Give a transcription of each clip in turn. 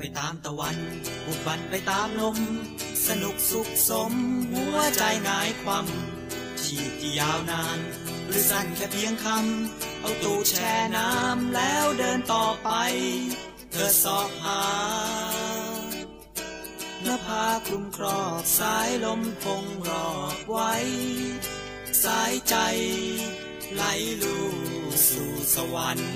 ตามตะวันบุกบันไปตามลมสนุกสุขสมหัวใจหงายความชีพที่ยาวนานหรือสั้นแค่เพียงคำเอาตูแช่น้ำแล้วเดินต่อไปเธอสอบหาหน้าผาคลุมครอบสายลมคงรอบไว้สายใจไหลลู่สู่สวรรค์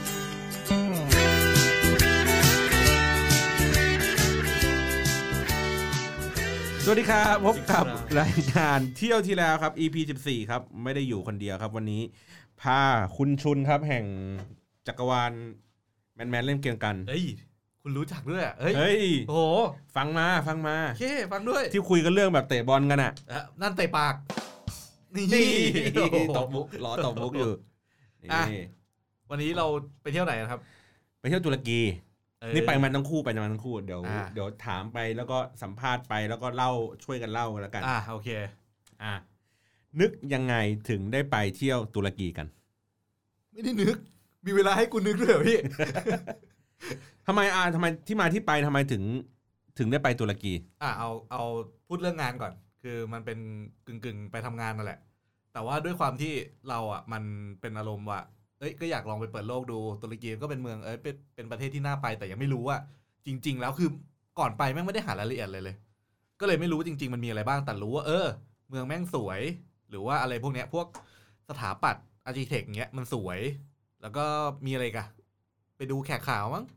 สวัสดีครับพบกับรายการเที่ยวที่แล้วครับ EP 14ครับไม่ได้อยู่คนเดียวครับวันนี้พาคุณชุนครับแห่งจักรวาลแมนเล่นเกมกันเฮ้ยคุณรู้จักด้วยเฮ้ยโอ้โหฟังมาโอเคฟังด้วยที่คุยกันเรื่องแบบเตะบอลกันอ่ะนั่นเตะปากนี่ตบมุกล้อตบมุกอยู่นี่วันนี้เราไปเที่ยวไหนครับไปเที่ยวตุรกีนี่ไปมันทั้งคู่เดี๋ยวถามไปแล้วก็สัมภาษณ์ไปแล้วก็เล่าช่วยกันเล่าแล้วกันโอเคนึกยังไงถึงได้ไปเที่ยวตุรกีกันไม่ได้นึกมีเวลาให้กูนึกด้วยเหรอพี่ทำไมที่มาที่ไปทำไมถึงได้ไปตุรกีเอาพูดเรื่องงานก่อนคือมันเป็นกึ่งไปทำงานนั่นแหละแต่ว่าด้วยความที่เรามันเป็นอารมณ์ว่าก็อยากลองไปเปิดโลกดูตุรกีก็เป็นเมืองเป็นประเทศที่น่าไปแต่ยังไม่รู้ว่าจริงๆแล้วคือก่อนไปแม่งไม่ได้หารายละเอียดเลยก็เลยไม่รู้จริงๆมันมีอะไรบ้างแต่รู้ว่าเมืองแม่งสวยหรือว่าอะไรพวกเนี้ยพวกสถาปัตย์อาร์คิเทคเงี้ยมันสวยแล้วก็มีอะไรกันไปดูแขกขาวมั้ง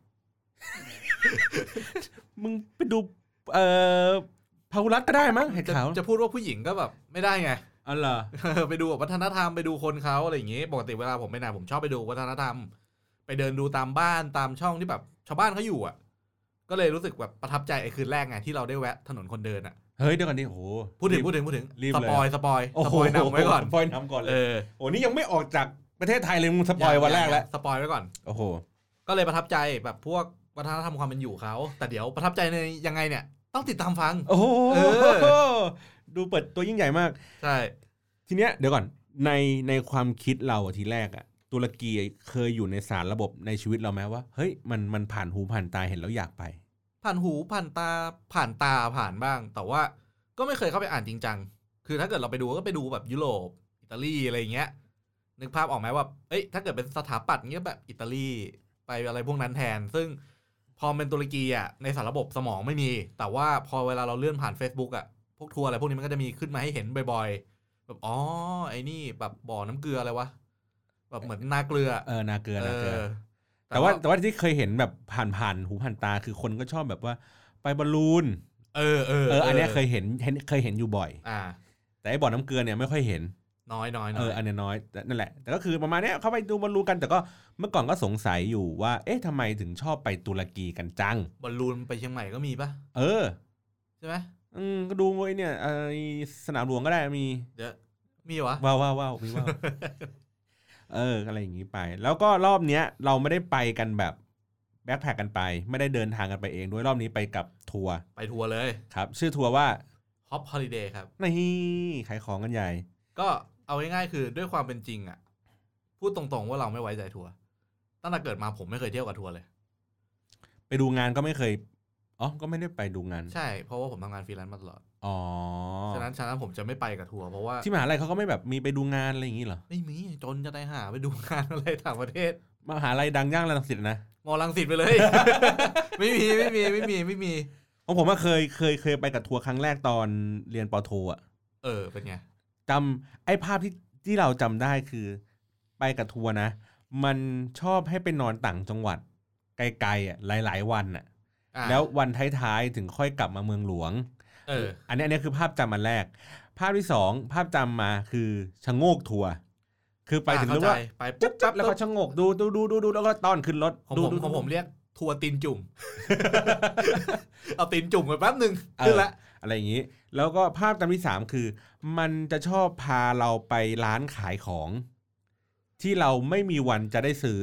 มึงไปดูพาหุรัตก็ได้มั้งแขกขาวจะพูดว่าผู้หญิงก็แบบไม่ได้ไงอ๋อเหรอไปดูวัฒนธรรมไปดูคนเขาอะไรอย่างงี้ปกติเวลาผมไปไหนผมชอบไปดูวัฒนธรรมไปเดินดูตามบ้านตามช่องที่แบบชาวบ้านเขาอยู่ก็เลยรู้สึกแบบประทับใจไอ้คืนแรกไงที่เราได้แวะถนนคนเดินเฮ้ยเดี๋ยวก่อนดิโหพูดถึงสปอยนำไว้ก่อนสปอยนำก่อนเลยโอ้นี่ยังไม่ออกจากประเทศไทยเลยมึงสปอยวันแรกแล้วสปอยไว้ก่อนโอ้โหก็เลยประทับใจแบบพวกวัฒนธรรมความเป็นอยู่เขาแต่เดี๋ยวประทับใจในยังไงเนี่ยต้องติดตามฟังโอ้ดูเปิดตัวยิ่งใหญ่มากใช่ทีเนี้ยเดี๋ยวก่อนในความคิดเราทีแรกตุรกีเคยอยู่ในสารระบบในชีวิตเราไหมว่าเฮ้ยมันผ่านหูผ่านตาเห็นแล้วอยากไปผ่านหูผ่านตาผ่านบ้างแต่ว่าก็ไม่เคยเข้าไปอ่านจริงจังคือถ้าเกิดเราไปดูก็ไปดูแบบยุโรปอิตาลีอะไรอย่างเงี้ยนึกภาพออกไหมว่าถ้าเกิดเป็นสถาปัตย์เงี้ยแบบอิตาลีไปอะไรพวกนั้นแทนซึ่งพอเป็นตุรกีในสารระบบสมองไม่มีแต่ว่าพอเวลาเราเลื่อนผ่าน Facebook พวกทัวร์อะไรพวกนี้มันก็จะมีขึ้นมาให้เห็นบ่อยๆแบบไอ้นี่แบบบ่อน้ำเกลืออะไรวะแบบเหมือนนาเกลือนาเกลือแต่ว่าที่เคยเห็นแบบผ่านหูผ่านตาคือคนก็ชอบแบบว่าไปบอลลูนอันนี้เคยเห็นอยู่บ่อยแต่ไอ้บ่อน้ำเกลือเนี่ยไม่ค่อยเห็นน้อยอันนี้น้อยนั่นแหละแต่ก็คือประมาณนี้เขาไปดูบอลลูนกันแต่ก็เมื่อก่อนก็สงสัยอยู่ว่าทำไมถึงชอบไปตุรกีกันจังบอลลูนไปเชียงใหม่ก็มีป่ะใช่ไหมก็ดูไว้เนี่ยสนามหลวงก็ได้มีเดี๋ยวมีวะว้าวมีว้าวอะไรอย่างนี้ไปแล้วก็รอบเนี้ยเราไม่ได้ไปกันแบบแบ็คแพคกันไปไม่ได้เดินทางกันไปเองด้วยรอบนี้ไปกับทัวร์เลยครับชื่อทัวร์ว่า Hop Holiday ครับนี่ขายของกันใหญ่ก็เอาง่ายๆคือด้วยความเป็นจริงพูดตรงๆว่าเราไม่ไว้ใจทัวร์ตั้งแต่เกิดมาผมไม่เคยเที่ยวกับทัวร์เลยไปดูงานก็ไม่เคยก็ไม่ได้ไปดูงานใช่เพราะว่าผมทำงานฟรีแลนซ์มาตลอดฉะนั้นผมจะไม่ไปกับทัวร์เพราะว่าที่มหาลัยเขาก็ไม่แบบมีไปดูงานอะไรอย่างนี้เหรอไม่มีจนจะได้หาไปดูงานอะไรต่างประเทศมหาลัยดังย่างรังสิตนะมอรังสิตไปเลย ไม่มีของผมเคยไปกับทัวร์ครั้งแรกตอนเรียนปโทเป็นไงจำไอ้ภาพที่เราจำได้คือไปกับทัวร์นะมันชอบให้ไปนอนต่างจังหวัดไกลๆหลายๆวันแล้ววันท้ายๆถึงค่อยกลับมาเมืองหลวงอันนี้คือภาพจำอันแรกภาพที่2ภาพจำมาคือชะโงกทัวร์คือไปถึงรู้ว่าไปปุ๊บแล้วก็ชะโงกดูแล้วก็ต้อนขึ้นรถของผมเรียกทัวร์ตีนจุ่ม เอาตีนจุ่มกันแป๊บนึงขึ้นละอะไรอย่างนี้แล้วก็ภาพจำที่3คือมันจะชอบพาเราไปร้านขายของที่เราไม่มีวันจะได้ซื้อ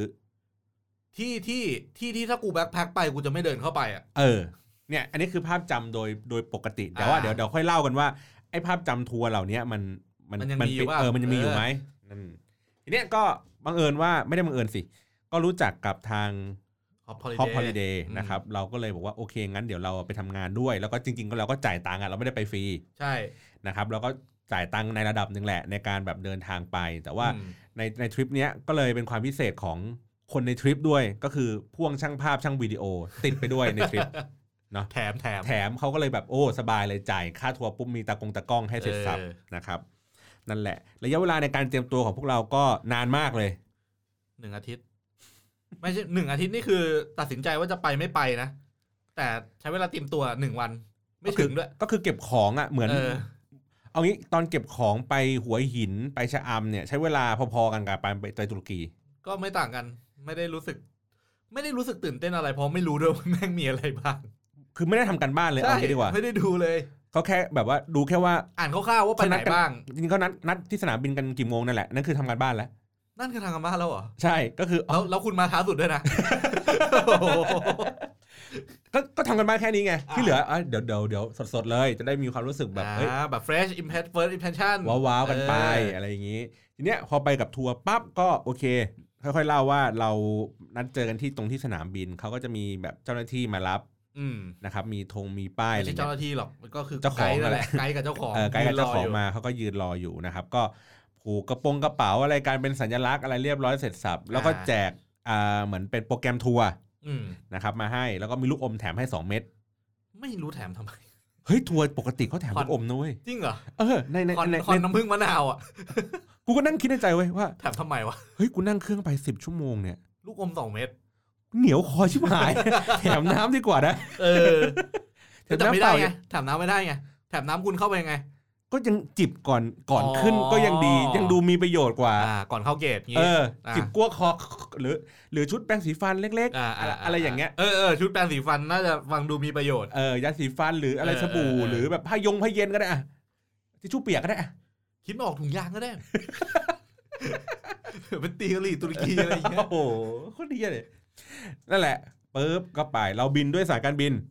ที่ถ้ากูแบ็คแพ็คไปกูจะไม่เดินเข้าไปเนี่ยอันนี้คือภาพจำโดยปกติแต่ว่าเดี๋ยวค่อยเล่ากันว่าไอ้ภาพจำทัวร์เหล่านี้มันยังมีอยู่มันจะมีอยู่ไหมทีเนี้ยก็บังเอิญว่าไม่ได้บังเอิญสิก็รู้จักกับทาง Hop Holiday นะครับเราก็เลยบอกว่าโอเคงั้นเดี๋ยวเราไปทำงานด้วยแล้วก็จริงๆก็เราก็จ่ายตังค์เราไม่ได้ไปฟรีใช่นะครับเราก็จ่ายตังค์ในระดับนึงแหละในการแบบเดินทางไปแต่ว่าในทริปเนี้ยก็เลยเป็นความพิเศษของคนในทริปด้วยก็คือพ่วงช่างภาพช่างวิดีโอติดไปด้วยในทริปเนาะแถมเขาก็เลยแบบโอ้สบายเลยจ่ายค่าทัวร์ปุ๊บมีตากล้องให้เสร็จสับนะครับนั่นแหละระยะเวลาในการเตรียมตัวของพวกเราก็นานมากเลย 1 อาทิตย์ไม่ใช่1 อาทิตย์นี่คือตัดสินใจว่าจะไปไม่ไปนะแต่ใช้เวลาเตรียมตัว1 วันไม่ถึงด้วยก็คือเก็บของอ่ะเหมือนเอางี้ตอนเก็บของไปหัวหินไปชะอำเนี่ยใช้เวลาพอๆกันกับไปตุรกีก็ไม่ต่างกันไม่ได้รู้สึกตื่นเต้นอะไรเพราะไม่รู้ด้วยว่าแม่งมีอะไรบ้างคือไม่ได้ทำกันบ้านเลยเอางี้ดีกว่าไม่ได้ดูเลยเขาแค่แบบว่าดูแค่ว่าอ่านคร่าวๆว่าไปไหนบ้างจริงๆเขานัดที่สนามบินกันกี่โมงนั่นแหละนั่นคือทำกันบ้านแล้วนั่นคือทำกันบ้านแล้วเหรอใช่ก็คือแล้วคุณมาท้าสุดด้วยนะก็ทำกันบ้านแค่นี้ไงที่เหลือเดี๋ยวสดๆเลยจะได้มีความรู้สึกแบบแบบ fresh first impression ว้าวๆกันไปอะไรอย่างงี้ทีเนี้ยพอไปกับทัวร์ปั๊บก็โอเคค่อยๆเล่าว่าเรานัดเจอกันที่ตรงที่สนามบินเขาก็จะมีแบบเจ้าหน้าที่มารับนะครับมีป้ายไม่ใช่เจ้าหน้าที่หรอกมันก็คือเจ้าของนั่นแหละไกด์กับเจ้าของไกด์กับเจ้าของมาเขาก็ยืนรออยู่นะครับก็ผูกกระเป๋าอะไรการเป็นสัญลักษณ์อะไรเรียบร้อยเสร็จสับแล้วก็แจกเหมือนเป็นโปรแกรมทัวร์นะครับมาให้แล้วก็มีลูกอมแถมให้2 เม็ดไม่รู้แถมทำไมเฮ้ยทัวร์ปกติเขาแถมลูกอมนะเว้ยจริงเหรอในน้ำผึ้งมะนาวอ่ะกูก็นั่งคิดในใจเว้ยว่าแถมทำไมวะเฮ้ยกูนั่งเครื่องไป10 ชั่วโมงเนี่ยลูกอม2 เม็ดเหนียวคอชิบหายแถมน้ำดีกว่านะแต่ไม่ได้ไงแถมน้ำไม่ได้ไงแถมน้ำคุณเข้าไปไงก็ยังจิบก่อนขึ้นก็ยังดียังดูมีประโยชน์กว่าก่อนเข้าเกตงี้จิบกั้วคอหรือชุดแปรงสีฟันเล็กๆอะไรอย่างเงี้ยชุดแปรงสีฟันน่าจะฟังดูมีประโยชน์ยาสีฟันหรืออะไรสบู่หรือแบบผ้าเย็นก็ได้ทิชชู่เปียกก็ได้คิดไม่ออกถุงยางก็ได้เป็นตีกะหรี่ตุรกีอะไรอย่างเงี้ยโอ้โหโคตรดีเลยนั่นแหละปึ๊บก็ไปเราบินด้วยสายการบิน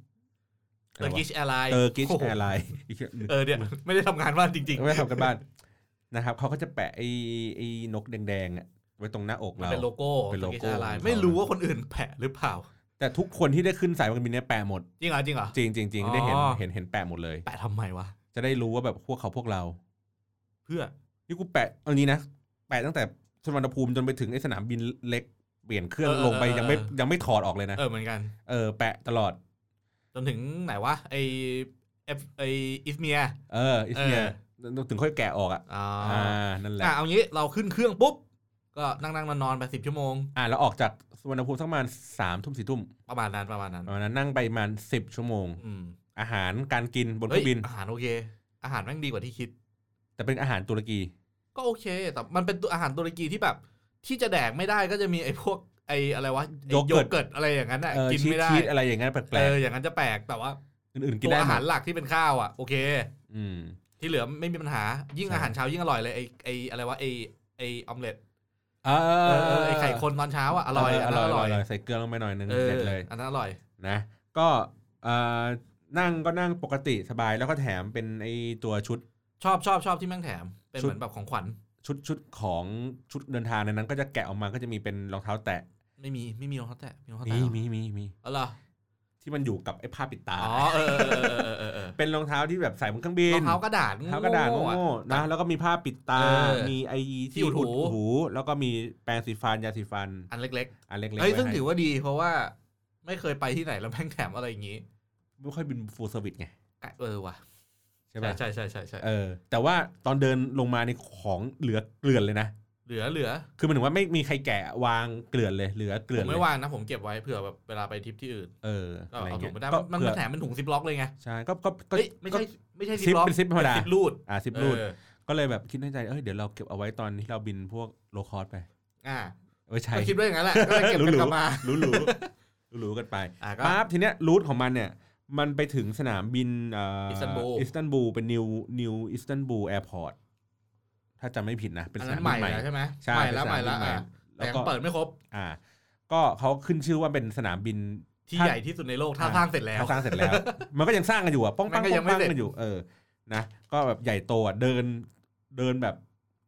Turkish Airlines Turkish Airlines เนี่ยไม่ได้ทำงานบ้านจริงๆไม่ได้ทำกันบ้านนะครับเขาก็จะแปะไอ้นกแดงๆไว้ตรงหน้าอกเราเป็นโลโก้ Turkish Airlines ไม่รู้ว่าคนอื่นแปะหรือเปล่าแต่ทุกคนที่ได้ขึ้นสายการบินเนี่ยแปะหมดจริงเหรอจริงได้เห็นแปะหมดเลยแปะทำไมวะจะได้รู้ว่าแบบพวกเราเพื่อนี่กูแปะเอานี้นะแปะตั้งแต่สุวรรณภูมิจนไปถึงไอ้สนามบินเล็กเปลี่ยนเครื่องลงไปยังไม่ถอดออกเลยนะเหมือนกันแปะตลอดจนถึงไหนวะไออิสเมียอิสเมียถึงค่อยแกะออกนั่นแหละเอางี้เราขึ้นเครื่องปุ๊บก็นั่งนอนไป10 ชั่วโมงแล้วออกจากสุวรรณภูมิสักประมาณ 3 ทุ่ม 4 ทุ่มประมาณนั้นนั่งไปประมาณ10 ชั่วโมงอาหารการกินบนเครื่องบินอาหารโอเคอาหารแม่งดีกว่าที่คิดแต่เป็นอาหารตุรกีก็โอเคแต่มันเป็นอาหารตุรกีที่แบบที่จะแดกไม่ได้ก็จะมีไอ้พวกอะไรวะโยเกิร์ตอะไรอย่างนั้นกินไม่ได้ชีสอะไรอย่างนั้นแปลกอย่างนั้นจะแปลกแต่ว่าอื่นๆกินได้อาหารหลักที่เป็นข้าวโอเคที่เหลือไม่มีปัญหายิ่งอาหารเช้ายิ่งอร่อยเลยไอ้อะไรวะไอ้ออมเล็ตไอ้ไข่คนตอนเช้าอร่อยใส่เกลือลงไปหน่อยนึงเด็ดเลยอันนั้นอร่อยนะก็นั่งปกติสบายแล้วก็แถมเป็นไอ้ตัวชุดชอบที่แม่งแถมเป็นเหมือนแบบของขวัญชุดของชุดเดินทางในนั้นก็จะแกะออกมาก็จะมีเป็นรองเท้าแตะไม่มีรองเท้าแตะมีอะไรที่มันอยู่กับไอ้ผ้าปิดตาเป็นรองเท้าที่แบบใส่บนเครื่องบินรองเท้ากระดาษโง่นะแล้วก็มีผ้าปิดตามีไอ้ที่อุดหูแล้วก็มีแปรงสีฟันยาสีฟันอันเล็กเฮ้ยซึ่งถือว่าดีเพราะว่าไม่เคยไปที่ไหนแล้วแม่งแถมอะไรอย่างงี้ไม่ค่อยบินฟูลเซอร์วิสไงว่ะใช่ป่ะใช่แต่ว่าตอนเดินลงมาในของเหลือเกลื่อนเลยนะเหลือคือมันถึงว่าไม่มีใครแกะวางเกลื่อนเลยเหลือเกลื่อนผมไม่วางนะผมเก็บไว้เผื่อแบบเวลาไปทริปที่อื่นก็เอาถุงไม่ได้มันแถมเป็นถุงซิปล็อกเลยไงใช่ก็ไม่ใช่ซิปล็อกเป็นซิปธรรมดาซิปรูดซิปรูดก็เลยแบบคิดในใจเดี๋ยวเราเก็บเอาไว้ตอนที่เราบินพวกโลคอสไปใช่คิดว่าอย่างนั้นแหละก็เลยเก็บกลับมารู้กันไปปั๊บทีเนี้ยรูทของมันเนี่ยมันไปถึงสนามบินอิสตันบูลเป็นนิวอิสตันบูลแอร์พอร์ตถ้าจำไม่ผิดนะเป็นสนามบินใหม่ใช่ไหมใช่แล้วแต่ยังเปิดไม่ครบก็เขาขึ้นชื่อว่าเป็นสนามบินที่ใหญ่ที่สุดในโลกถ้าสร้างเสร็จแล้วมันก็ยังสร้างกันอยู่ป้องกันกันอยู่นะก็แบบใหญ่โตเดินแบบ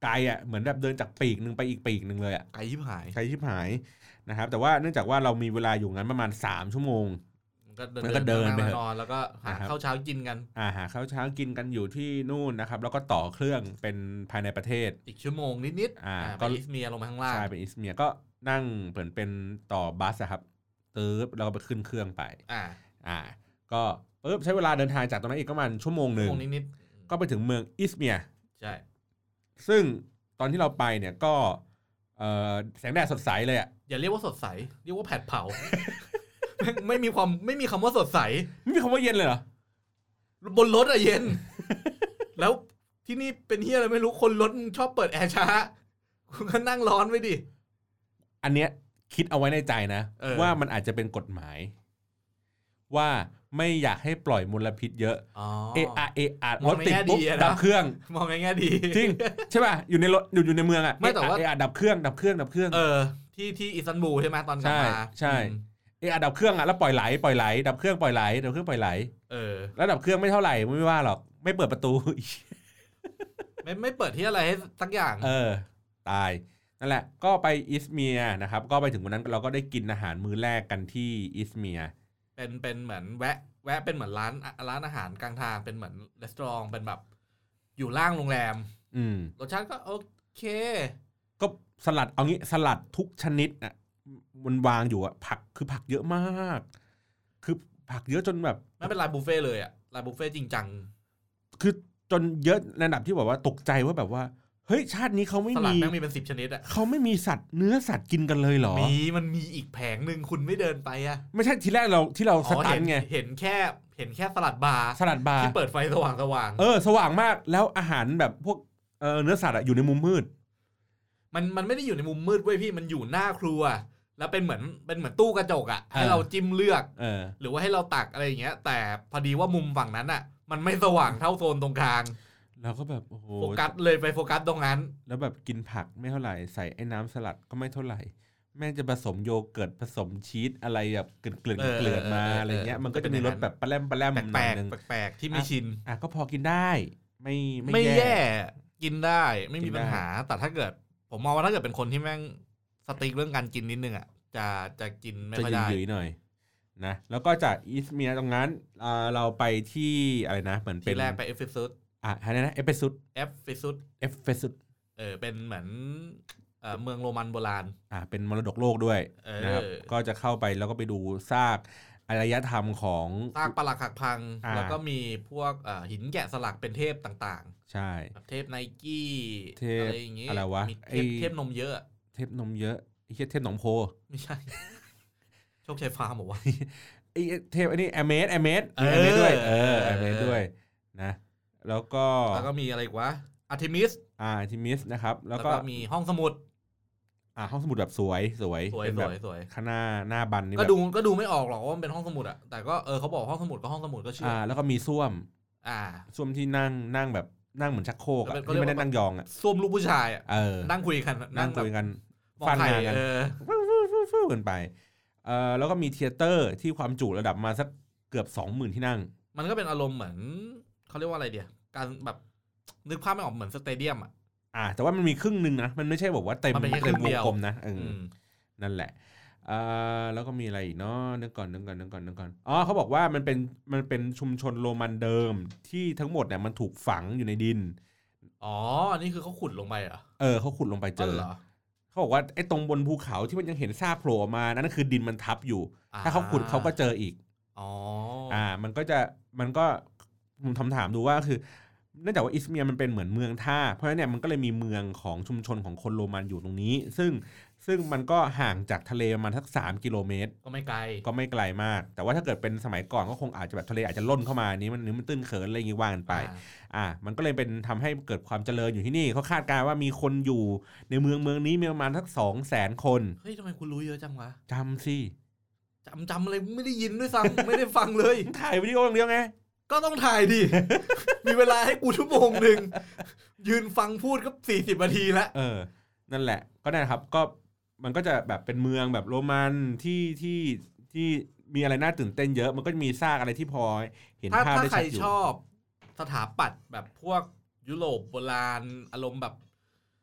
ไกลอ่ะเหมือนแบบเดินจากปีกนึงไปอีกปีกนึงเลยอ่ะไกลชิบหายนะครับแต่ว่าเนื่องจากว่าเรามีเวลาอยู่งั้นประมาณ3 ชั่วโมงก็เดินไปนอนแล้วก็หาข้าวเช้ากินกันหาข้าวเช้ากินกันอยู่ที่นู่นนะครับแล้วก็ต่อเครื่องเป็นภายในประเทศอีกชั่วโมงนิดๆไปอิสเมียลงมาข้างล่างใช่เป็นอิสเมียก็นั่งเหมือนเป็นต่อบัสครับแล้วก็ไปขึ้นเครื่องไปก็ใช้เวลาเดินทางจากตรงนั้นอีกประมาณชั่วโมงนึงนิดๆก็ไปถึงเมืองอิสเมียใช่ซึ่งตอนที่เราไปเนี่ยก็แสงแดดสดใสเลยอ่ะอย่าเรียกว่าสดใสเรียกว่าแผดเผา ไม่มีคำว่าสดใสไม่มีคำว่าเย็นเลยเหรอบนรถอะเย็น แล้วที่นี่เป็นเหี้ยอะไรไม่รู้คนรถชอบเปิดแอร์ช้าคุณก็นั่งร้อนไว้ดิอันเนี้ยคิดเอาไว้ในใจนะว่ามันอาจจะเป็นกฎหมายว่าไม่อยากให้ปล่อยมลพิษเยอะรถติดปุ๊บดับเครื่องมองในแง่ดีจริงใช่ป่ะอยู่ในรถอยู่ในเมืองอ่ะไม่แต่ว่าดับเครื่องที่อิสตันบูลใช่ไหมตอนกลับมาใช่ดับเครื่องอ่ะแล้วปล่อยไหลดับเครื่องปล่อยไหลแล้วดับเครื่องไม่เท่าไหร่ไม่ว่าหรอกไม่เปิดประตูไม่เปิดที่อะไรให้สักอย่างตายนั่นแหละก็ไปอิสเมียนะครับก็ไปถึงวันนั้นเราก็ได้กินอาหารมื้อแรกกันที่อิสเมียเป็นเหมือนแวะเป็นเหมือนร้านอาหารกลางทางเป็นเหมือนรีสอร์ทเป็นแบบอยู่ล่างโรงแรมรสชาติก็โอเคก็สลัดเอางี้สลัดทุกชนิดอ่ะมันวางอยู่อ่ะผักเยอะมากคือผักเยอะจนแบบไม่เป็นร้านบุฟเฟ่เลยอ่ะร้านบุฟเฟ่จริงจังคือจนเยอะในระดับที่แบบว่าตกใจว่าแบบว่าเฮ้ยชาตินี้เขาไม่มีสลัดแม่งมีเป็น10 ชนิดอ่ะเขาไม่มีเนื้อสัตว์กินกันเลยเหรอมันมีอีกแผงนึงคุณไม่เดินไปอ่ะไม่ใช่ทีแรกที่เราสตันไงเห็นแค่สลัดบาร์ที่เปิดไฟสว่างสว่างมากแล้วอาหารแบบพวกเนื้อสัตว์อยู่ในมุมมืดมันไม่ได้อยู่ในมุมมืดเว้ยพี่มันอยู่หน้าครัวแล้วเป็นเหมือนตู้กระจกอ่ะให้เราจิ้มเลือกหรือว่าให้เราตักอะไรอย่างเงี้ยแต่พอดีว่ามุมฝั่งนั้นอ่ะมันไม่สว่างเท่าโซนตรงกลางแล้วก็แบบโอ้โหโฟกัสเลยไปโฟกัสตรงนั้นแล้วแบบกินผักไม่เท่าไหร่ใส่ไอ้น้ำสลัดก็ไม่เท่าไหร่แม่งจะผสมโยเกิร์ตผสมชีสอะไรแบบเกลือนมาอะไรเงี้ยมันก็จะมีรสแบบปลาแรมแปลกที่ไม่ชินก็พอกินได้ไม่แย่กินได้ไม่มีปัญหาแต่ถ้าเกิดผมมองว่าถ้าเกิดเป็นคนที่แม่งสติ๊กเรื่องการกินนิดนึงอ่ะจะกินไม่ค่อยได้จะยืดหน่อยนะแล้วก็จากอิสเมียตรงนั้นเราไปที่อะไรนะเหมือนเป็นที่แรกไปเอเฟซัสอะไรนะเอเฟซัสเป็นเหมือนเมืองโรมันโบราณเป็นมรดกโลกด้วยนะครับก็จะเข้าไปแล้วก็ไปดูซากอารยธรรมของซากปรักหักพังแล้วก็มีพวกหินแกะสลักเป็นเทพต่างๆใช่เทพไนกี้อะไรอย่างงี้อะไรวะเทพนมเยอะเทพนมเยอะไอ้เทพหนองโพไม่ใช่โชคชัยฟาร์มบอกว่าไอ้เทพอันนี้แอเมสด้วยแอเมสด้วยนะแล้วก็มีอะไรอีกวะอาร์เทมิสนะครับแล้วก็มีห้องสมุดห้องสมุดแบบสวยเป็นแบบข้างหน้าบันนี่ก็ดูไม่ออกหรอกว่ามันเป็นห้องสมุดอ่ะแต่ก็เขาบอกห้องสมุดก็ห้องสมุดก็เชื่อแล้วก็มีส้วมที่นั่งแบบนั่งเหมือนชักโครกที่ไม่ได้นั่งยองอ่ะส้วมลูกผู้ชายอ่ะนั่งคุยกันฟันงานกันฟู่กันไปแล้วก็มีเธียเตอร์ที่ความจุระดับมาสักเกือบ 20,000 ที่นั่งมันก็เป็นอารมณ์เหมือนเขาเรียกว่าอะไรเดียวการแบบนึกภาพไม่ออกเหมือนสเตเดียมแต่ว่ามันมีครึ่งนึงนะมันไม่ใช่บอกว่าเต็มวงกลมนะนั่นแหละแล้วก็มีอะไรอีกเนาะนึกก่อนเขาบอกว่ามันเป็นชุมชนโรมันเดิมที่ทั้งหมดเนี่ยมันถูกฝังอยู่ในดินอันนี้คือเขาขุดลงไปเขาขุดลงไปเจอเขาบอกว่าไอ้ตรงบนภูเขาที่มันยังเห็นซากโผล่มานั่นคือดินมันทับอยู่ถ้าเขาขุดเขาก็เจออีกมันก็ผมถามดูว่าคือเนื่องจากว่าอิสเมียมันเป็นเหมือนเมืองท่าเพราะฉะนั้นเนี่ยมันก็เลยมีเมืองของชุมชนของคนโรมันอยู่ตรงนี้ซึ่งมันก็ห่างจากทะเลประมาณสัก3 กิโลเมตรก็ไม่ไกลมากแต่ว่าถ้าเกิดเป็นสมัยก่อนก็คงอาจจะแบบทะเลอาจจะล่นเข้ามานี้มันตื้นเขินอะไรอย่างงี้ว่ากันไปมันก็เลยเป็นทำให้เกิดความเจริญอยู่ที่นี่เขาคาดการณ์ว่ามีคนอยู่ในเมืองนี้มีประมาณสัก 200,000 คนเฮ้ยทำไมคุณรู้เยอะจังวะจำสิจำอะไรไม่ได้ยินด้วยซ้ำ ไม่ได้ฟังเลยถ่ายวิดีโออย่างเดียวไงก็ต้องถ่ายดิ มีเวลาให้กูชั่วโมงนึงยืนฟังพูดก็40 นาทีแล้วนั่นแหละก็ได้ครับก็มันก็จะแบบเป็นเมืองแบบโรมันที่มีอะไรน่าตื่นเต้นเยอะมันก็จะมีซากอะไรที่พอเห็นภาพได้ชัดอยู่ถ้าใครชอบสถาปัตย์แบบพวกยุโรปโบราณอารมณ์แบบ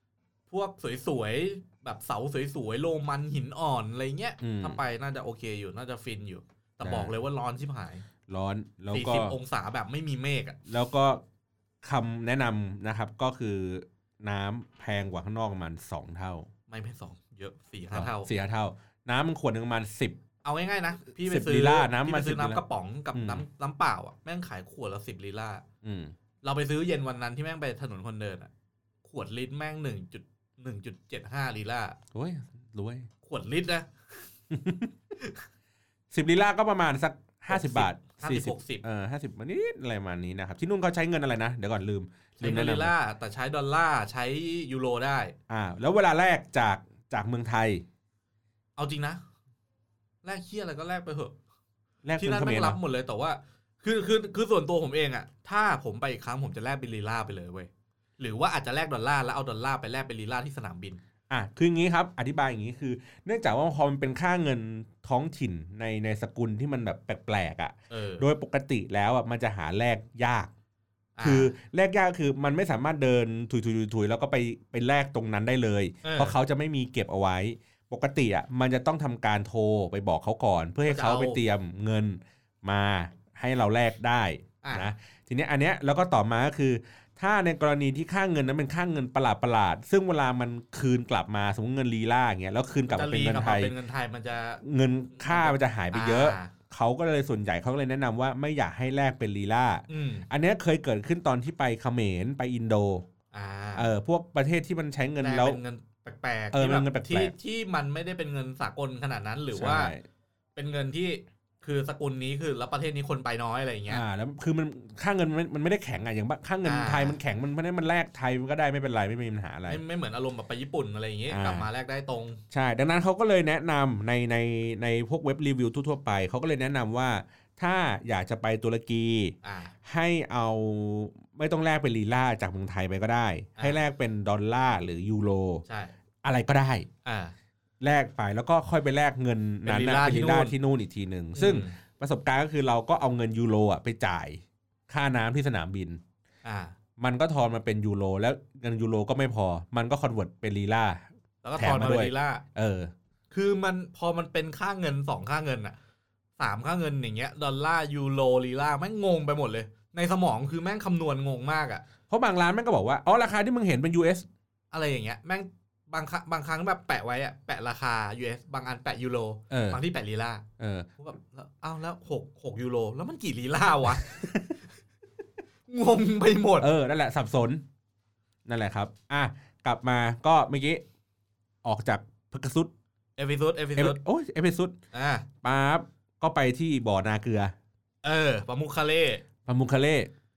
พวกสวยๆแบบเสาสวยๆโรมันหินอ่อนอะไรเงี้ยถ้าไปน่าจะโอเคอยู่น่าจะฟินอยู่แต่บอกเลยว่าร้อนชิบหายร้อนแล้วก็ 40องศาแบบไม่มีเมฆอ่ะแล้วก็คำแนะนำนะครับก็คือน้ำแพงกว่าข้างนอกประมาณ2เท่าไม่2เยอะ 4-5 เท่า 4-5 เท่าน้ำมันขวดนึงประมาณ10 เอาง่ายๆนะพี่ไปซื้อน้ำกระป๋องกับน้ำเปล่าอ่ะแม่งขายขวดละ10 ลีลาเราไปซื้อเย็นวันนั้นที่แม่งไปถนนคนเดินอ่ะขวดลิตรแม่ง1.75 ลีลาโอ้ยรวยขวดลิตรนะ 10 ลีลาก็ประมาณสัก50 บาท 50-60 50บาทนิดอะไรประมาณนี้นะครับที่นู่นเขาใช้เงินอะไรนะเดี๋ยวก่อนลืมเงินลีลาแต่ใช้ดอลลาร์ใช้ยูโรได้แล้วเวลาแลกจากเมืองไทยเอาจริงนะแลกเหี้ยอะไรก็แลกไปเถอะที่นั่นไม่รับหมดเลยแต่ว่าคือส่วนตัวผมเองอ่ะถ้าผมไปอีกครั้งผมจะแลกเป็นลีลาไปเลยเว้ยหรือว่าอาจจะแลกดอลลาร์แล้วเอาดอลลาร์ไปแลกเป็นลีลาที่สนามบินคืออย่างนี้ครับอธิบายอย่างนี้คือเนื่องจากว่าพอมันเป็นค่าเงินท้องถิ่นในสกุลที่มันแบบแปลกๆโดยปกติแล้วมันจะหาแลกยากคือแลกยากคือมันไม่สามารถเดินถุยๆแล้วก็ไปแลกตรงนั้นได้เลยเพราะเขาจะไม่มีเก็บเอาไว้ปกติมันจะต้องทำการโทรไปบอกเขาก่อนเพื่อให้เขาไปเตรียมเงินมาให้เราแลกได้นะทีนี้อันเนี้ยแล้วก็ต่อมาก็คือถ้าในกรณีที่ค่าเงินนั้นเป็นค่าเงินประหลาดซึ่งเวลามันคืนกลับมาสมมติเงินลีลาอย่างเงี้ยแล้วคืนกลับมาเป็นเงินไทยมันจะเงินค่ามันจะหายไปเยอะเขาก็เลยส่วนใหญ่เขาเลยแนะนำว่าไม่อยากให้แลกเป็นลีลาอันนี้เคยเกิดขึ้นตอนที่ไปเขมรไปอินโดพวกประเทศที่มันใช้เงินแล้วเงินแปลกๆที่มันไม่ได้เป็นเงินสากลขนาดนั้นหรือว่าเป็นเงินที่คือสกุลนี้คือแล้วประเทศนี้คนไปน้อยอะไรอย่างเงี้ยแล้วคือมันค่าเงินมันไม่ได้แข็งอย่างค่าเงินไทยมันแข็งมันไม่ได้มันแลกไทยมันก็ได้ไม่เป็นไรไม่มีปัญหาอะไรไม่เหมือนอารมณ์แบบไปญี่ปุ่นอะไรอย่างเงี้ยกลับมาแลกได้ตรงใช่ดังนั้นเขาก็เลยแนะนำในพวกเว็บรีวิวทั่วไปเขาก็เลยแนะนำว่าถ้าอยากจะไปตุรกีให้เอาไม่ต้องแลกเป็นลีลาจากเมืองไทยไปก็ได้ให้แลกเป็นดอลลาร์หรือยูโรอะไรก็ได้แลกไปแล้วก็ค่อยไปแลกเงินนั้นเป็นลีลาที่นู่นอีกทีนึงซึ่งประสบการณ์ก็คือเราก็เอาเงินยูโรไปจ่ายค่าน้ำที่สนามบินมันก็ทอนมาเป็นยูโรแล้วเงินยูโรก็ไม่พอมันก็คอนเวิร์ตเป็นลีลาแล้วก็ทอนมาเป็นลีลาคือมันพอมันเป็นค่าเงิน2ค่าเงิน3ค่าเงินอย่างเงี้ยดอลลาร์ยูโรลีลาแม่งงงไปหมดเลยในสมองคือแม่งคำนวณงงมากเพราะบางร้านแม่งก็บอกว่าอ๋อราคาที่มึงเห็นเป็น US อะไรอย่างเงี้ยแม่งบางครั้งแบบแปะไว้แปะราคา US บางอันแปะยูโรบางที่แปะลีลาแบบแล้ว6ยูโรแล้วมันกี่ลีลาวะ งงไปหมดนั่นแหละสับสนนั่นแหละครับกลับมาก็เมื่อกี้ออกจากพกซุดเอพิซุดโอ้ยเอพิซุดปั๊บก็ไปที่บ่อนาเกลือปามุคาเล่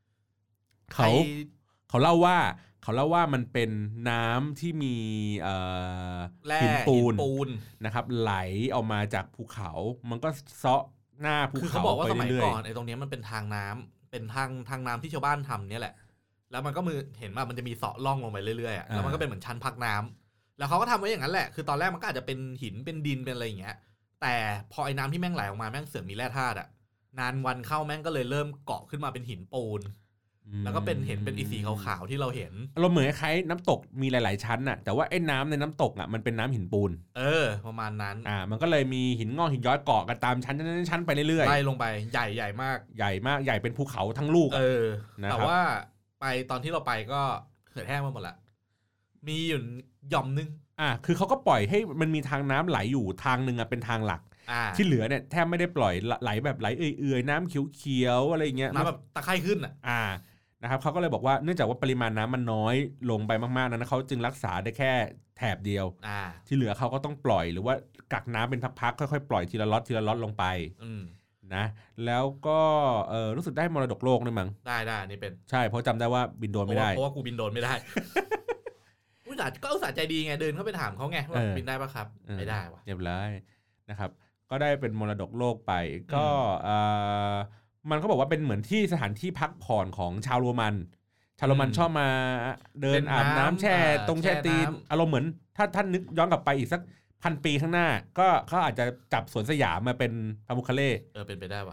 เขาเล่าว่ามันเป็นน้ำที่มีหินปูนนะครับไหลออกมาจากภูเขามันก็เซาะหน้าภูเขาไปเรื่อยๆคือเขาบอกว่าสมัยก่อนไอ้ตรงนี้มันเป็นทางน้ำเป็นทางน้ำที่ชาวบ้านทำเนี่ยแหละแล้วมันก็เห็นว่ามันจะมีเสาะล่องลงไปเรื่อยๆแล้วมันก็เป็นเหมือนชั้นพักน้ำแล้วเขาก็ทำไว้อย่างนั้นแหละคือตอนแรกมันก็อาจจะเป็นหินเป็นดินเป็นอะไรอย่างเงี้ยแต่พอไอ้น้ำที่แม่งไหลออกมาแม่งเสื่อมมีแร่ธาตุนานวันเข้าแม่งก็เลยเริ่มเกาะขึ้นมาเป็นหินปูนแล้วก็เห็นเป็นสีขาวๆที่เราเห็นเราเหมือนคล้ายน้ำตกมีหลายๆชั้นแต่ว่าไอ้น้ำในน้ำตกมันเป็นน้ำหินปูนประมาณนั้นมันก็เลยมีหินงอกหินย้อยเกาะกันตามชั้นไปเรื่อยๆไล่ลงไปใหญ่มากใหญ่เป็นภูเขาทั้งลูกแต่ว่าไปตอนที่เราไปก็เหือดแห้งไปหมดละมีอยู่หย่อมนึงคือเขาก็ปล่อยให้มันมีทางน้ำไหลอยู่ทางนึงเป็นทางหลักที่เหลือเนี่ยแทบไม่ได้ปล่อยไหลแบบไหลเอื่อยๆน้ำเขียวๆอะไรเงี้ยน้ำแบบตะไคร่ขึ้นนะครับเขาก็เลยบอกว่าเนื่องจากว่าปริมาณน้ำมันน้อยลงไปมากๆนั้นเขาจึงรักษาได้แค่แถบเดียวที่เหลือเขาก็ต้องปล่อยหรือว่ากักน้ำเป็นพักๆค่อยๆปล่อยทีละล็อตลงไปนะแล้วก็รู้สึกได้มรดกโลกด้วยมั้งได้นี่เป็นใช่เพราะจำได้ว่าบินโดรนไม่ได้เพราะว่ากูบินโดรนไม่ได้ก็อุตส่าห์ใจดีไงเดินเข้าไปถามเขาไงว่าบินได้ป่ะครับไม่ได้ว่ะเรียบร้อยนะครับก็ได้เป็นมรดกโลกไปก็มันก็บอกว่าเป็นเหมือนที่สถานที่พักผ่อนของชาวโรมันชอบมาเดินอาบน้ำแช่ตีนอารมณ์เหมือนถ้าท่านนึกย้อนกลับไปอีกสัก1,000 ปีข้างหน้าก็เขาอาจจะจับสวนสยามมาเป็นพามุคาเล่เป็นไปได้ป่ะ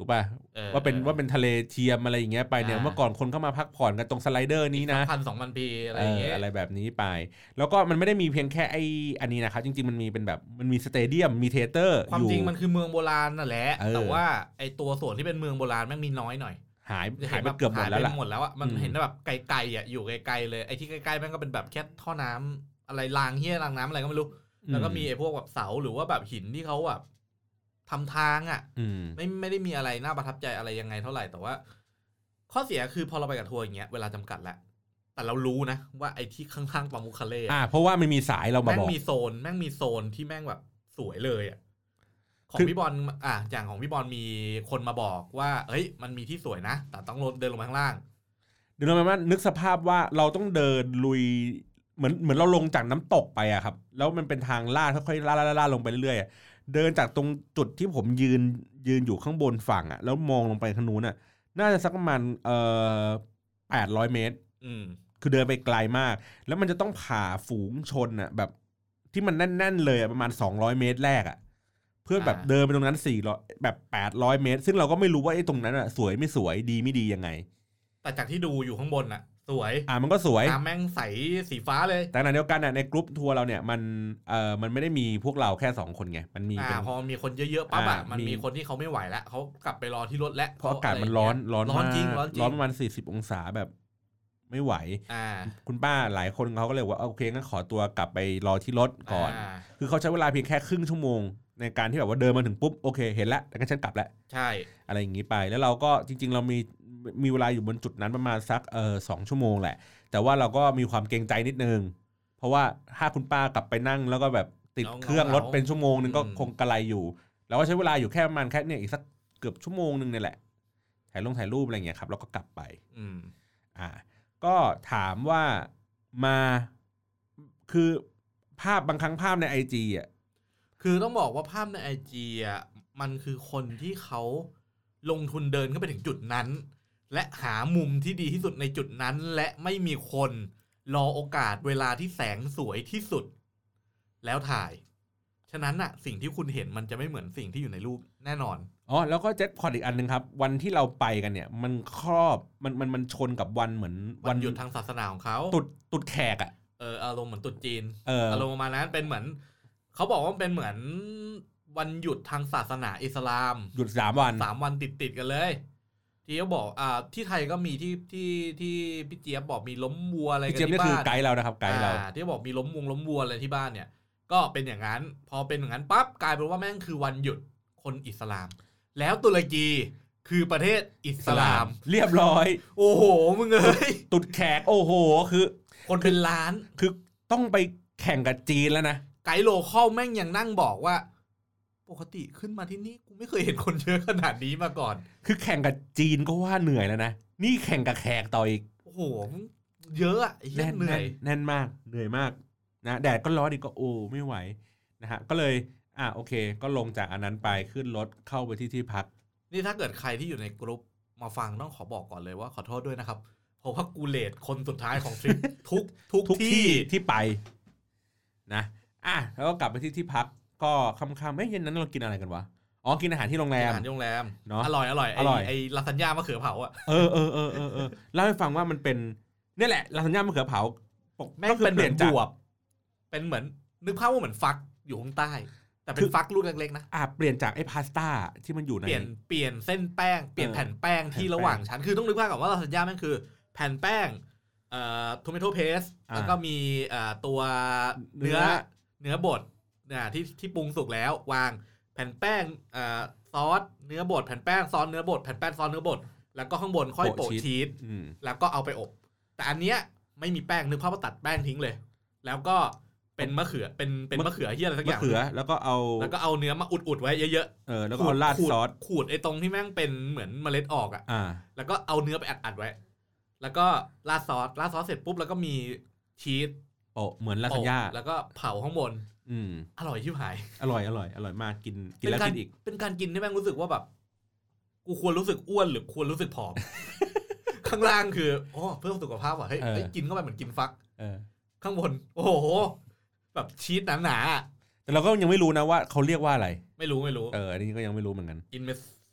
ถูกป่ะว่าเป็นทะเลเทียมอะไรอย่างเงี้ยไปเนี่ยเมื่อก่อนคนเข้ามาพักผ่อนกันตรงสไลเดอร์นี้นะ 1,000-2,000 ปีอะไรอย่างเงี้ยอะไรแบบนี้ไปแล้วก็มันไม่ได้มีเพียงแค่ไอ้อันนี้นะครับจริงๆมันมีเป็นแบบมันมีสเตเดียมมีเทเตอร์ความจริงมันคือเมืองโบราณนั่นแหละแต่ว่าไอ้ตัวส่วนที่เป็นเมืองโบราณแม่งมีน้อยหน่อยหายไปเกือบหมดแล้วล่ะหมดแล้วอ่ะมันเห็นแบบไกลๆอ่ะอยู่ไกลๆเลยไอ้ที่ใกล้ๆแม่งก็เป็นแบบแค่ท่อน้ำอะไรรางน้ำอะไรก็ไม่รู้แล้วก็มีไอ้พวกแบบเสาหรือว่าแบบหินที่เขาแบบทำทางอ่ะไม่ได้มีอะไรน่าประทับใจอะไรยังไงเท่าไหร่แต่ว่าข้อเสียคือพอเราไปกับทัวร์อย่างเงี้ยเวลาจำกัดแล้วแต่เรารู้นะว่าไอ้ที่ข้างๆปามุคาเล่เพราะว่ามันมีสายเรามาบอกแม่งมีโซนที่แม่งแบบสวยเลยอ่ะของพี่บอลอย่างของพี่บอลมีคนมาบอกว่าเฮ้ยมันมีที่สวยนะแต่ต้องเดินลงมาข้างล่างเดินลงมานึกสภาพว่าเราต้องเดินลุยเหมือนเราลงจากน้ำตกไปอะครับแล้วมันเป็นทางลาดค่อยๆลาดลงไปเรื่อยๆเดินจากตรงจุดที่ผมยืนอยู่ข้างบนฝั่งอะแล้วมองลงไปข้างนู้นอะน่าจะสักประมาณ800 เมตรคือเดินไปไกลมากแล้วมันจะต้องผ่าฝูงชนอะแบบที่มันแน่นๆเลยประมาณ200 เมตรแรกอะเพื่อแบบเดินไปตรงนั้น400แบบ800 เมตรซึ่งเราก็ไม่รู้ว่าไอ้ตรงนั้นอะสวยไม่สวยดีไม่ดียังไงแต่จากที่ดูอยู่ข้างบนอะสวยมันก็สวยน้ำแม่งใสสีฟ้าเลยแต่ในเดียวกันในกลุ่มทัวร์เราเนี่ยมันไม่ได้มีพวกเราแค่2คนไงมันมีพอมีคนเยอะๆปั๊บมันมีคนที่เขาไม่ไหวแล้วเขากลับไปรอที่รถแล้วเพราะอากาศมันร้อนจริงร้อนประมาณ40 องศาแบบไม่ไหวคุณป้าหลายคนเขาก็เลยว่าโอเคงั้นขอตัวกลับไปรอที่รถก่อนคือเขาใช้เวลาเพียงแค่ครึ่งชั่วโมงในการที่แบบว่าเดินมาถึงปุ๊บโอเคเห็นแล้วแล้วก็ฉันกลับแล้วใช่อะไรอย่างนี้ไปแล้วเราก็จริงๆเรามีเวลาอยู่บนจุดนั้นประมาณสัก2 ชั่วโมงแหละแต่ว่าเราก็มีความเกรงใจนิดนึงเพราะว่าถ้าคุณป้ากลับไปนั่งแล้วก็แบบติดเครื่องรถเป็นชั่วโมงนึงก็คงกระไรอยู่แล้วก็ใช้เวลาอยู่แค่ประมาณแค่เนี่ยอีกสักเกือบชั่วโมงนึงเนี่ยแหละถ่ายรูปอะไรอย่างเงี้ยครับแล้วก็กลับไปก็ถามว่ามาคือภาพบางครั้งภาพใน IG อ่ะคือต้องบอกว่าภาพใน IG อ่ะมันคือคนที่เขาลงทุนเดินเข้าไปถึงจุดนั้นและหามุมที่ดีที่สุดในจุดนั้นและไม่มีคนรอโอกาสเวลาที่แสงสวยที่สุดแล้วถ่ายฉะนั้นน่ะสิ่งที่คุณเห็นมันจะไม่เหมือนสิ่งที่อยู่ในรูปแน่นอนแล้วก็แจ็คพอตอีกอันนึงครับวันที่เราไปกันเนี่ยมันครอบมันชนกับวันเหมือนวันหยุดทางศาสนาของเขาตุดแขกอ่ะอารมณ์เหมือนตุดจีนอารมณ์ประมาณนั้นเป็นเหมือนเขาบอกว่าเป็นเหมือนวันหยุดทางศาสนาอิสลามหยุด3 วันติดกันเลยที่เขาบอกที่ไทยก็มีที่พี่เจี๊ยบบอกมีล้มวัวอะไรกันที่บ้านพี่เจี๊ยบนี่คือไกด์เรานะครับไกด์เราที่บอกมีล้มวัวอะไรที่บ้านเนี่ยก็เป็นอย่างนั้นพอเป็นอย่างนั้นปั๊บกลายเป็นว่าแม่งคือวันหยุดคนอิสลามแล้วตุรกีคือประเทศอิสลามเรียบร้อยโอ้โหมึงเอ้ยตุดแขกโอ้โหคือคนเป็นล้านคือต้องไปแข่งกับจีนแล้วนะไกด์โลคอลแม่งยังนั่งบอกว่าปกติขึ้นมาที่นี่กูไม่เคยเห็นคนเยอะขนาดนี้มาก่อนคือแข่งกับจีนก็ว่าเหนื่อยแล้วนะนี่แข่งกับแขกต่ออีกโอ้โหเยอะอะเหนื่อยแน่นมากเหนื่อยมากนะแดดก็ร้อนอีกก็โอ้ไม่ไหวนะฮะก็เลยโอเคก็ลงจากอันนั้นไปขึ้นรถเข้าไปที่พักนี่ถ้าเกิดใครที่อยู่ในกรุ๊ปมาฟังต้องขอบอกก่อนเลยว่าขอโทษด้วยนะครับเพราะว่ากูเลทคนสุดท้ายของทริปทุกที่ไปนะแล้วก็กลับไปที่พักก็ค่ำๆเย็นนั้นเรากินอะไรกันวะกินอาหารที่โรงแรมเนาะอร่อยไอ้ลาซานญ่ามะเขือเผาอ่ะเล่าให้ฟังว่ามันเป็นนี่แหละลาซานญ่ามะเขือเผาแม่งเป็นเปลี่ยนจากเป็นเหมือนนึกภาพว่าเหมือนฟักอยู่ข้างใต้แต่เป็นฟักลูกเล็กๆนะเปลี่ยนจากไอ้พาสต้าที่มันอยู่ในเปลี่ยนเส้นแป้งเปลี่ยนแผ่นแป้งที่ระหว่างชั้นคือต้องนึกภาพก่อนว่าลาซานญ่ามันคือแผ่นแป้งทอมเมโตเพสแล้วก็มีตัวเนื้อบดที่ปรุงสุกแล้ววางแผ่นแป้งซอสเนื้อบดแผ่นแป้งซอสเนื้อบดแผ่นแป้งซอสเนื้อบดแล้วก็ข้างบนค่อยโปะชีสแล้วก็เอาไปอบแต่อันเนี้ยไม่มีแป้งนึกภาพว่าตัดแป้งทิ้งเลยแล้วก็เป็นมะเขือเป็นมะเขือเหี้ยอะไรสักอย่างมะเขือแล้วก็เอาเนื้อมาอุดไว้เยอะๆแล้วก็เอาราดซอสขูดไอ้ตรงที่แม่งเป็นเหมือนเมล็ดออกแล้วก็เอาเนื้อไปอัดไว้แล้วก็ราดซอสเสร็จปุ๊บแล้วก็มีชีสเหมือนลาซานญ่าแล้วก็เผาข้างบนอร่อยชิบหายอร่อยมากกินแล้วกินอีกเป็นการกินที่แม่งรู้สึกว่าแบบกูควรรู้สึกอ้วนหรือควรรู้สึกผอม ข้างล่างคือเพื่อสุขภาพว่ะเฮ้ยกินเข้าไปเหมือนกินฟักข้างบนโอ้โหแบบชีสหนาแต่เราก็ยังไม่รู้นะว่าเขาเรียกว่าอะไรไม่รู้อันนี้ก็ยังไม่รู้เหมือนกันอินเมสซี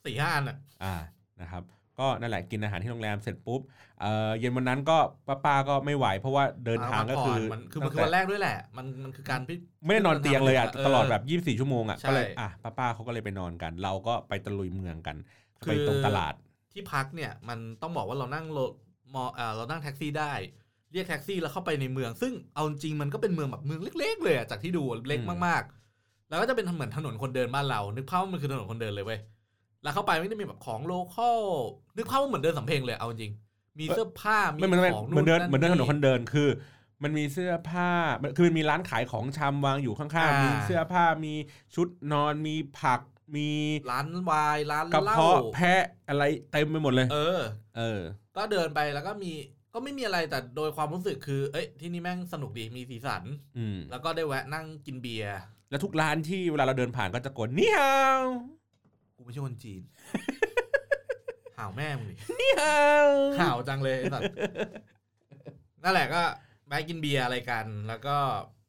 4-5 อันนะครับก็นั่นแหละกินอาหารที่โรงแรมเสร็จปุ๊บเย็นวันนั้นก็ป้าก็ไม่ไหวเพราะว่าเดินทางก็คือมันคือวันแรกด้วยแหละมันคือการไม่ได้นอนเตียงเลยตลอดแบบ24ชั่วโมงก็เลยป้าเขาก็เลยไปนอนกันเราก็ไปตะลุยเมืองกันไปตรงตลาดที่พักเนี่ยมันต้องบอกว่าเรานั่งเรานั่งแท็กซี่ได้เรียกแท็กซี่แล้วเข้าไปในเมืองซึ่งเอาจริงมันก็เป็นเมืองแบบเมืองเล็กๆเลยจากที่ดูเล็กมากๆแล้วก็จะเป็นเหมือนถนนคนเดินบ้านเรานึกภาพว่ามันคือถนนคนเดินเลยเว้ยแล้วเข้าไปไม่ได้มีแบบของโลคอลนึกภาพว่าเหมือนเดินสำเพ็งเลยเอาจริงมีเสื้อผ้ามีของเหมือนเดินถนนคนเดินคือมันมีเสื้อผ้าคือมันมีร้านขายของชำวางอยู่ข้างๆมีเสื้อผ้ามีชุดนอนมีผักมีร้านวายร้านเหล้ากระเพาะแพะอะไรเต็มไปหมดเลยก็เดินไปแล้วก็ไม่มีอะไรแต่โดยความรู้สึกคือที่นี่แม่งสนุกดีมีสีสันแล้วก็ได้แวะนั่งกินเบียร์แล้วทุกร้านที่เวลาเราเดินผ่านก็จะกดนี่ฮาวกูไม่ใช่คนจีนห่าวแม่มึงดินี่ฮาวห่าวจังเลยไอ้สัตว์นั่นแหละก็ไปกินเบียร์อะไรกันแล้วก็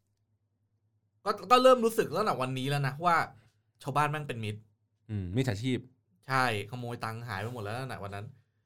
เริ่มรู้สึกตั้งแต่วันนี้แล้วนะว่าชาวบ้านแม่งเป็นมิตรมิจฉาชีพใช่ขโมยตังค์หายไปหมดแล้วนะวันนั้น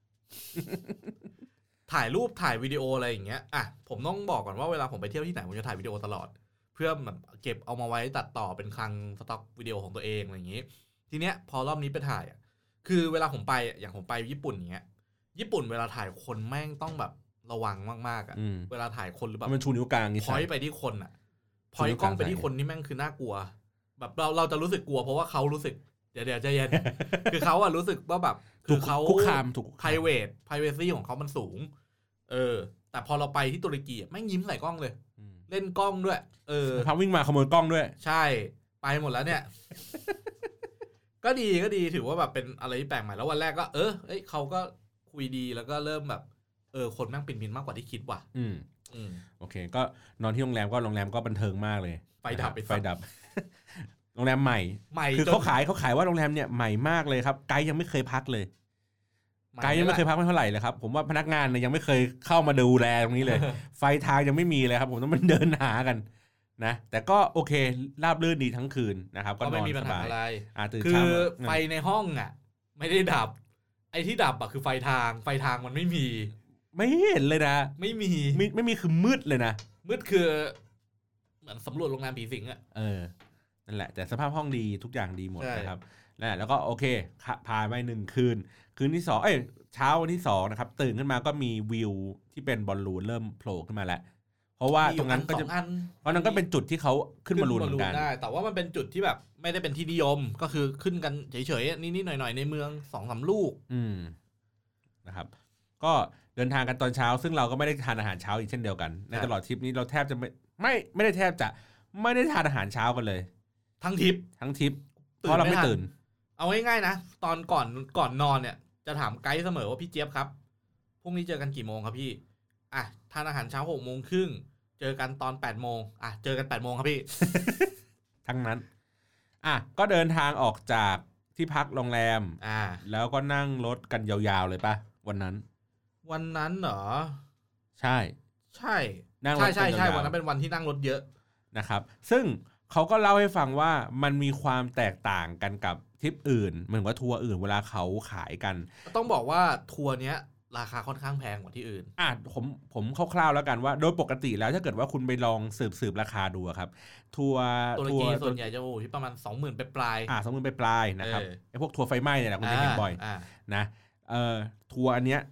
ถ่ายรูปถ่ายวิดีโออะไรอย่างเงี้ยผมต้องบอกก่อนว่าเวลาผมไปเที่ยวที่ไหนผมจะถ่ายวิดีโอตลอดเพื่อแบบเก็บเอามาไว้ตัดต่อเป็นคลังสต็อกวิดีโอของตัวเองอะไรอย่างงี้ทีเนี้ยพอรอบนี้ไปถ่ายคือเวลาผมไปอย่างผมไปญี่ปุ่นอย่างเงี้ยญี่ปุ่นเวลาถ่ายคนแม่งต้องแบบระวังมากๆเวลาถ่ายคนหรือแบบมันชูนิ้วกลางพอยไปที่คนพอยกล้องไปที่คนนี่แม่งคือน่ากลัวแบบเราจะรู้สึกกลัวเพราะว่าเขารู้สึกเดี๋ยวใจเย็น คือเขารู้สึกว่าแบบคือเขาคุกคามถูก privacy ของเขามันสูงแต่พอเราไปที่ตุรกีแม่งยิ้มใส่กล้องเลยเล่นกล้องด้วยพาวิ่งมาขโมยกล้องด้วยใช่ไปหมดแล้วเนี่ย ก็ดีถือว่าแบบเป็นอะไรที่แปลกใหม่แล้ววันแรกก็เขาก็คุยดีแล้วก็เริ่มแบบคนแม่งเป็นมิตรมากกว่าที่คิดว่ะโอเคก็นอนที่โรงแรมก็บันเทิงมากเลยไฟดับโรงแรมใหม่คือเขาขายว่าโรงแรมเนี่ยใหม่มากเลยครับไกด์ยังไม่เคยพักเลยไกด์ยังไม่เคยพักไม่เท่าไหร่เลยครับผมว่าพนักงานเนี่ยยังไม่เคยเข้ามาดูแลตรงนี้เลย ไฟทางยังไม่มีเลยครับผมต้องมันเดินหากันนะแต่ก็โอเคราบรื่นดีทั้งคืนนะครับก็นอนสบายคือไฟในห้องไม่ได้ดับไอ้ที่ดับคือไฟทางมันไม่เห็นเลยนะไม่มีคือมืดเลยนะมืดคือเหมือนสำรวจโรงแรมผีสิงนั่นแหละแต่สภาพห้องดีทุกอย่างดีหมดนะครับแล้วก็โอเคพาไป1คืนที่2เช้าวันที่2นะครับตื่นขึ้นมาก็มีวิวที่เป็นบอลลูนเริ่มโผล่ขึ้นมาแล้วเพราะว่าตรงนั้นก็จะเพราะนั้นก็เป็นจุดที่เขาขึ้นบอลลูนเหมือนกันได้แต่ว่ามันเป็นจุดที่แบบไม่ได้เป็นที่นิยมก็คือขึ้นกันเฉยๆนิดๆหน่อยๆในเมือง 2-3 ลูกนะครับก็เดินทางกันตอนเช้าซึ่งเราก็ไม่ได้ทานอาหารเช้าอีกเช่นเดียวกันในตลอดทริปนี้เราแทบจะไม่ได้แทบจะไม่ได้ทานอาหารเช้ากันเลยทั้งทริปเพราะเราไม่ตื่นเอาง่ายๆนะตอนก่อนนอนเนี่ยจะถามไกด์เสมอว่าพี่เจี๊ยบครับพรุ่งนี้เจอกันกี่โมงครับพี่ทานอาหารเช้า 6:30 นเจอกันตอน 8:00 นเจอกัน 8:00 นครับพี่ทั้งนั้นก็เดินทางออกจากที่พักโรงแรมแล้วก็นั่งรถกันยาวๆเลยป่ะวันนั้นเหรอใช่นั่งรถใช่วันนั้นเป็นวันที่นั่งรถเยอะนะครับซึ่งเขาก็เล่าให้ฟังว่ามันมีความแตกต่างกันกับทริปอื่นเหมือนว่าทัวร์อื่นเวลาเขาขายกันต้องบอกว่าทัวร์เนี้ยราคาค่อนข้างแพงกว่าที่อื่นผมคร่าวๆแล้วกันว่าโดยปกติแล้วถ้าเกิดว่าคุณไปลองสืบราคาดูครับทัวร์ส่วนใหญ่จะอยู่ที่ประมาณ 20,000 ไปปลาย 20,000 ไปปลายนะครับไอ้พวกทัวร์ไฟไหม้เนี่ยแหละคุณจะเห็นบ่อยนะทัวร์อันเนี้ย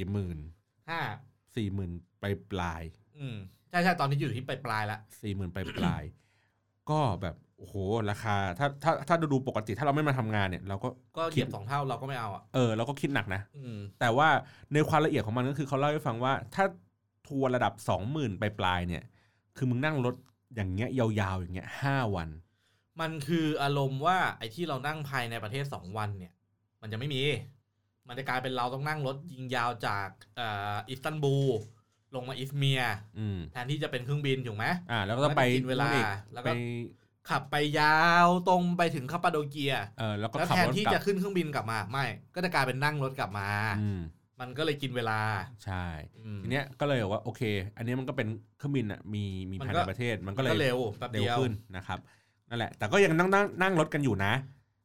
40,000 ไปปลายใช่ตอนนี้อยู่ที่ไปปลายละ 40,000 ไปปลายก็แบบโอ้โหราคาถ้าดูปกติถ้าเราไม่มาทำงานเนี่ยเราก็เหยียบ2 เท่าเราก็ไม่เอาเราก็คิดหนักนะแต่ว่าในความละเอียดของมันก็คือเขาเล่าให้ฟังว่าถ้าทัวร์ระดับ 20,000 ไปปลายเนี่ยคือมึงนั่งรถอย่างเงี้ยยาวๆอย่างเงี้ย5 วันมันคืออารมณ์ว่าไอ้ที่เรานั่งภายในประเทศ2 วันเนี่ยมันจะไม่มีมันจะกลายเป็นเราต้องนั่งรถยิงยาวจากอิสตันบูลลงมาอิสเมียแทนที่จะเป็นเครื่องบินถูกไหมแล้วก็ต้องไปกินเวลาแล้วก็ขับไปยาวตรงไปถึงคาปาโดเกียแล้วแทนที่จะขึ้นเครื่องบินกลับมาไม่ก็จะกลายเป็นนั่งรถกลับมามันก็เลยกินเวลาใช่ทีเนี้ยก็เลยบอกว่าโอเคอันนี้มันก็เป็นเครื่องบินมีภายในประเทศมันก็เลยเร็วขึ้นนะครับนั่นแหละแต่ก็ยังนั่งรถกันอยู่นะ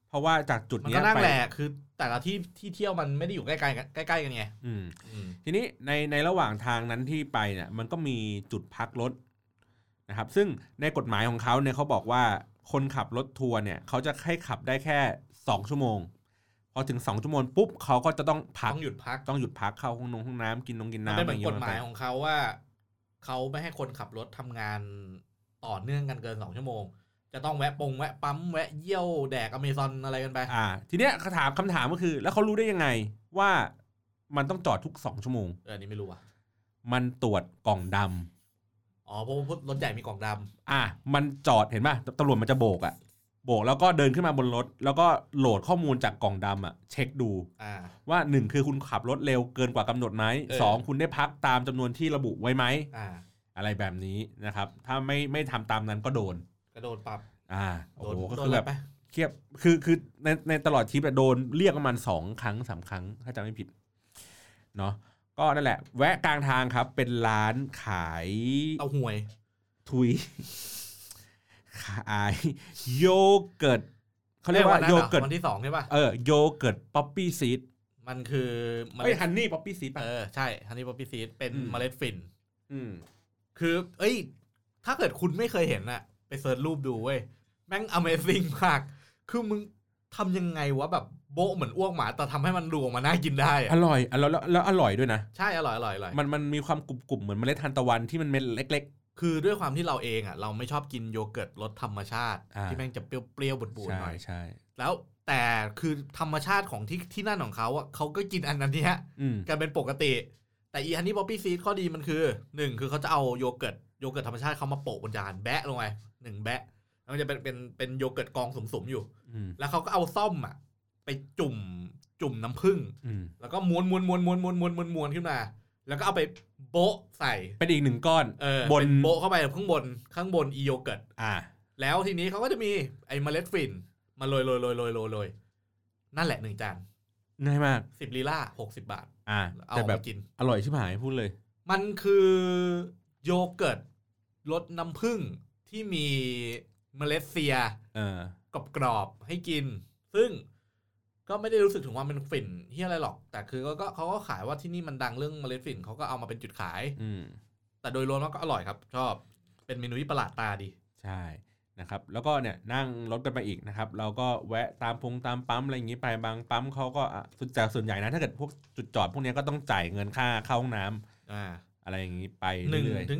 เพราะว่าจากจุดนี้มันก็นั่งแหละคือแต่ละที่เที่ยวมันไม่ได้อยู่ใกล้ๆกันไงทีนี้ในระหว่างทางนั้นที่ไปเนี่ยมันก็มีจุดพักรถนะครับซึ่งในกฎหมายของเขาเนี่ยเขาบอกว่าคนขับรถทัวร์เนี่ยเขาจะให้ขับได้แค่2 ชั่วโมงพอถึง2 ชั่วโมงปุ๊บเขาก็จะต้องพักต้องหยุดพักเข้าห้องน้ำกินน้ำเป็นเหมือนกฎหมายของเขาว่าเขาไม่ให้คนขับรถทำงานต่อเนื่องกันเกิน2 ชั่วโมงจะต้องแวะปั๊มแวะเยี่ยวแดกอเมซอนอะไรกันไปทีเนี้ยคำถามก็คือแล้วเขารู้ได้ยังไงว่ามันต้องจอดทุก2 ชั่วโมงอันนี้ไม่รู้มันตรวจกล่องดำเพราะรถใหญ่มีกล่องดำมันจอดเห็นป่ะตำรวจมันจะโบกแล้วก็เดินขึ้นมาบนรถแล้วก็โหลดข้อมูลจากกล่องดำเช็คดูว่า1คือคุณขับรถเร็วเกินกว่ากำหนดไหม2คุณได้พักตามจำนวนที่ระบุไว้ไหมอะไรแบบนี้นะครับถ้าไม่ทำตามนั้นก็โดนปรับโอ้โหก็คือแบบเทียบคือในตลอดทริปโดนเรียกประมาณ2 ครั้ง 3 ครั้งถ้าจำไม่ผิดเนาะก็นั่นแหละแวะกลางทางครับเป็นร้านขายเอาหวยทุยขายโยเกิร์ตเขาเรียกว่าโยเกิร์ตวันที่2ใช่ป่ะโยเกิร์ตป๊อปปี้ซีดมันคือฮันนี่ป๊อปปี้ซีดป่ะใช่ฮันนี่ป๊อปปี้ซีดเป็นเมล็ดฝิ่นคือถ้าเกิดคุณไม่เคยเห็นน่ะไปเสิร์ชรูปดูเว้ยแม่ง Amazing มากคือมึงทำยังไงวะแบบโบ๊ะเหมือนอ้วกหมาแต่ทำให้มันดูออกมาน่ากินได้อร่อยแล้วอร่อยด้วยนะใช่อร่อยมันมีความกรุบๆเหมือนเมล็ดทานตะวันที่มันเม็ดเล็กๆคือด้วยความที่เราเองเราไม่ชอบกินโยเกิร์ตรสธรรมชาติที่แม่งจะเปรี้ยวๆบูดๆหน่อยใช่แล้วแต่คือธรรมชาติของที่นั่นของเขาเขาก็กินอันนี้กันเป็นปกติแต่อีฮันนี่ป๊อปปี้ซีดข้อดีมันคือ1คือเขาจะเอาโยเกิร์ตธรรมชาติเขามาโปะบนจานแบะลงไป1แบะแล้วมันจะเป็นโยเกิร์ตกองสุ่มๆอยู่แล้วเขาก็เอาซ่อมไปจุ่มน้ำผึ้งแล้วก็ม้วนขึ้นมาแล้วก็เอาไปโบ๊ะใส่เป็นอีก1 ก้อนบนโบ๊ะเข้าไปข้างบนอีโยเกิร์ตแล้วทีนี้เขาก็จะมีไอ้เมล็ดฝิ่นมาโรยนั่นแหละ1 จานง่ายมาก 10 ลีลา60 บาทแต่แบบกินอร่อยชิบหายพูดเลยมันคือโยเกิร์ตรสน้ำผึ้งที่มีเมล็ดเซียกรอบให้กินซึ่งก็ไม่ได้รู้สึกถึงว่ามันฝิ่นเฮียอะไรหรอกแต่คือเขาก็ขายว่าที่นี่มันดังเรื่องเมล็ดฝิ่นเขาก็เอามาเป็นจุดขายแต่โดยรวมแล้วก็อร่อยครับชอบเป็นเมนูที่ประหลาดตาดีใช่นะครับแล้วก็เนี่ยนั่งรถกันไปอีกนะครับเราก็แวะตามปั๊มอะไรอย่างนี้ไปบางปั๊มเขาก็จากส่วนใหญ่นะถ้าเกิดพวกจุดจอดพวกนี้ก็ต้องจ่ายเงินค่าเข้าห้องน้ำอะไรอย่างนี้ไปเรื่อยๆ1 ถึง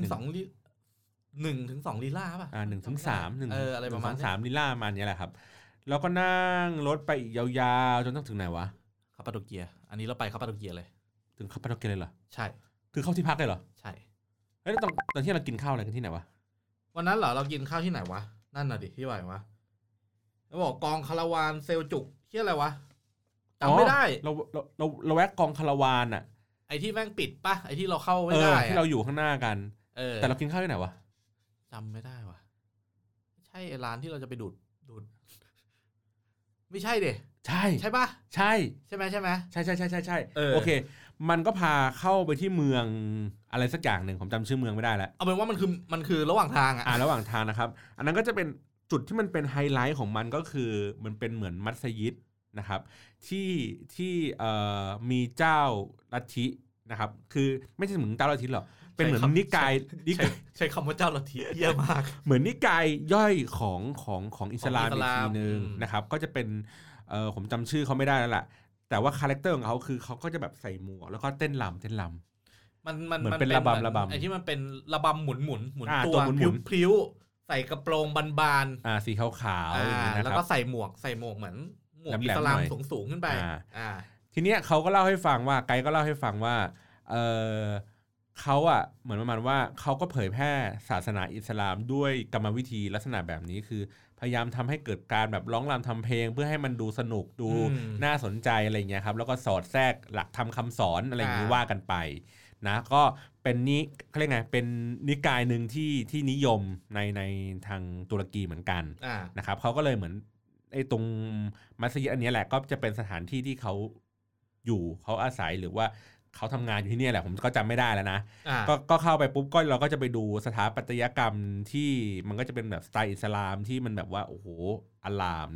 2 ลีลาป่ะ 1 ถึง 3 อะไรประมาณ 3 ลีลามาเนี้ยแหละครับแล้วก็นั่งรถไปอีกยาวๆจนต้องถึงไหนวะคาปาโดเกียอันนี้เราไปคาปาโดเกียเลยถึงคาปาโดเกียเลยเหรอใช่คือเข้าที่พักเลยเหรอใช่ตอนที่เรากินข้าวอะไรกันที่ไหนวะวันนั้นเหรอเรากินข้าวที่ไหนวะนั่นน่ะดิที่ไหนวะแล้วบอกกองคาราวานเซลจุกที่อะไรวะจำไม่ได้เราแวะกองคาราวานไอ้ที่แม่งปิดป่ะไอ้ที่เราเข้าไม่ได้ที่เราอยู่ข้างหน้ากันแต่เรากินข้าวที่ไหนวะจำไม่ได้วะใช่ร้านที่เราจะไปดูดไม่ใช่ดิใช่ป่ะใช่ไหมใช่โอเคมันก็พาเข้าไปที่เมืองอะไรสักอย่างหนึ่งผมจำชื่อเมืองไม่ได้แล้วเอาเป็นว่ามันคือระหว่างทางระหว่างทางนะครับอันนั้นก็จะเป็นจุดที่มันเป็นไฮไลท์ของมันก็คือมันเป็นเหมือนมัสยิดนะครับที่มีเจ้าลัทธินะครับคือไม่ใช่เหมือนเจ้าลัทธิหรอกเป็นเหมือนนิกายใช้คำว่าเจ้าลัทธิเยี่ยมมากเหมือนนิกายย่อยของอิสลามอีกทีนึงนะครับก็จะเป็นผมจำชื่อเขาไม่ได้แล้วล่ะแต่ว่าคาแรคเตอร์ของเขาคือเขาก็จะแบบใส่หมวกแล้วก็เต้นรำมันเหมือนเป็นระบำไอ้ที่มันเป็นระบำหมุนตัวพลิ้วใส่กระโปรงบานๆสีขาวๆอย่างนี้นะครับแล้วก็ใส่หมวกเหมือนหมวกอิสลามสูงขึ้นไปทีเนี้ยเขาก็เล่าให้ฟังว่าไกด์ก็เล่าให้ฟังว่าเขาเหมือนประมาณว่าเขาก็เผยแพร่ศาสนาอิสลามด้วยกรรมวิธีลักษณะแบบนี้คือพยายามทำให้เกิดการแบบร้องรำทำเพลงเพื่อให้มันดูสนุกดูน่าสนใจอะไรเงี้ยครับแล้วก็สอดแทรกหลักธรรมคำสอนอะไรอย่างนี้ว่ากันไปนะก็เป็นนี้เขาเรียกไงเป็นนิกายหนึ่งที่นิยมในทางตุรกีเหมือนกันนะครับเขาก็เลยเหมือนไอ้ตรงมัสยิดอันนี้แหละก็จะเป็นสถานที่ที่เขาอยู่เขาอาศัยหรือว่าเขาทำงานอยู่ที่นี่แหละผมก็จำไม่ได้แล้วนะก็เข้าไปปุ๊บก็เราก็จะไปดูสถาปัตยกรรมที่มันก็จะเป็นแบบสไตล์อิสลามที่มันแบบว่าโอ้โหอลามเลย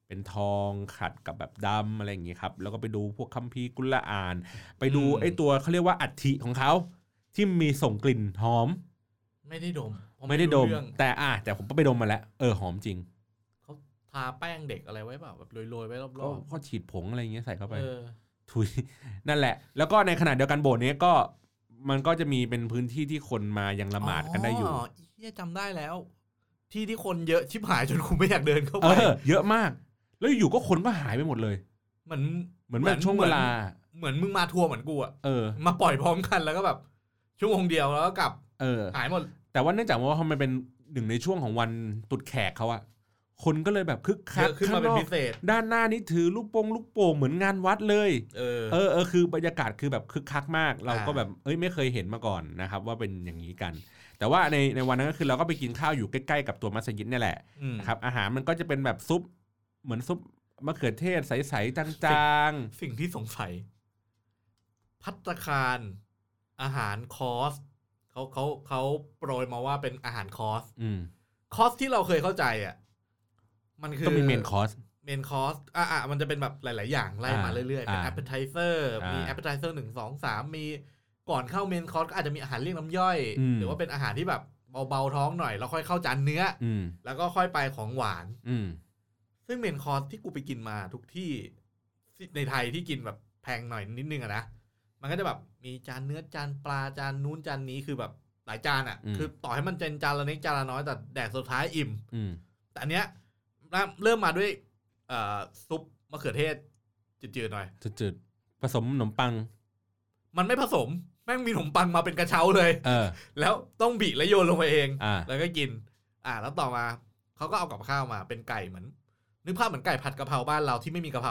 เป็นทองขัดกับแบบดำอะไรอย่างเงี้ยครับแล้วก็ไปดูพวกคัมภีร์กุรอานไปดูไอ้ตัวเขาเรียกว่าอัฐิของเขาที่มีส่งกลิ่นหอมไม่ได้ดมแต่ผมก็ไปดมมาแล้วหอมจริงเขาทาแป้งเด็กอะไรไว้เปล่าแบบโรยๆไว้รอบๆก็ฉีดผงอะไรอย่างเงี้ยใส่เข้าไปถุยนั่นแหละแล้วก็ในขณะเดียวกันโบสถ์นี้ก็มันก็จะมีเป็นพื้นที่ที่คนมายังละหมาดกันได้อยู่จำได้แล้วที่คนเยอะชิบหายจนคุณไม่อยากเดินเข้าไปเยอะมากแล้วอยู่ก็คนก็หายไปหมดเลยเหมือนช่วงเวลาเหมือนมึงมาทัวร์เหมือนกูอ่ะมาปล่อยพร้อมกันแล้วก็แบบชั่วโมงเดียวแล้วก็กลับหายหมดแต่ว่าเนื่องจากว่ามันเป็นหนึ่งในช่วงของวันตรุษแขกเขาอะคนก็เลยแบบคึกคักขึ้นมาเป็นพิเศษด้านหน้านี้ถือลูกโป่งเหมือนงานวัดเลยคือบรรยากาศคือแบบคึกคักมากเราก็แบบไม่เคยเห็นมาก่อนนะครับว่าเป็นอย่างนี้กันแต่ว่าในวันนั้นก็คือเราก็ไปกินข้าวอยู่ใกล้ๆกับตัวมัสยิดนี่แหละนะครับอาหารมันก็จะเป็นแบบซุปเหมือนซุปมะเขือเทศใสๆจางๆสิ่งที่สงสัยภัตตาคารอาหารคอร์สเขาโปรยมาว่าเป็นอาหารคอร์สที่เราเคยเข้าใจอ่ะมันคือต้องมีเมนคอร์สมันจะเป็นแบบหลายๆอย่างไล่มาเรื่อยๆเป็น appetizer มี appetizer 1 2 3มีก่อนเข้าเมนคอร์สก็อาจจะมีอาหารเรียกน้ำย่อยหรือว่าเป็นอาหารที่แบบเบาๆท้องหน่อยแล้วค่อยเข้าจานเนื้อแล้วก็ค่อยไปของหวานซึ่งเมนคอร์สที่กูไปกินมาทุกที่ในไทยที่กินแบบแพงหน่อยนิดนึงอะนะมันก็จะแบบมีจานเนื้อจานปลาจานนู้นจานนี้คือแบบหลายจานอะคือต่อให้มันเป็นจานละเล็กจานละน้อยแต่แดกสุดท้ายอิ่มแต่อันเนี้ยเริ่มมาด้วยซุปมะเขือเทศจืดๆหน่อยจืดๆผสมขนมปังมันไม่ผสมแม่งมีขนมปังมาเป็นกระเช้าเลยแล้วต้องบีและโยนลงไปเองแล้วก็กินแล้วต่อมาเขาก็เอากับข้าวมาเป็นไก่เหมือนนึกภาพเหมือนไก่ผัดกะเพราบ้านเราที่ไม่มีกะเพรา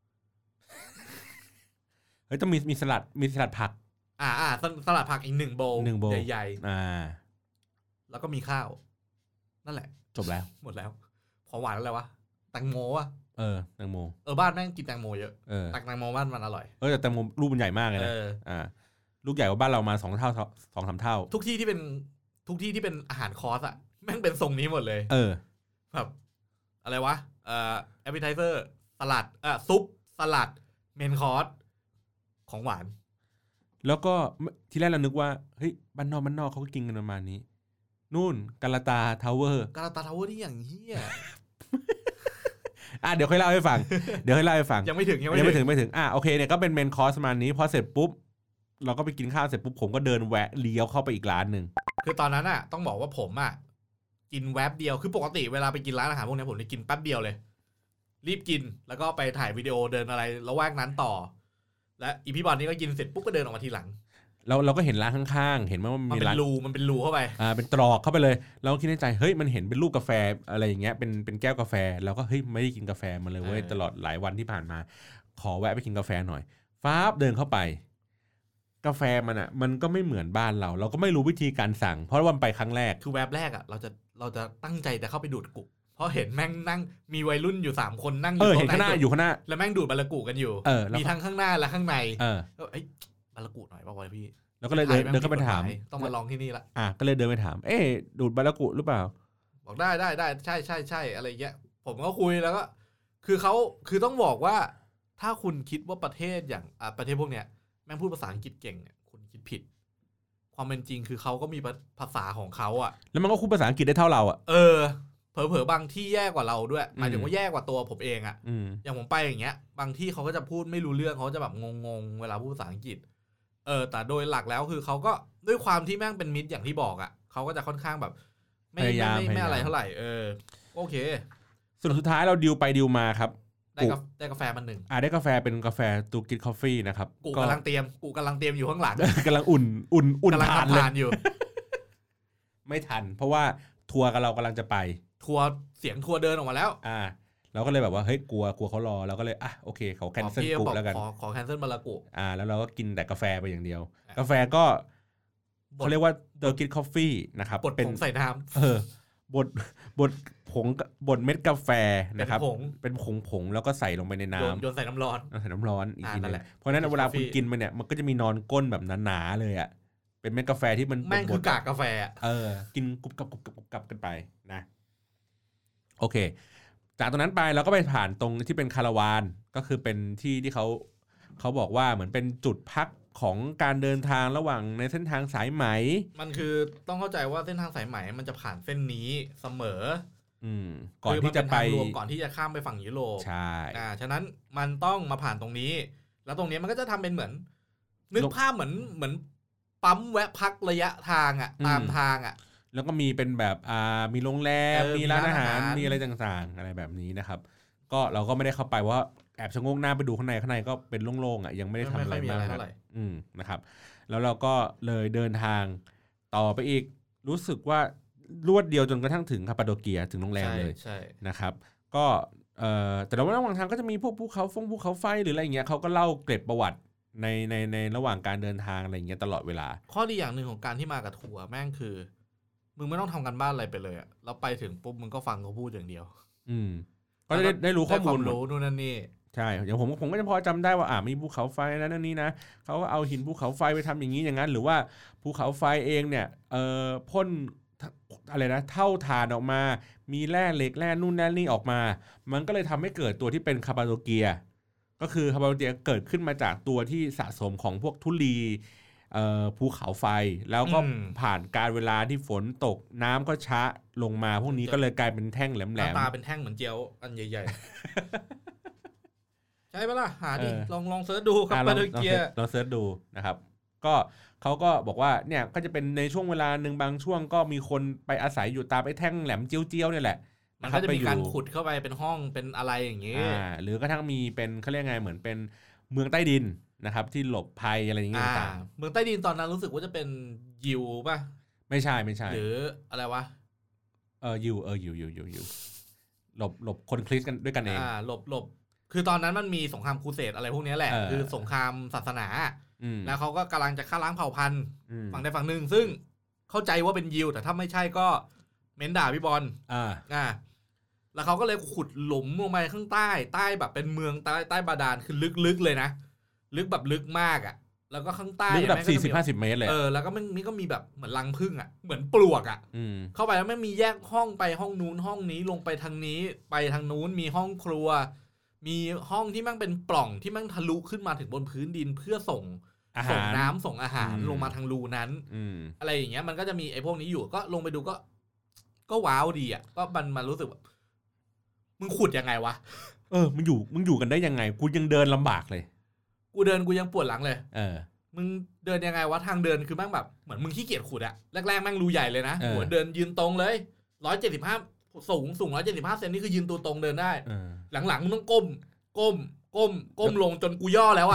เฮ้ยต้องมีสลัดผักสลัดผักอีก1 โบว์ใหญ่ๆแล้วก็มีข้าวนั่นแหละจบแล้วหมดแล้วของหวานอะไรวะแตงโมวะแตงโมบ้านแม่งกินแตงโมเยอะตักแตงโมบ้านมันอร่อยแต่แตงโมลูกมันใหญ่มากเลยนะลูกใหญ่กว่าบ้านเรามา2 เท่า 2-3 เท่าทุกที่ที่เป็นอาหารคอร์สอะแม่งเป็นทรงนี้หมดเลยแบบอะไรวะappetizer สลัดซุปสลัดเมนคอร์สของหวานแล้วก็ที่แรกเรานึกว่าเฮ้ยบ้านนอกเขาก็กินกันประมาณนี้นู่นกาลาตาทาวเวอร์ที่อย่างเหี้ยเดี๋ยวค่อยเล่าให้ฟังยังไม่ถึงโอเคเนี่ยก็เป็นเมนคอร์สประมาณนี้พอเสร็จปุ๊บเราก็ไปกินข้าวเสร็จปุ๊บผมก็เดินแวะเลี้ยวเข้าไปอีกร้านนึงคือตอนนั้นอ่ะต้องบอกว่าผมอ่ะกินแวบเดียวคือปกติเวลาไปกินร้านอาหารพวกนี้ผมจะกินแป๊บเดียวเลยรีบกินแล้วก็ไปถ่ายวิดีโอเดินอะไรแล้วแวกนั้นต่อและอีพี่บอลนี่ก็กินเสร็จปุ๊บก็เดินออกมาทีหลังเราก็เห็นร้านข้างๆเห็นว่ามันมีร้านมันเป็นรูเข้าไปเป็นตรอกเข้าไปเลยเราก็คิดในใจเฮ้ยมันเห็นเป็นรูปกาแฟอะไรอย่างเงี้ยเป็นแก้วกาแฟเราก็เฮ้ยไม่ได้กินกาแฟมาเลยเว้ยตลอดหลายวันที่ผ่านมาขอแวะไปกินกาแฟหน่อยฟ้าเดินเข้าไปกาแฟมันก็ไม่เหมือนบ้านเราก็ไม่รู้วิธีการสั่งเพราะวันไปครั้งแรกคือแวบแรกอ่ะเราจะตั้งใจแต่เข้าไปดูดกุเพราะเห็นแม่งนั่งมีวัยรุ่นอยู่3 คนนั่งอยู่เห็นข้างหน้าแล้วแม่งดูดบารากุกันอยู่มีทั้งข้างหน้าและข้างในบารากุหน่อยป่าววะพี่แล้วก็เลยเดินเข้าไปถามต้องมาลองที่นี่ละก็เลยเดินไปถามดูดบารากุหรือเปล่าบอกได้ใช่อะไรเงี้ยผมก็คุยแล้วก็คือต้องบอกว่าถ้าคุณคิดว่าประเทศอย่างประเทศพวกเนี้ยแม่งพูดภาษาอังกฤษเก่งเนี่ยคุณคิดผิดความเป็นจริงคือเขาก็มีภาษาของเขาอ่ะแล้วมันก็คุยภาษาอังกฤษได้เท่าเราอ่ะเผลอๆบางที่แย่กว่าเราด้วยหมายถึงว่าแย่กว่าตัวผมเองอ่ะอย่างผมไปอย่างเงี้ยบางที่เขาก็จะพูดไม่รู้เรื่องเขาจะแบบงงๆเวลาพูดภาษาอังกฤษแต่โดยหลักแล้วคือเขาก็ด้วยความที่แม่งเป็นมิตรอย่างที่บอกอ่ะเขาก็จะค่อนข้างแบบไม่อะไรเท่าไหร่โอเคสุดท้ายเราดิวไปดิวมาครับได้กาแฟมัน1 ได้กาแฟเป็นกาแฟตูกิดคอฟฟี่นะครับกูกำลังเตรียมอยู่ข้างหลังกำลังอุ่นทานอยู่ไม่ทันเพราะว่าทัวร์กับเรากำลังจะไปเสียงทัวร์เดินออกมาแล้วเราก็เลยแบบว่าเฮ้ยกลัวเขารอเราก็เลยโอเคเขาแคนเซิลกูแล้วกันขอแคนเซิลบารากุแล้วเราก็กินแต่กาแฟไปอย่างเดียวกาแฟก็เขาเรียกว่าตูกิดคอฟฟี่นะครับเป็นผงใส่น้ำบดเม็ดกาแฟนะครับเป็นผงแล้วก็ใส่ลงไปในน้ำโยนใส่น้ำร้อนอีกทีนึงเพราะนั้นเวลาคุณกินมันเนี่ยมันก็จะมีนอนก้นแบบหนาๆเลยอ่ะเป็นเม็ดกาแฟที่มันแม่งคือกากกาแฟกินกรุบกรับกันไปนะโอเคจากตรงนั้นไปเราก็ไปผ่านตรงที่เป็นคาราวานก็คือเป็นที่เขาบอกว่าเหมือนเป็นจุดพักของการเดินทางระหว่างในเส้นทางสายไหมมันคือต้องเข้าใจว่าเส้นทางสายไหมมันจะผ่านเส้นนี้เสมอก่อนที่จะไปรวมก่อนที่จะข้ามไปฝั่งยุโรปใช่ฉะนั้นมันต้องมาผ่านตรงนี้แล้วตรงนี้มันก็จะทำเป็นเหมือนนึกภาพเหมือนปั๊มแวะพักระยะทางตามทางแล้วก็มีเป็นแบบมีโรงแรมมีร้านอาหารมีอะไรต่างๆอะไรแบบนี้นะครับก็เราก็ไม่ได้เข้าไปว่าแอบชะโงกหน้าไปดูข้างในก็เป็นโล่งๆยังไม่ได้ทำอะไรมากนะครับแล้วเราก็เลยเดินทางต่อไปอีกรู้สึกว่ารวดเดียวจนกระทั่งถึงคาปาโดเกียถึงโรงแรมเลยนะครับก็แต่ระหว่างทางก็จะมีพวกภูเขาไฟหรืออะไรอย่างเงี้ยเขาก็เล่าเกร็ดประวัติในระหว่างการเดินทางอะไรอย่างเงี้ยตลอดเวลาข้อดีอย่างหนึ่งของการที่มากับทัวร์แม่งคือมึงไม่ต้องทำกันบ้านอะไรไปเลยแล้วไปถึงปุ๊บมึงก็ฟังเขาพูดอย่างเดียวก็ได้รู้ข้อมูลรู้นู่นนั่นนี่ใช่อย่างผมก็จะพอจำได้ว่ามีภูเขาไฟนั่นนี่นะเขาก็เอาหินภูเขาไฟไปทำอย่างนี้อย่างนั้นหรือว่าภูเขาไฟเองเนี่ยพ่นอะไรนะเท่าฐานออกมามีแร่เหล็กแร่นู่นแร่นี่ออกมามันก็เลยทำให้เกิดตัวที่เป็นคาปาโดเกียก็คือคาปาโดเกียเกิดขึ้นมาจากตัวที่สะสมของพวกธุลีภูเขาไฟแล้วก็ผ่านการเวลาที่ฝนตกน้ำก็ชะลงมาพวกนี้ก็เลยกลายเป็นแท่งแหลมๆหน้าตาเป็นแท่งเหมือนเจียวอันใหญ่ๆ ใช่ปะล่ะหาดิลองเสิร์ชดูครับคาปาโดเกียลองเสิร์ชดูนะครับก็เขาก็บอกว่าเนี่ยก็จะเป็นในช่วงเวลาหนึ่งบางช่วงก็มีคนไปอาศัยอยู่ตามไอ้แท่งแหลมเจียวๆเนี่ยแหละมันก็จะมีการขุดเข้าไปเป็นห้องเป็นอะไรอย่างเงี้ยหรือกระทั่งมีเป็นเขาเรียกไงเหมือนเป็นเมืองใต้ดินนะครับที่หลบภัยอะไรอย่างเงี้ยต่างเมืองใต้ดินตอนนั้นรู้สึกว่าจะเป็นยิวป่ะไม่ใช่หรืออะไรวะยิวหลบคนคริสต์กันด้วยกันเองหลบคือตอนนั้นมันมีสงครามครูเสดอะไรพวกนี้แหละคือสงครามศาสนาแล้วเขาก็กำลังจะฆ่าล้างเผ่าพันธุ์ฝั่งใดฝั่งหนึ่งซึ่งเข้าใจว่าเป็นยิวแต่ถ้าไม่ใช่ก็เม้นด่าพี่บอลแล้วเขาก็เลยขุดหลุมลงไปข้างใต้แบบเป็นเมืองใต้บาดาลคือลึกๆเลยนะลึกแบบลึกมากแล้วก็ข้างใต้ลึกแบบ40-50 เมตรเลยแล้วก็มันก็มีแบบเหมือนรังผึ้งเหมือนปลวกเข้าไปแล้วไม่มีแยกห้องไปห้องนู้นห้องนี้ลงไปทางนี้ไปทางนู้นมีห้องครัวมีห้องที่มันเป็นปล่องที่มันทะลุขึ้นมาถึงบนพื้นดินเพื่อส่งน้ำส่งอาหารลงมาทางรูนั้นอะไรอย่างเงี้ยมันก็จะมีไอ้พวกนี้อยู่ก็ลงไปดูก็ว้าวดีก็มันรู้สึกมึงขุดยังไงวะมึงอยู่กันได้ยังไงกูยังเดินลำบากเลยกูเดินกูยังปวดหลังเลยมึงเดินยังไงวะทางเดินคือแม่งแบบเหมือนมึงขี้เกียจขุดแรกๆแม่งรูใหญ่เลยนะหัวเดินยืนตรงเลย175สูง175 เซนนี่คือยืนตัวตรงเดินได้หลังๆมึงต้องก้มลงจนกูย่อแล้ว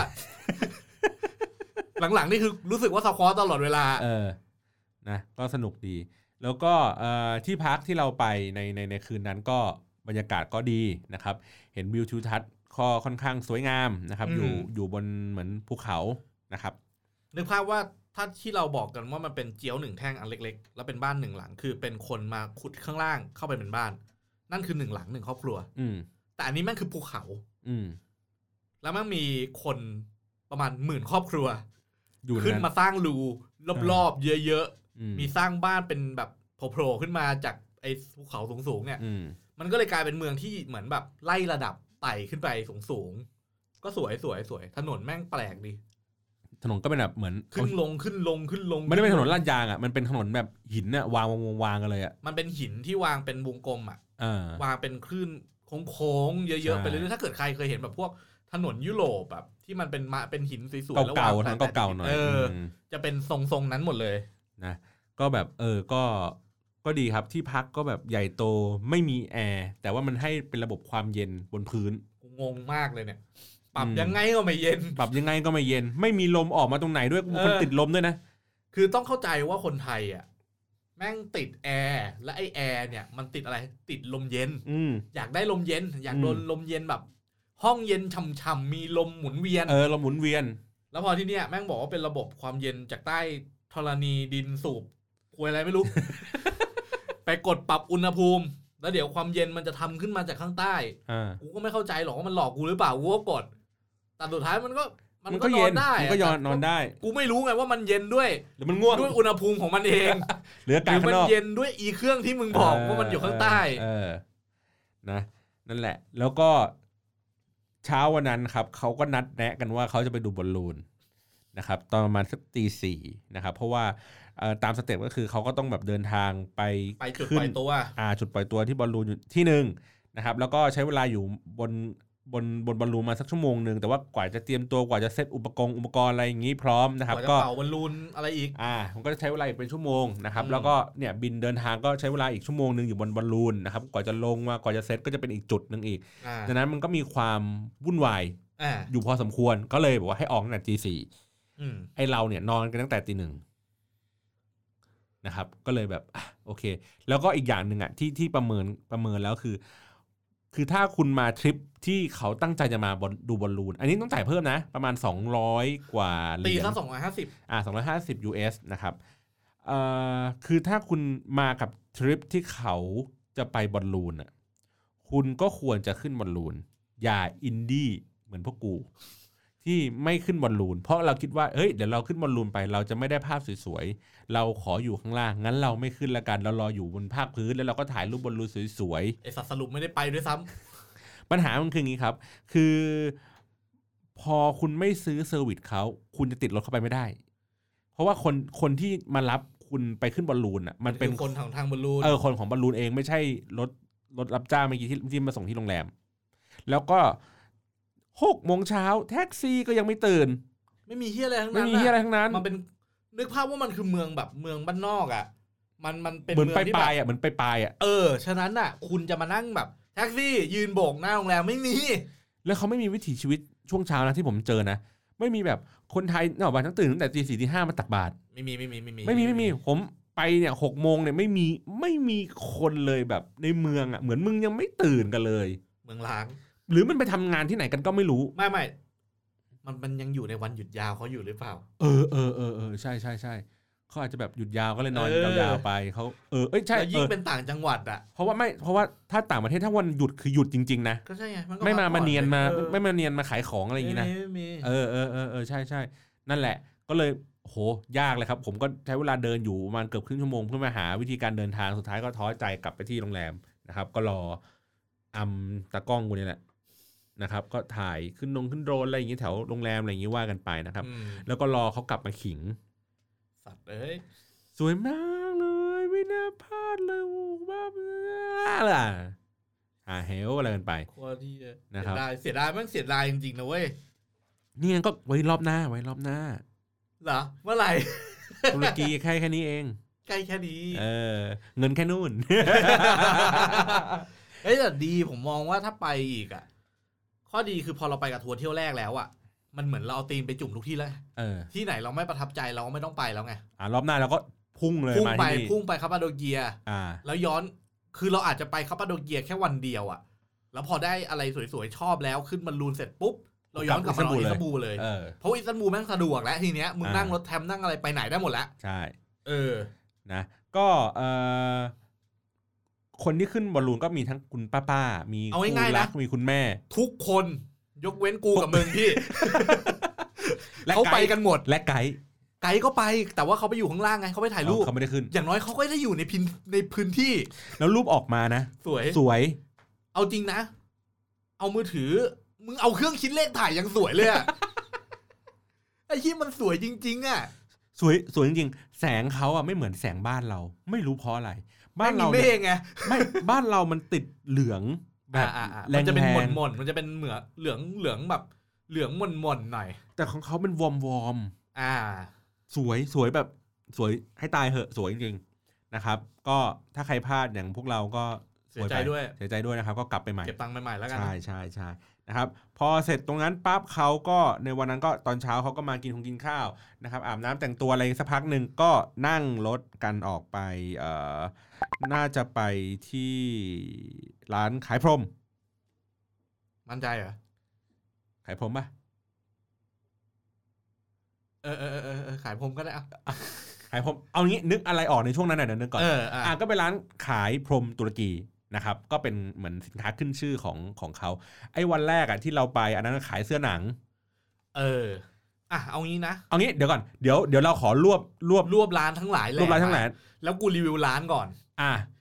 หลังๆนี่คือรู้สึกว่าสควอตตลอดเวลานะก็สนุกดีแล้วก็ที่พักที่เราไปในคืนนั้นก็บรรยากาศก็ดีนะครับเห็นวิวทิวทัศน์ค่อนข้างสวยงามนะครับอยู่บนเหมือนภูเขานะครับนึกภาพว่าถ้าที่เราบอกกันว่ามันเป็นเจียว1แท่งอันเล็กๆแล้วเป็นบ้าน1หลังคือเป็นคนมาขุดข้างล่างเข้าไปเป็นบ้านนั่นคือ1หลัง1ครอบครัวแต่อันนี้มันคือภูเขาแล้วมันมีคนประมาณ10,000 ครอบครัวขึ้นมาสร้างรูรอบๆเยอะๆมีสร้างบ้านเป็นแบบโผล่ขึ้นมาจากไอ้ภูเขาสูงๆเนี่ยมันก็เลยกลายเป็นเมืองที่เหมือนแบบไล่ระดับไต่ขึ้นไปสูงๆก็สวยถนนแม่งแปลกดีถนนก็เป็นแบบเหมือนขึ้นลงไม่ได้เป็นถนนลาดยางมันเป็นถนนแบบหินวางกันเลยมันเป็นหินที่วางเป็นวงกลมวางเป็นคลื่นโค้งๆเยอะๆไปเรื่อยๆถ้าเกิดใครเคยเห็นแบบพวกถนนยุโรปแบบที่มันเป็นหินสวยๆแล้วเก่าๆทั้งเก่าๆหน่อยจะเป็นทรงๆนั้นหมดเลยนะก็แบบก็ดีครับที่พักก็แบบใหญ่โตไม่มีแอร์แต่ว่ามันให้เป็นระบบความเย็นบนพื้นงงมากเลยเนี่ยปรับยังไงก็ไม่เย็นไม่มีลมออกมาตรงไหนด้วยคนติดลมด้วยนะคือต้องเข้าใจว่าคนไทยแม่งติดแอร์และไอแอร์เนี่ยมันติดอะไรติดลมเย็นอยากได้ลมเย็นอยากโดนลมเย็นแบบห้องเย็นฉ่ำๆมีลมหมุนเวียนลมหมุนเวียนแล้วพอที่เนี่ยแม่งบอกว่าเป็นระบบความเย็นจากใต้ธรณีดินสูบคุยอะไรไม่รู้ ไปกดปรับอุณหภูมิแล้วเดี๋ยวความเย็นมันจะทำขึ้นมาจากข้างใต้กูก็ไม่เข้าใจหรอกว่ามันหลอกกูหรือเปล่ากูก็กดแต่สุดท้ายมันก็นอนได้มันก็นอนได้กูไม่รู้ไงว่ามันเย็นด้วยหรือมันง่วงด้วยอุณหภูมิของมันเองหรือมันเย็นด้วยอีเครื่องที่มึงบอกว่ามันอยู่ข้างใต้นะนั่นแหละแล้วก็เช้าวันนั้นครับเขาก็นัดแนะกันว่าเขาจะไปดูบอลลูนนะครับตอนประมาณสัก 4:00 นนะครับเพราะว่าตามสเต็ปก็คือเขาก็ต้องแบบเดินทางไปจุดปล่อยตัวจุดปล่อยตัวที่บอลลูนอยู่ที่นึงนะครับแล้วก็ใช้เวลาอยู่บนบอลลูนมาสักชั่วโมงนึงแต่ว่ากว่าจะเตรียมตัวกว่าจะเซตอุปกรณ์อะไรอย่างงี้พร้อมนะครับก็เป่าบอลลูนอะไรอีกมันก็จะใช้เวลาอีกเป็นชั่วโมงนะครับแล้วก็เนี่ยบินเดินทางก็ใช้เวลาอีกชั่วโมงนึงอยู่บนบอลลูนนะครับกว่าจะลงมากว่าจะเซตก็จะเป็นอีกจุดนึงอีกดังนั้นมันก็มีความวุ่นวายอยู่พอสมควรก็เลยบอกว่าให้ออกตั้งแต่ ตี 4ไอ้เราเนี่ยนอนกันตั้งแต่ ตี 1นะครับก็เลยแบบโอเคแล้วก็อีกอย่างนึงอ่ะที่ประเมินแล้วคือถ้าคุณมาทริปที่เขาตั้งใจจะมาดูบอลลูนอันนี้ต้องจ่ายเพิ่มนะประมาณ200กว่าเหรียญ250 US นะครับคือถ้าคุณมากับทริปที่เขาจะไปบอลลูนอ่ะคุณก็ควรจะขึ้นบอลลูนอย่าอินดี้เหมือนพวกกูที่ไม่ขึ้นบอลลูนเพราะเราคิดว่าเฮ้ยเดี๋ยวเราขึ้นบอลลูนไปเราจะไม่ได้ภาพสวยๆเราขออยู่ข้างล่างงั้นเราไม่ขึ้นละกันเรารออยู่บนภาคพื้นแล้วเราก็ถ่ายรูปบอลลูนสวยๆไอ้สัตว์สรุปไม่ได้ไปด้วยซ้ำปัญหามันคืออย่างนี้ครับคือพอคุณไม่ซื้อเซอร์วิสเขาคุณจะติดรถเข้าไปไม่ได้เพราะว่าคนที่มารับคุณไปขึ้นบอลลูนอ่ะมันเป็นคนของทางบอลลูนคนของบอลลูนเองไม่ใช่รถรับจ้างเมื่อกี้ที่มาส่งที่โรงแรมแล้วก็6 โมงเช้าแท็กซี่ก็ยังไม่ตื่นไม่มีเหี้ยอะไรทั้งนั้นมันเป็นนึกภาพว่ามันคือเมืองแบบเมืองบ้านนอกอ่ะมันเป็นเหมือนปลายอ่ะเหมือนปลายอ่ะฉะนั้นอ่ะคุณจะมานั่งแบบแท็กซี่ยืนโบกหน้าโรงแรมไม่มีแล้วเขาไม่มีวิถีชีวิตช่วงเช้านะที่ผมเจอนะไม่มีแบบคนไทยเนาะวันทั้งตื่นตั้งแต่ ตี 4 ตี 5มาตักบาตรไม่มีผมไปเนี่ย6 โมงเนี่ยไม่มีคนเลยแบบในเมืองอ่ะเหมือนมึงยังไม่ตื่นกันเลยเมืองล้างหรือมันไปทำงานที่ไหนกันก็ไม่รู้ไม่มันยังอยู่ในวันหยุดยาวเขาอยู่หรือเปล่าใช่เขาอาจจะแบบหยุดยาวก็เลยนอนยาวๆไปเขาใช่ยิ่งเป็นต่างจังหวัดอ่ะเพราะว่าถ้าต่างประเทศถ้าวันหยุดคือหยุดจริงๆนะก็ใช่ไงไม่มาเนียนมาขายของอะไรอย่างนี้นะใช่นั่นแหละก็เลยโหยากเลยครับผมก็ใช้เวลาเดินอยู่ประมาณเกือบครึ่งชั่วโมงเพื่อมาหาวิธีการเดินทางสุดท้ายก็ท้อใจกลับไปที่โรงแรมนะครับก็รอตากล้องกูนี่แหละนะครับก็ถ่ายขึ้นโดรนอะไรอย่างงี้แถวโรงแรมอะไรอย่างงี้ว่ากันไปนะครับแล้วก็รอเขากลับมาขิงสัตว์เอ้ยสวยมากเลยไม่น่าพลาดเลยโอ้บ้าล่ะเฮลอะไรกันไปโคตรดีนะครับเสียดายมันเสียดายจริงๆนะเว้ยนี่งั้นก็ไว้รอบหน้าเหรอเมื่อไหร่ตุรกีแค่นี้เองใกล้แค่นี้เงินแค่นู่นแต่ดีผมมองว่าถ้าไปอีกอ่ะข้อดีคือพอเราไปกับทัวร์เที่ยวแรกแล้วอ่ะมันเหมือนเราเอาตีนไปจุ่มทุกที่แล้วที่ไหนเราไม่ประทับใจเราก็ไม่ต้องไปแล้วไงรอบหน้าเราก็พุ่งเลยมาที่นี่พุ่งไปคาปาโดเกียแล้วย้อนคือเราอาจจะไปคาปาโดเกียแค่วันเดียวอ่ะแล้วพอได้อะไรสวยๆชอบแล้วขึ้นบอลลูนเสร็จปุ๊บเราย้อนกลับมาอิสตันบูลเลยเพราะอิสตันบูลแม่งสะดวกแล้วทีเนี้ยมึงนั่งรถแทมนั่งอะไรไปไหนได้หมดแล้วใช่นะก็คนที่ขึ้นบอลลูนก็มีทั้งคุณป้ามีคุณรักมีคุณแม่ทุกคนยกเว้นกูกับมึงพี่เขาไปกันหมดและไกด์ก็ไปแต่ว่าเขาไปอยู่ข้างล่างไงเขาไปถ่ายรูปเขาไม่ได้ขึ้นอย่างน้อยเขาก็ได้อยู่ในพื้นที่แล้วรูปออกมานะสวยเอาจริงนะเอามือถือมึงเอาเครื่องคิดเลขถ่ายยังสวยเลยอะไอ้ที่มันสวยจริงๆอะสวยจริงๆแสงเขาอะไม่เหมือนแสงบ้านเราไม่รู้เพราะอะไรบ้านเราไม่ไงไม่บ้านเรามันติดเหลืองแบบมันจะเป็นหม่นมันจะเป็นเหมือนเหลืองแบบเหลืองหม่นหน่อยแต่ของเขาเป็นวอมสวยแบบสวยให้ตายเหอะสวยจริงๆนะครับก็ถ้าใครพลาดอย่างพวกเราก็เสียใจด้วยนะครับก็กลับไปใหม่เก็บตังค์ใหม่ๆแล้วกันใช่นะครับพอเสร็จตรงนั้นปั๊บเขาก็ในวันนั้นก็ตอนเช้าเขาก็มากินข้าวนะครับอาบน้ำแต่งตัวอะไรสักพักนึงก็นั่งรถกันออกไปน่าจะไปที่ร้านขายพรมมั่นใจเหรอขายพรมป่ะขายพรมก็ได้ขายพรมเอางี้นึกอะไรออกในช่วงนั้นหน่อยนึกก่อนก็เป็นร้านขายพรมตุรกีนะครับก็เป็นเหมือนสินค้าขึ้นชื่อของเขาไอ้วันแรกที่เราไปอันนั้นขายเสื้อหนังเอางี้นะเอางี้เดี๋ยวก่อนเดี๋ยวเราขอรวบร้านทั้งหลายเลยรวบร้านทั้งหลายแล้วกูรีวิวร้านก่อนโอ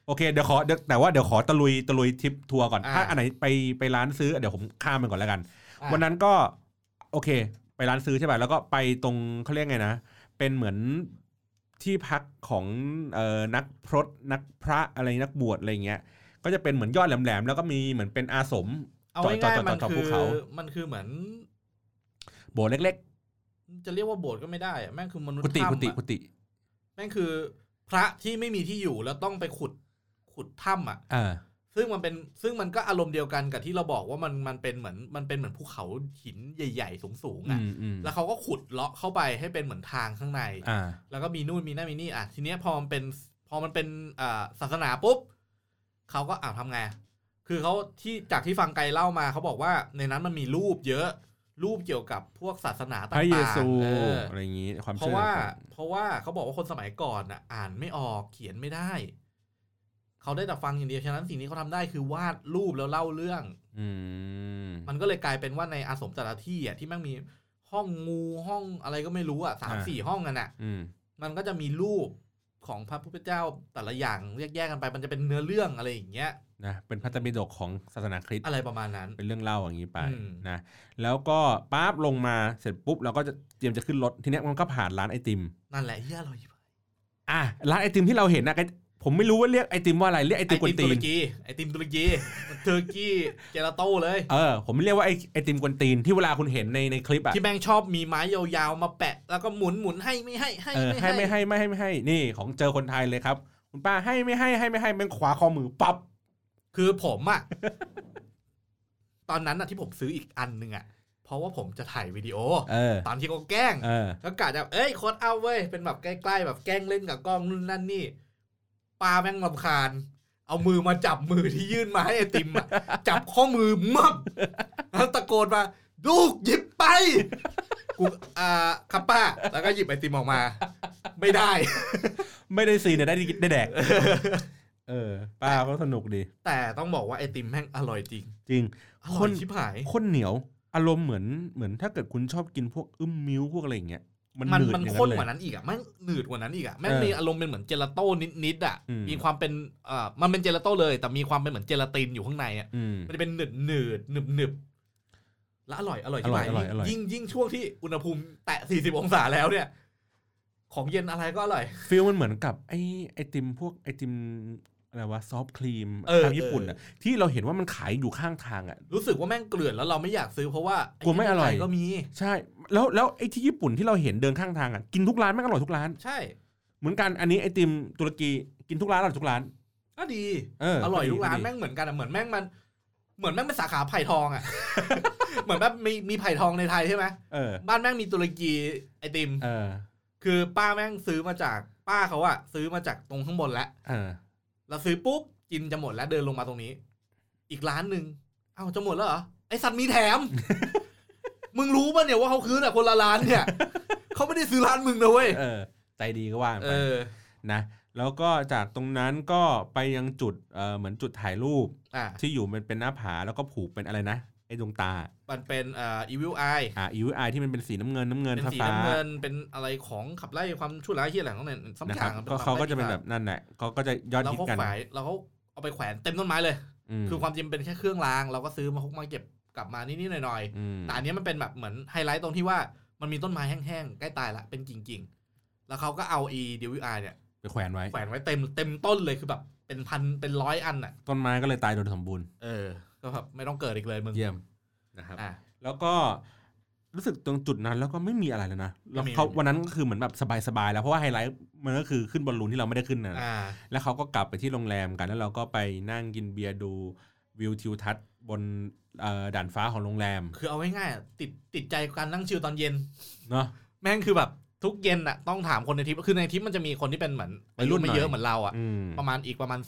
โอเคเดี๋ยวขอตะลุยทริปทัวร์ก่อนถ้าอันไหนไปร้านซื้อเดี๋ยวผมข้ามไปก่อนแล้วกันวันนั้นก็โอเคไปร้านซื้อใช่ป่ะแล้วก็ไปตรงเขาเรียกไงนะเป็นเหมือนที่พักของนักพระอะไรนักบวชอะไรเงี้ยก็จะเป็นเหมือนยอดแหลมๆแล้วก็มีเหมือนเป็นอาสมเอาง่ายๆมันคือเหมือนโบสถ์เล็กๆจะเรียกว่าโบสถ์ก็ไม่ได้แม่งคือมนุษย์ถ้ำกุฏิแม่งคือพระที่ไม่มีที่อยู่แล้วต้องไปขุดถ้ำอ่ะซึ่งมันก็อารมณ์เดียวกันกับที่เราบอกว่ามันเป็นเหมือนภูเขาหินใหญ่ๆสูงๆอ่ะแล้วเขาก็ขุดเลาะเข้าไปให้เป็นเหมือนทางข้างในแล้วก็มีนู่นมีนั่นมีนี่อ่ะทีเนี้ยพอมันเป็นศาสนาปุ๊บเขาก็ทำไงคือเขาจากที่ฟังไกลเล่ามาเขาบอกว่าในนั้นมันมีรูปเยอะรูปเกี่ยวกับพวกศาสนาต่างๆพระเยซูอะไรอย่างงี้ความเชื่อเพราะว่าเขาบอกว่าคนสมัยก่อนอ่ะอ่านไม่ออกเขียนไม่ได้เขาได้แต่ฟังอย่างเดียวฉะนั้นสิ่งที่เขาทำได้คือวาดรูปแล้วเล่าเรื่องมันก็เลยกลายเป็นว่าในอาสมแต่ละที่อ่ะที่แม่งมีห้องงูห้องอะไรก็ไม่รู้อ่ะ 3-4 ห้องกันอ่ะมันก็จะมีรูปของพระพุทธเจ้าแต่ละอย่างแยกกันไปมันจะเป็นเนื้อเรื่องอะไรอย่างเงี้ยนะเป็นพระไตรปิฎกของศาสนาคริสต์อะไรประมาณนั้นเป็นเรื่องเล่าอย่างนี้ไปนะแล้วก็ปั๊บลงมาเสร็จปุ๊บเราก็จะเตรียมจะขึ้นรถทีเนี้ยมันก็ผ่านร้านไอติมนั่นแหละที่อร่อยร้านไอติมที่เราเห็นนะผมไม่รู้ว่าเรียกไอติมว่าอะไรเรียกไอติมกวนตีนไอติมตุรกีเทอร์กี้เจลาโต้เลยผมไม่เรียกว่าไอติมกวนตีนที่เวลาคุณเห็นในคลิปอะที่แบงชอบมีไม้ยาวๆมาแปะแล้วก็หมุนให้ไม่ให้นี่ของเจอคนไทยเลยครับคุณป้าให้ไม่ให้แม่งขวาคอมือปั๊บคือผมอะตอนนั้นอะที่ผมซื้ออีกอันนึงอะเพราะว่าผมจะถ่ายวิดีโอตอนที่เขาแกล้งแล้วกะจะโค้ดเอาเว้ยเป็นแบบใกล้ๆแบบแกล้งเล่นกับกล้องนู่นนั่นนี่ป้าแม่งรำคาญเอามือมาจับมือที่ยื่นมาให้ไอติมอะจับข้อมือมับแล้วตะโกนมาลูกหยิบไปกูครับป้าแล้วก็หยิบไอติมออกมาไม่ได้ซีนเนี่ยได้แดกป้าก็สนุกดีแต่ต้องบอกว่าไอติมแม่งอร่อยจริงคนชิบหายข้นเหนียวอารมณ์เหมือนถ้าเกิดคุณชอบกินพวกมิ้วพวกอะไรอย่างเงี้ยมันข้นกว่านั้นอีกอ่ะมันหนืดกว่านั้นอีกอ่ะแม่งมีอารมณ์เป็นเหมือนเจลาโต้นิดอ่ะมีความเป็นมันเป็นเจลาโต้เลยแต่มีความเป็นเหมือนเจลาตินอยู่ข้างในอ่ะมันจะเป็นหนืดและอร่อยที่ไหนยิ่งช่วงที่อุณหภูมิแตะ40องศาแล้วเนี่ยของเย็นอะไรก็อร่อยฟีลมันเหมือนกับไอติมพวกไอติมอะไรวะซอฟต์ครีมทางญี่ปุ่นอ่ะที่เราเห็นว่ามันขายอยู่ข้างทางอ่ะรู้สึกว่าแม่งเกลื่อนแล้วเราไม่อยากซื้อเพราะว่ากลัวไม่อร่อยก็มีใช่แล้วไอ้ที่ญี่ปุ่นที่เราเห็นเดินข้างทางอ่ะกินทุกร้านแม่งอร่อยทุกร้านใช่เหมือนกันอันนี้ไอติมตุรกีกินทุกร้านอร่อยทุกร้านก็ดีอร่อยทุกร้านแม่งเหมือนกันอ่ะเหมือนแม่งเป็นสาขาไผ่ทองอ่ะ เหมือนแบบมีไผ่ทองในไทยใช่ไหมบ้านแม่งมีตุรกีไอติมคือป้าแม่งซื้อมาจากป้าเขาอ่ะซื้อมาจากตรงข้างบนแล้วเราซื้อปุ๊บกินจะหมดแล้วเดินลงมาตรงนี้อีกร้านนึงจะหมดแล้วเหรอไอสัตว์มีแถม มึงรู้ป่ะเนี่ยว่าเขาคืนคนละร้านเนี่ย เขาไม่ได้ซื้อร้านมึงนะเว้ยใจดีก็ว่าไปนะแล้วก็จากตรงนั้นก็ไปยังจุดเหมือนจุดถ่ายรูปที่อยู่มันเป็นหน้าผาแล้วก็ผูกเป็นอะไรนะไอ้ดวงตามันเป็นevil eye evil eye ที่มันเป็นสีน้ำเงินเป็นสีน้ำเงินเป็นอะไรของขับไล่ความชั่วร้ายที่อะไรของเนี่ยสัมผัสเขาก็จะเป็นแบบนั่นแหละเขาก็จะยอดฮิตกันแล้วเขาเอาไปแขวนเต็มต้นไม้เลยคือความจริงเป็นแค่เครื่องรางเราก็ซื้อมาเก็บกลับมานิดๆหน่อยๆแต่อันนี้มันเป็นแบบเหมือนไฮไลท์ตรงที่ว่ามันมีต้นไม้แห้งๆใกล้ตายละเป็นกิ่งๆแล้วเขาก็เอาevil eye เนี่ยไปแขวนไว้เต็มต้นเลยคือแบบเป็นพันเป็นร้อยอันอ่ะต้นไม้ก็เลยตายโดยสมบูรณ์ก็แบบไม่ต้องเกิดอีกเลยมึงเยี่ยมนะครับแล้วก็รู้สึกตรงจุดนั้นแล้วก็ไม่มีอะไรแล้วนะแล้วเขาวันนั้นก็คือเหมือนแบบสบายๆแล้วเพราะว่าไฮไลท์มันก็คือขึ้นบอลลูนที่เราไม่ได้ขึ้นนะแล้วเขาก็กลับไปที่โรงแรมกันแล้วเราก็ไปนั่งกินเบียร์ดูวิวทิวทัศน์บนด่านฟ้าของโรงแรมคือเอาง่ายๆติดใจการนั่งชิลตอนเย็นเนาะแม่งคือแบบทุกเย็นอ่ะต้องถามคนในทริปคือในทริปมันจะมีคนที่เป็นเหมือนอายุไม่เยอะเหมือนเราอ่ะประมาณ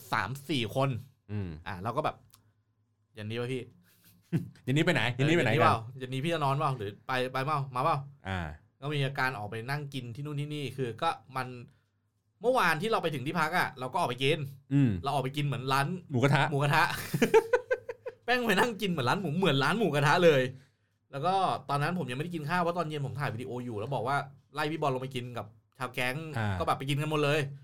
3-4 คนเราก็แบบอย่างนี้ป่ะพี่อย่างนี้ไปไหนอย่างนี้ไปไหนเปล่าอย่างนี้พี่จะนอนเปล่าหรือไปเปล่ามาเปล่าก็มีอาการออกไปนั่งกินที่นู่นที่นี่คือก็มันเมื่อวานที่เราไปถึงที่พักอ่ะเราก็ออกไปกินเราออกไปกินเหมือนร้านหมูกระทะแป้งไปนั่งกินเหมือนร้านหมูกระทะเลยแล้วก็ตอนนั้นผมยังไม่ได้กินข้าวเพราะตอนเย็นผมถ่ายวิดีโออยู่แล้วบอกว่าไล่พี่บอลลงไปกินกับชาวแก๊งก็แบบไปกินกันหมดเลยแ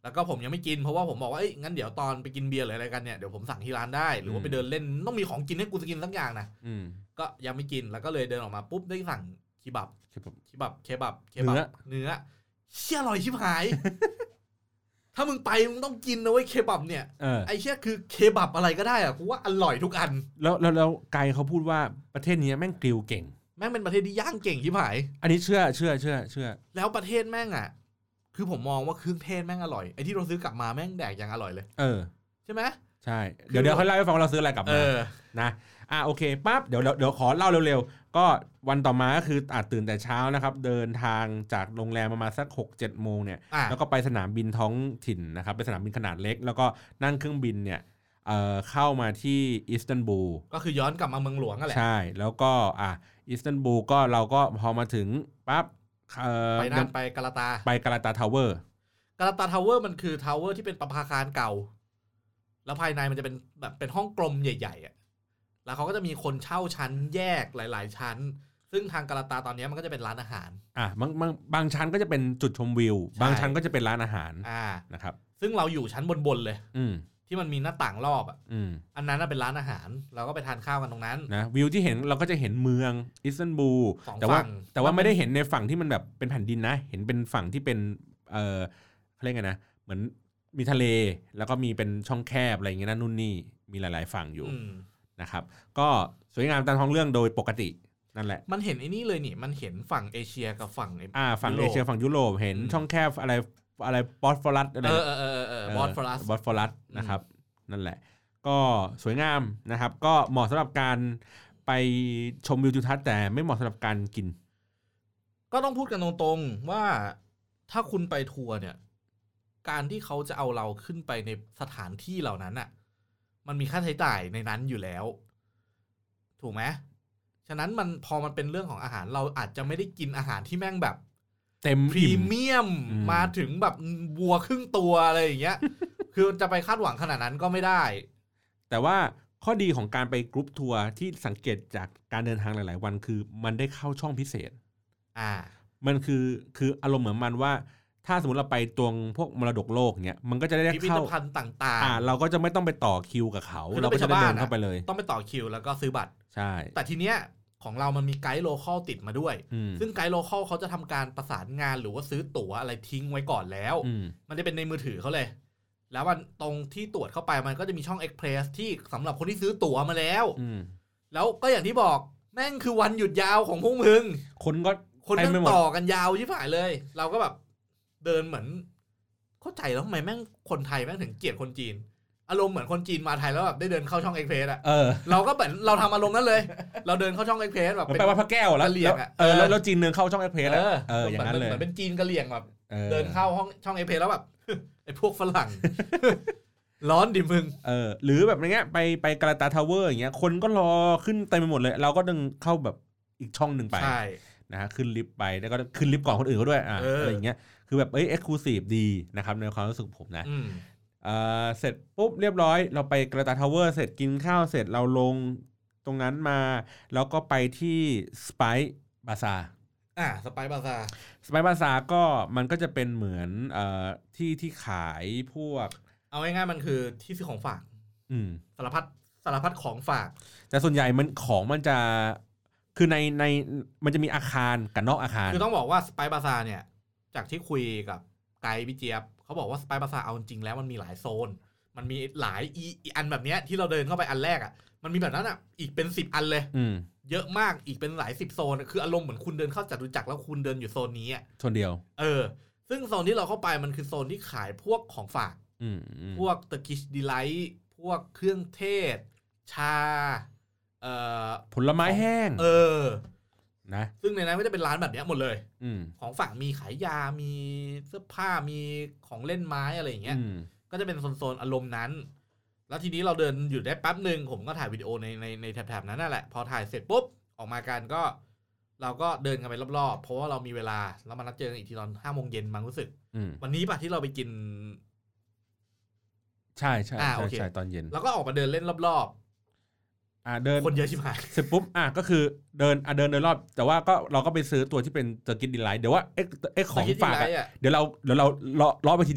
แล้วก็ผมยังไม่กินเพราะว่าผมบอกว่างั้นเดี๋ยวตอนไปกินเบียร์หรืออะไรกันเนี่ยเดี๋ยวผมสั่งที่ร้านได้หรือว่าไปเดินเล่นต้องมีของกินให้กูกินสักอย่างนะก็ยังไม่กินแล้วก็เลยเดินออกมาปุ๊บได้สั่งเคบับเนื้อเชี่ยอร่อยชิบหาย ถ้ามึงไปมึงต้องกินนะเว้ยเคบับเนี่ยไอ้เชี่ยคือเคบับอะไรก็ได้อะกูว่าอร่อยทุกอันแล้วไกด์เขาพูดว่าประเทศนี้แม่งกริลเก่งแม่งเป็นประเทศที่ย่างเก่งชิบหายอันนี้เชื่อแล้วประเทศแม่งอ่ะคือผมมองว่าเครื่องเทศแม่งอร่อยไอ้ที่เราซื้อกลับมาแม่งแดกยังอร่อยเลยใช่ไหมใช่เดี๋ยวเขาเล่าให้ฟังว่าเราซื้ออะไรกลับมานะโอเคปั๊บเดี๋ยวขอเล่าเร็วๆก็วันต่อมาก็คือตื่นแต่เช้านะครับเดินทางจากโรงแรมประมาณสัก 6-7 โมงเนี่ยแล้วก็ไปสนามบินท้องถิ่นนะครับไปสนามบินขนาดเล็กแล้วก็นั่งเครื่องบินเนี่ยเข้ามาที่อิสตันบูลก็คือย้อนกลับมาเมืองหลวงนั่นแหละใช่แล้วก็อิสตันบูลก็เราก็พอมาถึงปั๊บไปนั่นไปกาลาตาทาวเวอร์มันคือทาวเวอร์ที่เป็นประภาคารเก่าแล้วภายในมันจะเป็นแบบเป็นห้องกลมใหญ่ๆอ่ะแล้วเขาก็จะมีคนเช่าชั้นแยกหลายๆชั้นซึ่งทางกาลาตาตอนนี้มันก็จะเป็นร้านอาหารบางชั้นก็จะเป็นจุดชมวิวบางชั้นก็จะเป็นร้านอาหารนะครับซึ่งเราอยู่ชั้นบนๆเลยที่มันมีหน้าต่างรอบอันนั้นเป็นร้านอาหารเราก็ไปทานข้าวกันตรงนั้นนะวิวที่เห็นเราก็จะเห็นเมืองอิสตันบูลแต่ว่าไม่ได้เห็นในฝั่งที่มันแบบเป็นแผ่นดินนะเห็นเป็นฝั่งที่เป็นเขาเรียกไงนะเหมือนมีทะเลแล้วก็มีเป็นช่องแคบอะไรอย่างเงี้ยนั่นนู่นนี่มีหลายๆฝั่งอยู่นะครับก็สวยงามตามท้องเรื่องโดยปกตินั่นแหละมันเห็นไอ้นี่เลยนี่มันเห็นฝั่งเอเชียกับฝั่งฝั่งเอเชียฝั่งยุโรปเห็นช่องแคบอะไรบอสฟอรัสอะไรบอสฟอรัสนะครับนั่นแหละก็สวยงามนะครับก็เหมาะสำหรับการไปชมวิวทิวทัศน์แต่ไม่เหมาะสำหรับการกินก็ต้องพูดกันตรงๆว่าถ้าคุณไปทัวร์เนี่ยการที่เขาจะเอาเราขึ้นไปในสถานที่เหล่านั้นอ่ะมันมีค่าใช้จ่ายในนั้นอยู่แล้วถูกไหมฉะนั้นพอมันเป็นเรื่องของอาหารเราอาจจะไม่ได้กินอาหารที่แม่งแบบเต็มพรีเมียมมาถึงแบบวัวครึ่งตัวอะไรอย่างเงี้ย คือจะไปคาดหวังขนาดนั้นก็ไม่ได้แต่ว่าข้อดีของการไปกรุ๊ปทัวร์ที่สังเกตจากการเดินทางหลายๆวันคือมันได้เข้าช่องพิเศษมันคืออารมณ์เหมือนมันว่าถ้าสมมติเราไปตรงพวกมรดกโลกเงี้ยมันก็จะได้เข้าพิพิธภัณฑ์ต่างๆเราก็จะไม่ต้องไปต่อคิวกับเขาเราก็จะเดินเข้าไปเลยต้องไปต่อคิวแล้วก็ซื้อบัตรใช่แต่ทีเนี้ยของเรามันมีไกด์โลคอลติดมาด้วยซึ่งไกด์โลคอลเขาจะทำการประสานงานหรือว่าซื้อตั๋วอะไรทิ้งไว้ก่อนแล้วมันจะเป็นในมือถือเขาเลยแล้วมันตรงที่ตรวจเข้าไปมันก็จะมีช่องเอ็กเพรสที่สำหรับคนที่ซื้อตั๋วมาแล้วแล้วก็อย่างที่บอกแม่งคือวันหยุดยาวของพวกมึงคนก็ต่อกันยาวชิบหายเลยเราก็แบบเดินเหมือนเข้าใจแล้วทำไมแม่งคนไทยแม่งถึงเกลียดคนจีนอารมณ์เหมือนคนจีนมาไทยแล้วแบบได้เดินเข้าช่องเอ็กเพรสอะเราก็เหมือนเราทำอารมณ์นั้นเลยเราเดินเข้าช่องเอ็กเพรสแบบไปวัดพระแก้วแล้วแล้วจีนเดินเข้าช่องเอ็กเพรสอย่างนั้นเลยเหมือนเป็นจีนกะเหรี่ยงแบบเดินเข้าช่องเอ็กเพรสแล้วแบบไอ้พวกฝรั่งร้อนดิมึงหรือแบบอย่างเงี้ยไปกาลาตาทาวเวอร์อย่างเงี้ยคนก็รอขึ้นเต็มไปหมดเลยเราก็ดึงเข้าแบบอีกช่องนึงไปนะฮะขึ้นลิฟต์ไปแล้วก็ขึ้นลิฟต์ก่อนคนอื่นเขาด้วยอะไรอย่างเงี้ยคือแบบเอ็กซ์คลูซีฟดีนะครับในความรู้สึกผมนะเสร็จปุ๊บเรียบร้อยเราไปกาลาตาทาวเวอร์เสร็จกินข้าวเสร็จเราลงตรงนั้นมาแล้วก็ไปที่สไปซ์บาซาสไปซ์บาซาก็มันก็จะเป็นเหมือนที่ขายพวกเอาง่ายๆมันคือที่ซื้อของฝากสารพัดของฝากแต่ส่วนใหญ่มันของมันจะคือในมันจะมีอาคารกับนอกอาคารคือต้องบอกว่าสไปซ์บาซาเนี่ยจากที่คุยกับไกด์พี่เจี๊ยบเขาบอกว่าสไปซ์บาซาเอาจริงแล้วมันมีหลายโซนมันมีหลายอันแบบเนี้ยที่เราเดินเข้าไปอันแรกอ่ะมันมีแบบนั้นอ่ะอีกเป็น10อันเลยเยอะมากอีกเป็นหลาย10โซนคืออารมณ์เหมือนคุณเดินเข้าจตุจักรแล้วคุณเดินอยู่โซนนี้อ่ะโซนเดียวซึ่งโซนที่เราเข้าไปมันคือโซนที่ขายพวกของฝากพวกเตอร์กิชดีไลท์พวกเครื่องเทศชาผลไม้แห้งนะซึ่งในนั้นก็จะเป็นร้านแบบนี้หมดเลยของฝากมีขายยามีเสื้อผ้ามีของเล่นไม้อะไรอย่างเงี้ยก็จะเป็นโซนอารมณ์นั้นแล้วทีนี้เราเดินอยู่ได้แป๊บนึงผมก็ถ่ายวิดีโอในแถบๆนั้นนั่นแหละพอถ่ายเสร็จปุ๊บออกมากันก็เราก็เดินกันไปรอบๆเพราะว่าเรามีเวลาแล้วมานัดเจอกันอีกทีตอน 5 โมงเย็นมั้งรู้สึกวันนี้ป่ะที่เราไปกินใช่ใช่ตอนเย็นแล้วก็ออกมาเดินเล่นรอบเดินคนเยอะชิบหายเสร็จปุ๊บก็คือเดินรอบแต่ว่าก็เราก็ไปซื้อตัวที่เป็นเตอร์กิดดีไลท์เดี๋ยวว่าเอ็กของฝากเดี๋ยวเราล้อไปทีเดียว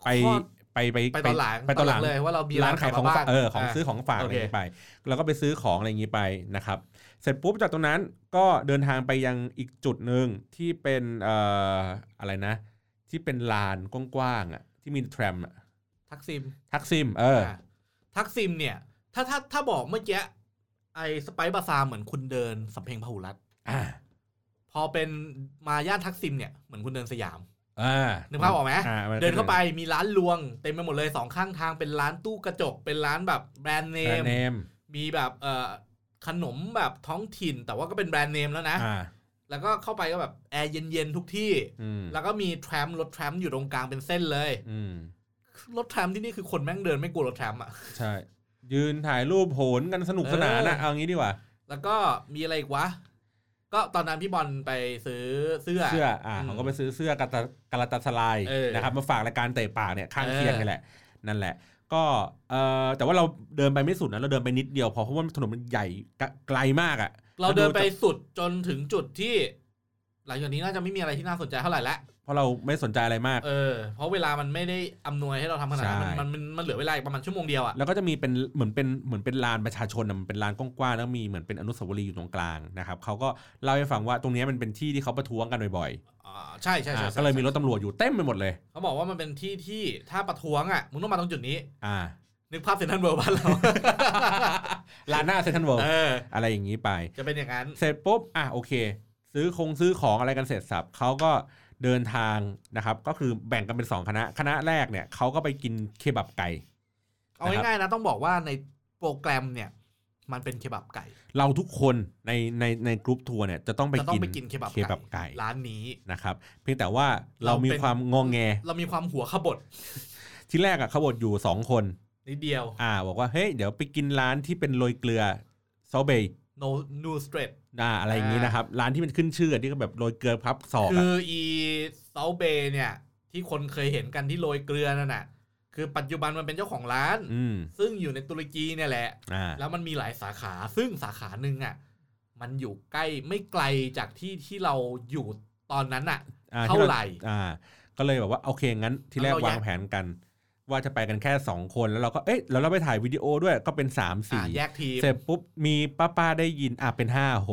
ไปตอนหลังเลยว่าเรามีร้านขายของของซื้อของฝากอะไรไปแล้วก็ไปซื้อของอะไรอย่างนี้ไปนะครับเสร็จปุ๊บจากตรงนั้นก็เดินทางไปยังอีกจุดนึงที่เป็นอะไรนะที่เป็นลานกว้างๆอ่ะที่มีแทรมทักซิมทักซิมเนี่ยถ้าบอกเมื่อกี้ไอ้สไปซ์บาซาร์เหมือนคุณเดินสำเพ็งพหุรัตน์พอเป็นมาย่านทักซิมเนี่ยเหมือนคุณเดินสยามนึกภาพออกไหมเดินเข้าไปมีร้านรวงเต็มไปหมดเลยสองข้างทางเป็นร้านตู้กระจกเป็นร้านแบบแบรนด์เนมมีแบบขนมแบบท้องถิ่นแต่ว่าก็เป็นแบรนด์เนมแล้วนะแล้วก็เข้าไปก็แบบแอร์เย็นๆทุกที่แล้วก็มีรถแทรมอยู่ตรงกลางเป็นเส้นเลยรถแทรมที่นี่คือคนแม่งเดินไม่กลัวรถแทรมอ่ะใช่ยืนถ่ายรูปโหนกันสนุกสนานนะเอางี้ดีกว่าแล้วก็มีอะไรอีกวะก็ตอนนั้นพี่บอลไปซื้อเสื้อเขาก็ไปซื้อเสื้อกาลาตาสลายนะครับมาฝากรายการเตะปากเนี่ยข้างเคียงกันแหละนั่นแหละก็แต่ว่าเราเดินไปไม่สุดนะเราเดินไปนิดเดียวเพราะว่าถนนมันใหญ่ไกลมากอ่ะเราเดินไปสุดจนถึงจุดที่หลังจากนี้น่าจะไม่มีอะไรที่น่าสนใจเท่าไหร่แล้วเพราะเราไม่สนใจอะไรมากเพราะเวลามันไม่ได้อำนวยให้เราทำขนาดนั้นมันเหลือเวลาอีกประมาณชั่วโมงเดียวอ่ะแล้วก็จะมีเป็นเหมือนเป็นลานประชาชนมันเป็นลานกว้างๆแล้วมีเหมือนเป็นอนุสาวรีย์อยู่ตรงกลางนะครับเขาก็เล่าให้ฟังว่าตรงนี้มันเป็นที่ที่เขาประท้วงกันบ่อยๆใช่ก็เลยมีรถตำรวจอยู่เต็มไปหมดเลยเขาบอกว่ามันเป็นที่ที่ถ้าประท้วงอ่ะมึงต้องมาตรงจุดนี้นึกภาพเซ็นทรัลเวิลด์บ้านเราลานหน้าเซ็นทรัลเวิลด์อะไรอย่างนี้ไปจะเป็นอย่างนั้นเสร็จปุ๊บโอเคซื้อของอะไรกันเสร็จสับเขาก็เดินทางนะครับก็คือแบ่งกันเป็น2คณะแรกเนี่ยเขาก็ไปกินเคบับไก่เอาง่ายๆนะต้องบอกว่าในโปรแกรมเนี่ยมันเป็นเคบับไก่เราทุกคนในกรุ๊ปทัวร์เนี่ยจะต้องไปกินเคบับไก่ร้านนี้นะครับเพียงแต่ว่าเรามีความงงแงเรามีความหัวขบถที่แรกขบถอยู่2คนนิดเดียวบอกว่าเฮ้ยเดี๋ยวไปกินร้านที่เป็นโรยเกลือซอเบย์นูสเตรทอะไรอย่างนี้นะครับร้านที่มันขึ้นชื่อที่ก็แบบโรยเกลือพับศอกคืออีเซาเบย์เนี่ยที่คนเคยเห็นกันที่โรยเกลือนั่นน่ะคือปัจจุบันมันเป็นเจ้าของร้านซึ่งอยู่ในตุรกีเนี่ยแหละแล้วมันมีหลายสาขาซึ่งสาขาหนึ่งมันอยู่ใกล้ไม่ไกลจากที่เราอยู่ตอนนั้นเท่าไหร่ก็เลยแบบว่าโอเคงั้นที่แรกวางแผนกันว่าจะไปกันแค่2คนแล้วเราก็แล้วเราไปถ่ายวิดีโอด้วยก็เป็น3-4 แยกทีมเสร็จปุ๊บมีป้าได้ยินเป็น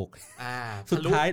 5-6สุดท้าย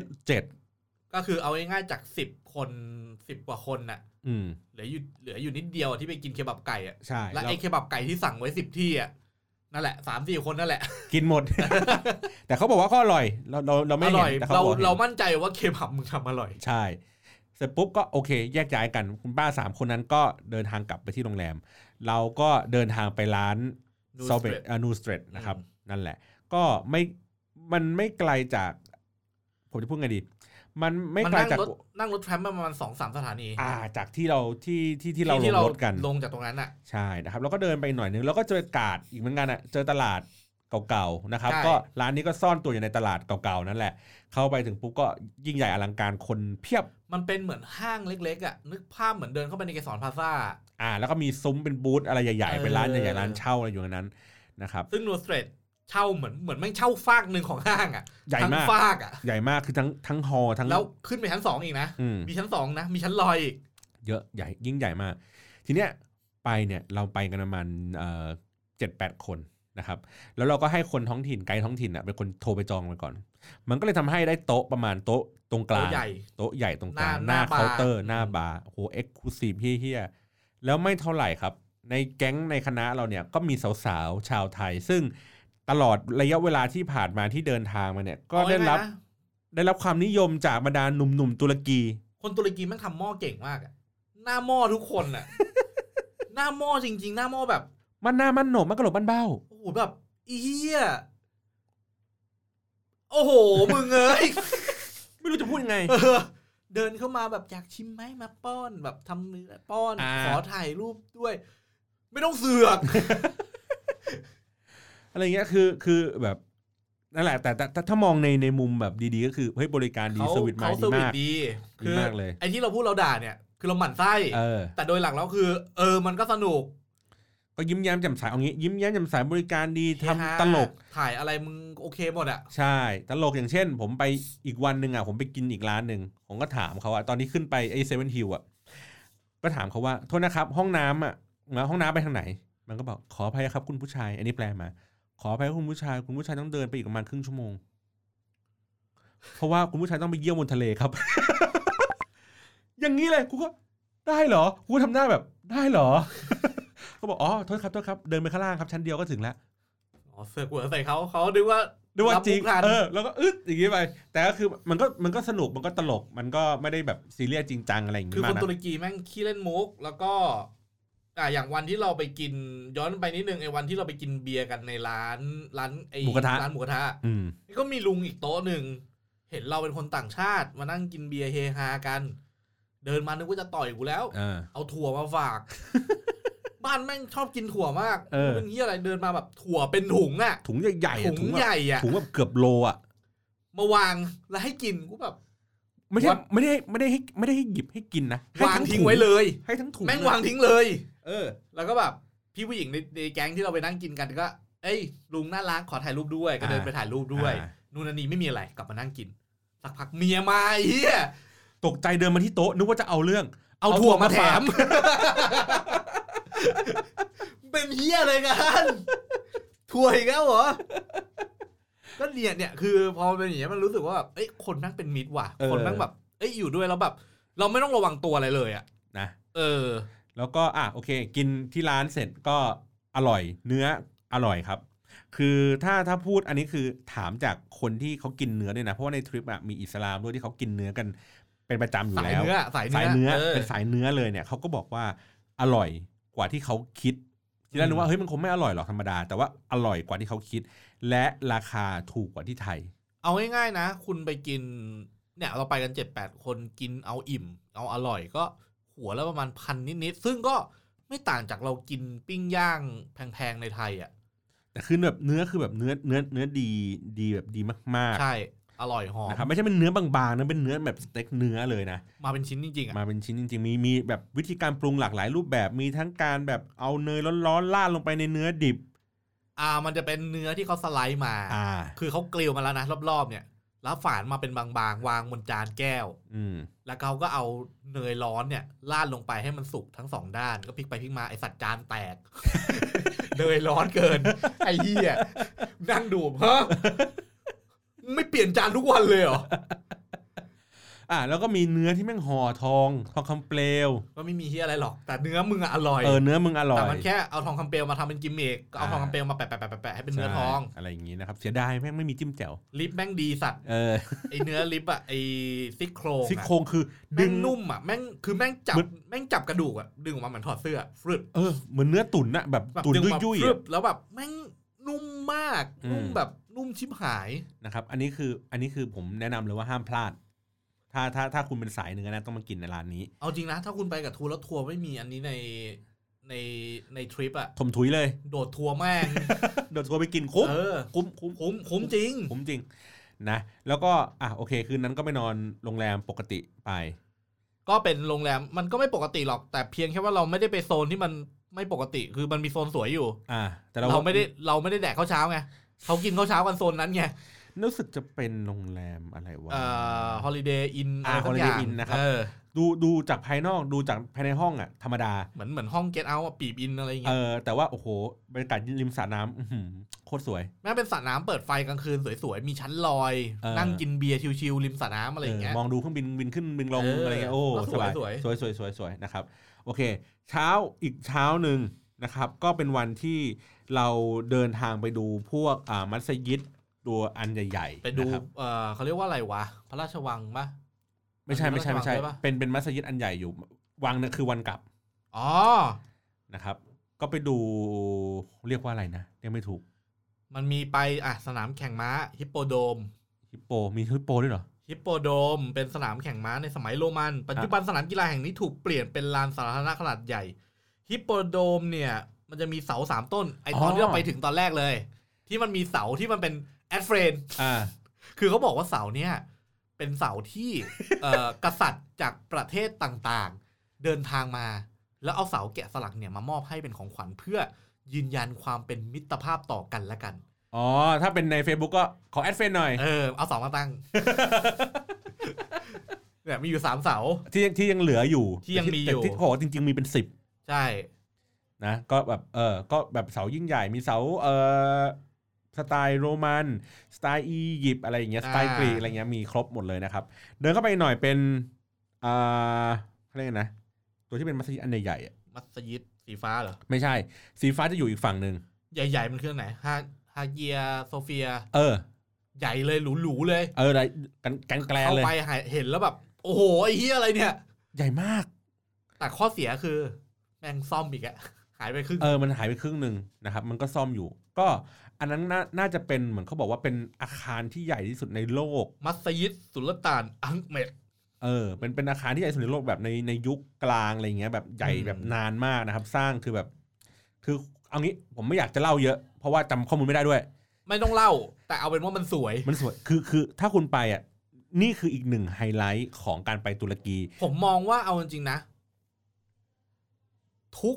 7 ก็คือเอาง่ายๆจาก10คน10กว่าคนน่ะเหลืออยู่นิดเดียวที่ไปกินเคบับไก่ใช่แล้วไอ้เคบับไก่ที่สั่งไว้10ที่นั่นแหละ 3-4 คนนั่นแหละกินหมด แต่เขาบอกว่าก็อร่อยเราไม่เห็นแต่เรามั่นใจว่าเคบับมึงทำอร่อยใช่เสร็จปุ๊บก็โอเคแยกย้ายกันคุณป้า3คนนั้นก็เดินทางกลับไปที่โรงแรมเราก็เดินทางไปร้านซอเบตนูสเตรทนะครับนั่นแหละก็มันไม่ไกลจากผมจะพูดไงดีมันไม่ไกลจากนั่งรถแทรมประมาณ 2-3 สถานีจากที่เราที่เราลงรถกันลงจากตรงนั้นใช่นะครับแล้วก็เดินไปหน่อยนึงแล้วก็เจอกาดอีกเหมือนกันเจอตลาดเก่าๆนะครับก็ร้านนี้ก็ซ่อนตัวอยู่ในตลาดเก่าๆนั่นแหละเข้าไปถึงปุ๊บก็ยิ่งใหญ่อลังการคนเพียบมันเป็นเหมือนห้างเล็กๆนึกภาพเหมือนเดินเข้าไปในเกสรพลาซ่าแล้วก็มีซุ้มเป็นบูธอะไรใหญ่ๆเป็นร้านใหญ่ๆร้านเช่าอะไรอยู่ในนั้นนะครับซึ่งนูสเตรทเช่าเหมือนไม่เช่าฟากนึงของห้างใหญ่มากฟากใหญ่มากคือทั้งฮอลทั้งแล้วขึ้นไปชั้น2อีกนะมีชั้น2นะมีชั้นลอยอีกเยอะใหญ่ยิ่งใหญ่มากทีเนี้ยไปเนี่ยเราไปกันประมาณ7-8 คนนะครับแล้วเราก็ให้คนท้องถิ่นไกด์ท้องถิ่นเป็นคนโทรไปจองไปก่อนมันก็เลยทำให้ได้โต๊ะประมาณโต๊ะตรงกลางโต๊ะใหญ่ตรงกลางหน้าเคาน์เตอร์หน้าบาร์โหเอ็กซ์คลูซีฟเฮี้ยแล้วไม่เท่าไหร่ครับในแก๊งในคณะเราเนี่ยก็มีสาวๆชาวไทยซึ่งตลอดระยะเวลาที่ผ่านมาที่เดินทางมาเนี่ยก็ได้รับความนิยมจากบรรดาหนุ่มๆตุรกีคนตุรกีมันทำหม้อเก่งมากหน้าหม้อทุกคนหน้าหม้อจริงๆหน้าหม้อแบบมันหน้ามันโหนกมันกระโหลกมันเบ้าโอ้โหแบบเอี้ยโอ้โหมึงเอ้ยไม่รู้จะพูดยังไงเดินเข้ามาแบบอยากชิมไหมมาป้อนแบบทำเนื้อป้อนขอถ่ายรูปด้วยไม่ต้องเสือกอะไรเงี้ยคือแบบนั่นแหละแต่ถ้ามองในมุมแบบดีๆก็คือเฮ้ยบริการดีเซอร์วิสมาดีมากคือไอ้ที่เราพูดเราด่าเนี่ยคือเราหมั่นไส้แต่โดยหลักแล้วคือมันก็สนุกก็ยิ้มแย้มแจ่มใสเอางี้ยิ้มแย้มแจ่มใสบริการดีทำตลกถ่ายอะไรมึงโอเคหมดใช่ตลกอย่างเช่นผมไปอีกวันนึงผมไปกินอีกร้านนึงผมก็ถามเขาตอนนี้ขึ้นไปไอ้เซเว่นฮิลก็ถามเขาว่าโทษนะครับห้องน้ำอ่ะห้องน้ำไปทางไหนมันก็บอกขออภัยครับคุณผู้ชายอันนี้แปลมาขออภัยคุณผู้ชายต้องเดินไปอีกประมาณครึ่งชั่วโมงเพราะว่าคุณผู้ชายต้องไปเยี่ยมบนทะเลครับ อย่างนี้เลยกูก็ได้เหรอกูทำหน้าแบบได้เหรอ เขาบอกอ๋อโทษครับเดินไปข้างล่างครับชั้นเดียวก็ถึงแล้วอ๋อเสือกหัวใส่เขาดูว่าจริงแล้วก็อย่างนี้ไปแต่ก็คือมันก็สนุกมันก็ตลกมันก็ไม่ได้แบบซีเรียสจริงจังอะไรอย่างงี้คือคนตุรกีแม่งขี้เล่นมุกแล้วก็อย่างวันที่เราไปกินย้อนไปนิดนึงไอ้วันที่เราไปกินเบียร์กันในร้านไอ้ร้านหมูกระทะก็มีลุงอีกโต๊ะนึงเห็นเราเป็นคนต่างชาติมานั่งกินเบียร์เฮฮากันเดินมานึกว่าจะต่อยกูแล้วเอาถั่วมาฝาก บ้านแม่งชอบกินถั่วมากเป็นเหี้ยอะไรเดินมาแบบถั่วเป็นถุงอ่ะถุงใหญ่ๆถุงใหญ่อ่ะถุงแบบเกือบโลอ่ะมาวางแล้วให้กินกูแบบไม่ได้ให้หยิบให้กินนะวางทิ้งไว้เลยให้ทั้งถุงแม่งวางทิ้งเลยแล้วก็แบบพี่ผู้หญิงในแก๊งที่เราไปนั่งกินกันก็เอ้ยลุงน่ารักขอถ่ายรูปด้วยก็เดินไปถ่ายรูปด้วยนู่นนี่ไม่มีอะไรกลับมานั่งกินสักพักเมียมาเหี้ยตกใจเดินมาที่โต๊ะนึกว่าจะเอาเรื่องเอาถั่วมาแถมเป็นเหี้ยอะไรกันถั่วอีกแล้วเหรอก็เนี่ยคือพอเป็นอย่างนี้มันรู้สึกว่าแบบเอ้ยคนนั่งเป็นมิตรว่ะคนนั่งแบบเอ้ยอยู่ด้วยแล้วแบบเราไม่ต้องระวังตัวอะไรเลยอ่ะนะแล้วก็โอเคกินที่ร้านเสร็จก็อร่อยเนื้ออร่อยครับคือถ้าพูดอันนี้คือถามจากคนที่เขากินเนื้อด้วยนะเพราะว่าในทริปมีอิสลามด้วยที่เขากินเนื้อกันเป็นประจำอยู่แล้วสายเนื้อเป็นสายเนื้อเลยเนี่ยเขาก็บอกว่าอร่อยกว่าที่เขาคิดทีแรกนึกว่าเฮ้ยมันคงไม่อร่อยหรอกธรรมดาแต่ว่าอร่อยกว่าที่เขาคิดและราคาถูกกว่าที่ไทยเอาง่ายๆนะคุณไปกินเนี่ยเราไปกัน 7-8 คนกินเอาอิ่มเอาอร่อยก็หัวละประมาณ1,000นิดๆซึ่งก็ไม่ต่างจากเรากินปิ้งย่างแพงๆในไทยอ่ะแต่คือแบบเนื้อคือแบบเนื้อดีแบบดีมากๆใช่อร่อยหอมนะครับไม่ใช่เป็นเนื้อบางๆนะเป็นเนื้อแบบสเต็กเนื้อเลยนะมาเป็นชิ้นจริงๆอ่ะมาเป็นชิ้นจริงๆมีแบบวิธีการปรุงหลากหลายรูปแบบมีทั้งการแบบเอาเนยร้อนๆราดลงไปในเนื้อดิบมันจะเป็นเนื้อที่เขาสไลด์มาคือเขาเกลียวมาแล้วนะรอบๆเนี่ยแล้วฝานมาเป็นบางๆวางบนจานแก้วแล้วเขาก็เอาเนยร้อนเนี่ยราดลงไปให้มันสุกทั้ง2ด้านก็พลิกไปพลิกมาไอสัตว์จานแตก เนยร้อนเกินไอ้เหี้ยนั่งดูฮะไม่เปลี่ยนจานทุกวันเลยเหรอแล้วก็มีเนื้อที่แม่งห่อทองคำเปลวก็ไม่มีเหี้ยอะไรหรอกแต่เนื้อมึงอร่อยเนื้อมึงอร่อยแต่มันแค่เอาทองคำเปลวมาทำเป็นกิมมิคก็เอาทองคำเปลวมาแปะให้เป็นเนื้อทองอะไรอย่างงี้นะครับเสียดายแม่งไม่มีจิ้มแจ่วลิปแม่งดีสัตว์ไอเนื้อลิปไอซี่โครงคือดึงนุ่มแม่งคือแม่งจับกระดูกดึงออกมาเหมือนถอดเสื้อฟรึดเหมือนเนื้อตุ๋นแบบตุ๋นยุ่ยๆแล้วแบบแม่งนุ่มมากนุ่มแบบนุ่มชิบหายนะครับอันนี้คือผมแนะนำเลยว่าห้ามพลาดถ้าคุณเป็นสายเนื้อนะต้องมากินในร้านนี้เอาจริงนะถ้าคุณไปกับทัวร์แล้วทัวร์ไม่มีอันนี้ในทริปถมถุยเลยโดดทัวร์แม่งโดดทัวร์ไปกินคุ้มจริงนะแล้วก็โอเคคืนนั้นก็ไปนอนโรงแรมปกติไปก็เป็นโรงแรมมันก็ไม่ปกติหรอกแต่เพียงแค่ว่าเราไม่ได้ไปโซนที่มันไม่ปกติคือมันมีโซนสวยอยู่แต่เราไม่ได้แดกข้าวเช้าไงเขากินข้าวเช้ากันโซนนั้นไงรู้สึกจะเป็นโรงแรมอะไรวะ Holiday Inn Holiday Inn นะครับดูจากภายนอกดูจากภายในห้องธรรมดาเหมือนห้อง Get Out ปีบอินอะไรอย่างเงี้ยแต่ว่าโอ้โหบรรยากาศริมสระน้ำโคตรสวยแม้เป็นสระน้ำเปิดไฟกลางคืนสวยๆมีชั้นลอยนั่งกินเบียร์ชิลๆริมสระน้ำอะไรอย่างเงี้ยมองดูเครื่องบินขึ้นบินลงอะไรเงี้ยโอ้สวยนะครับโอเคอีกเช้านึงนะครับก็เป็นวันที่เราเดินทางไปดูพวกมัสยิดตัวอันใหญ่ๆไปดูเขาเรียกว่าอะไรวะพระราชวังปะไม่ใช่เป็นมัสยิดอันใหญ่อยู่วังเนี่ยคือวันกลับนะครับก็ไปดูเรียกว่าอะไรนะเรียกไม่ถูกมันมีไปสนามแข่งม้าฮิปโปโดมมีฮิปโปด้วยเหรอฮิปโปโดมเป็นสนามแข่งม้าในสมัยโรมันปัจจุบันสนามกีฬาแห่งนี้ถูกเปลี่ยนเป็นลานสาธารณะขนาดใหญ่ฮิปโปโดมเนี่ยมันจะมีเสา3ต้นไอตอนที่เราไปถึงตอนแรกเลยที่มันมีเสาที่มันเป็นแอดเฟรนคือเขาบอกว่าเสาเนี่ยเป็นเสาที่กษัตริย์จากประเทศต่างๆเดินทางมาแล้วเอาเสาแกะสลักเนี่ยมามอบให้เป็นของขวัญเพื่อยืนยันความเป็นมิตรภาพต่อกันและกันถ้าเป็นใน Facebook ก็ขอแอดเฟรนหน่อยเอา2มาตั้งเนี่ยมีอยู่3เสาที่ยังเหลืออยู่ที่ยังมีอยู่ที่โหจริงๆมีเป็น10 ใช่นะก็แบบก็แบบเสายิ่งใหญ่มีเสาสไตล์โรมันสไตล์อียิปต์อะไรอย่างเงี้ยสไตล์กรีกอะไรเงี้ยมีครบหมดเลยนะครับเดินเข้าไปหน่อยเป็นเขาเรียกนะตัวที่เป็นมัสยิดอันใหญ่ๆมัสยิดสีฟ้าเหรอไม่ใช่สีฟ้าจะอยู่อีกฝั่งนึงใหญ่ๆมันคือไหนฮาเกียโซเฟียใหญ่เลยหรูๆเลยอะไรกันแกลเลยเข้าไปเห็นแล้วแบบโอ้โหไอ้เหี้ยอะไรเนี่ยใหญ่มากแต่ข้อเสียคือแม่งซ่อมอีกอะหายไปครึ่งมันหายไปครึ่งนึงนะครับมันก็ซ่อมอยู่ก็อันนั้นน่าจะเป็นเหมือนเขาบอกว่าเป็นอาคารที่ใหญ่ที่สุดในโลกมัสยิดสุลต่านอังเมดเป็นอาคารที่ใหญ่สุดในโลกแบบในยุคกลางอะไรเงี้ยแบบใหญ่แบบนานมากนะครับสร้างคือเอางี้ผมไม่อยากจะเล่าเยอะเพราะว่าจำข้อมูลไม่ได้ด้วยไม่ต้องเล่าแต่เอาเป็นว่ามันสวยคือถ้าคุณไปอ่ะนี่คืออีกหนึ่งไฮไลท์ของการไปตุรกีผมมองว่าเอาจริงๆนะทุก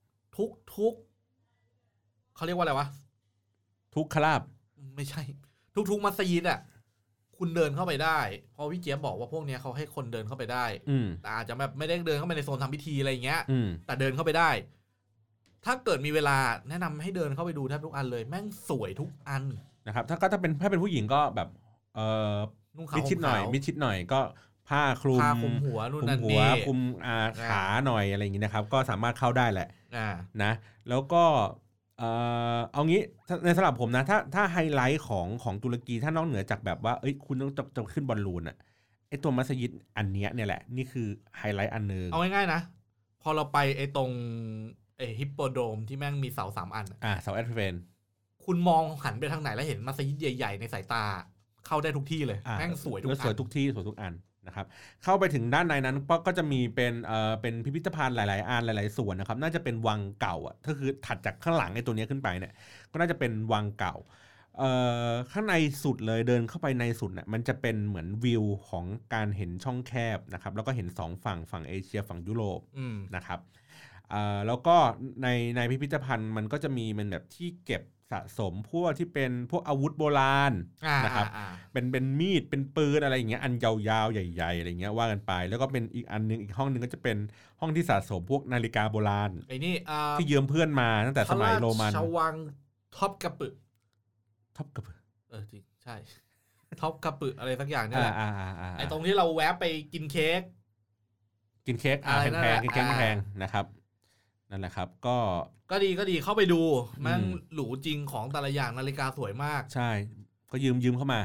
เขาเรียกว่าอะไรวะทุกคราบไม่ใช่ทุกมัสยิดอ่ะคุณเดินเข้าไปได้เพราะพี่เจี๊ยบบอกว่าพวกนี้เขาให้คนเดินเข้าไปได้แต่อาจจะแบบไม่ได้เดินเข้าไปในโซนทำพิธีอะไรอย่างเงี้ยแต่เดินเข้าไปได้ถ้าเกิดมีเวลาแนะนำให้เดินเข้าไปดูแทบทุกอันเลยแม่งสวยทุกอันนะครับถ้าเป็นผู้หญิงก็แบบมิดชิดหน่อยก็ผ้าคลุมหัวนู่นนั่นนี่คลุมขาหน่อยอะไรอย่างงี้นะครับก็สามารถเข้าได้แหละนะแล้วก็เอางี้ในสำหรับผมนะถ้าไฮไลท์ของตุรกีถ้านอกเหนือจากแบบว่าคุณต้องจะขึ้นบอลลูนอ่ะไอตัวมัสยิดอันเนี้ยเนี่ยแหละนี่คือไฮไลท์อันนึงเอาง่ายๆนะพอเราไปไอตรงฮิปโปโดมที่แม่งมีเสา3อันเสาแอดเวนคุณมองหันไปทางไหนแล้วเห็นมัสยิดใหญ่ๆในสายตาเข้าได้ทุกที่เลยแม่งสวยทุกอันสวยทุกที่สวยทุกอันนะครับเข้าไปถึงด้านในนั้นก็จะมีเป็นพิพิธภัณฑ์หลายๆอันหลายๆส่วนนะครับน่าจะเป็นวังเก่าอ่ะก็คือถัดจากข้างหลังไอ้ตัวนี้ขึ้นไปเนี่ยก็น่าจะเป็นวังเก่าข้างในสุดเลยเดินเข้าไปในสุดเนี่ยมันจะเป็นเหมือนวิวของการเห็นช่องแคบนะครับแล้วก็เห็น2ฝั่งเอเชียฝั่งยุโรปนะครับแล้วก็ในพิพิธภัณฑ์มันก็จะมีมันแบบที่เก็บสะสมพวกที่เป็นพวกอาวุธโบราณนะครับเป็นมีดเป็นปืนอะไรอย่างเงี้ยอันยาวๆใหญ่ๆอะไรเงี้ยว่ากันไปแล้วก็เป็นอีกอันนึงอีกห้องนึงก็จะเป็นห้องที่สะสมพวกนาฬิกาโบราณนี่ที่ยืมเพื่อนมาตั้งแต่สมัยโรมันชวังท็อปกระปึจริงใช่ท็อปกระปึอะไรสักอย่างนี่แหละไอตรงที่เราแวะไปกินเค้กแพงนะครับนั่นแหละครับก็ดีเข้าไปดูมันหรูจริงของแต่ละอย่างนาฬิกาสวยมากใช่ก็ยืมเข้ามา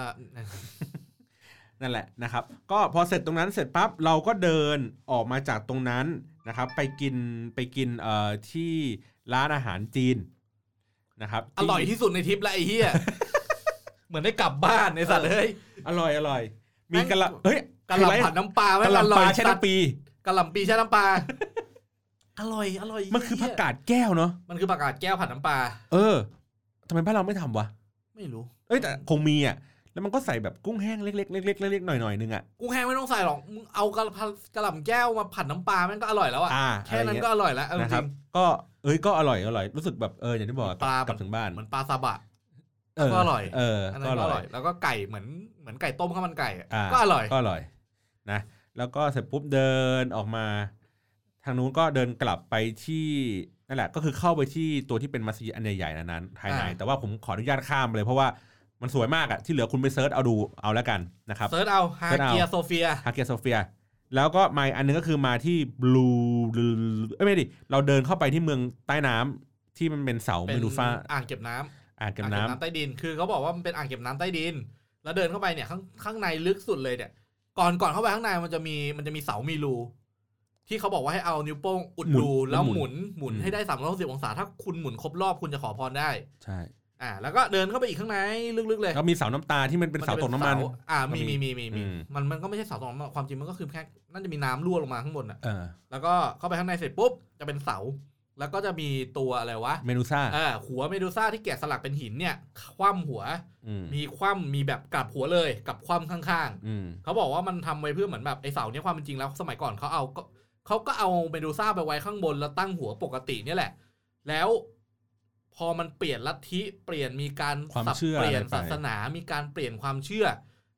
นั่นแหละนะครับก็พอเสร็จตรงนั้นเสร็จปั๊บเราก็เดินออกมาจากตรงนั้นนะครับไปกินที่ร้านอาหารจีนนะครับอร่อยที่สุดในทริปแล้วไอ้เหี้ยเหมือนได้กลับบ้านในสัตว์เฮ้ยอร่อยมีกะหล่ำผัดน้ำปลาไม่กะหล่ำปลาแช่น้ำปีกะหล่ำปีแช่น้ำปลาอร่อยมันคือผักกาดแก้วเนาะมันคือผักกาดแก้วผัดน้ำปลาทำไมบ้านเราไม่ทำวะไม่รู้แต่คงมีอ่ะแล้วมันก็ใส่แบบกุ้งแห้งเล็กๆหน่อยนึงอ่ะกุ้งแห้งไม่ต้องใส่หรอกมึงเอากะหล่ำแก้วมาผัดน้ำปลามันก็อร่อยแล้วอ่ะแค่นั้นก็อร่อยแล้วจริงก็อร่อยรู้สึกแบบอย่างที่บอกกลับถึงบ้านเหมือนปลาซาบะก็อร่อยอันนั้นก็อร่อยแล้วก็ไก่เหมือนไก่ต้มข้าวมันไก่ก็อร่อยนะแล้วก็เสร็จปุ๊บเดินออกมาทางนู้นก็เดินกลับไปที่นั่นแหละก็คือเข้าไปที่ตัวที่เป็นมัสยิดอันใหญ่ๆนั้นภายในแต่ว่าผมขออนุญาตข้ามเลยเพราะว่ามันสวยมากอ่ะที่เหลือคุณไปเซิร์ชเอาแล้วกันนะครับเซิร์ชเอาฮาเกียโซเฟียแล้วก็มาอันนึงก็คือมาที่บลูไม่ดิเราเดินเข้าไปที่เมืองใต้น้ำที่มันเป็นเสาเมดูซ่าอ่างเก็บน้ำใต้ดินคือเขาบอกว่ามันเป็นอ่างเก็บน้ำใต้ดินแล้วเดินเข้าไปเนี่ยข้างในลึกสุดเลยเนี่ยก่อนเข้าไปข้างในมันจะมีเสามีรูที่เขาบอกว่าให้เอานิ้วโป้งอุดรูแล้วหมุนให้ได้360องศาถ้าคุณหมุนครบรอบคุณจะขอพรได้ใช่แล้วก็เดินเข้าไปอีกข้างในลึกๆเลยก็มีเสาน้ำตาที่มันเป็นเสาตกน้ำมันมีมันก็ไม่ใช่เสาตกน้ำมันความจริงมันก็คือแค่น่าจะมีน้ำรั่วลงมาข้างบนแล้วก็เข้าไปข้างในเสร็จปุ๊บจะเป็นเสาแล้วก็จะมีตัวอะไรวะเมดูซ่าหัวเมดูซ่าที่แกะสลักเป็นหินเนี่ยคว่ำหัวมีแบบกลับหัวเลยกับคว่ำข้างๆเขาบอกว่ามันทำไว้เพื่อเหมือนแบบไอเสาเนี่ยความเป็นจริงแล้วสมัยก่อนเขาก็เอาเมดูซ่าไปไว้ข้างบนแล้วตั้งหัวปกติเนี่ยแหละแล้วพอมันเปลี่ยนลัทธิเปลี่ยนมีการสับเปลี่ยนศาสนามีการเปลี่ยนความเชื่อ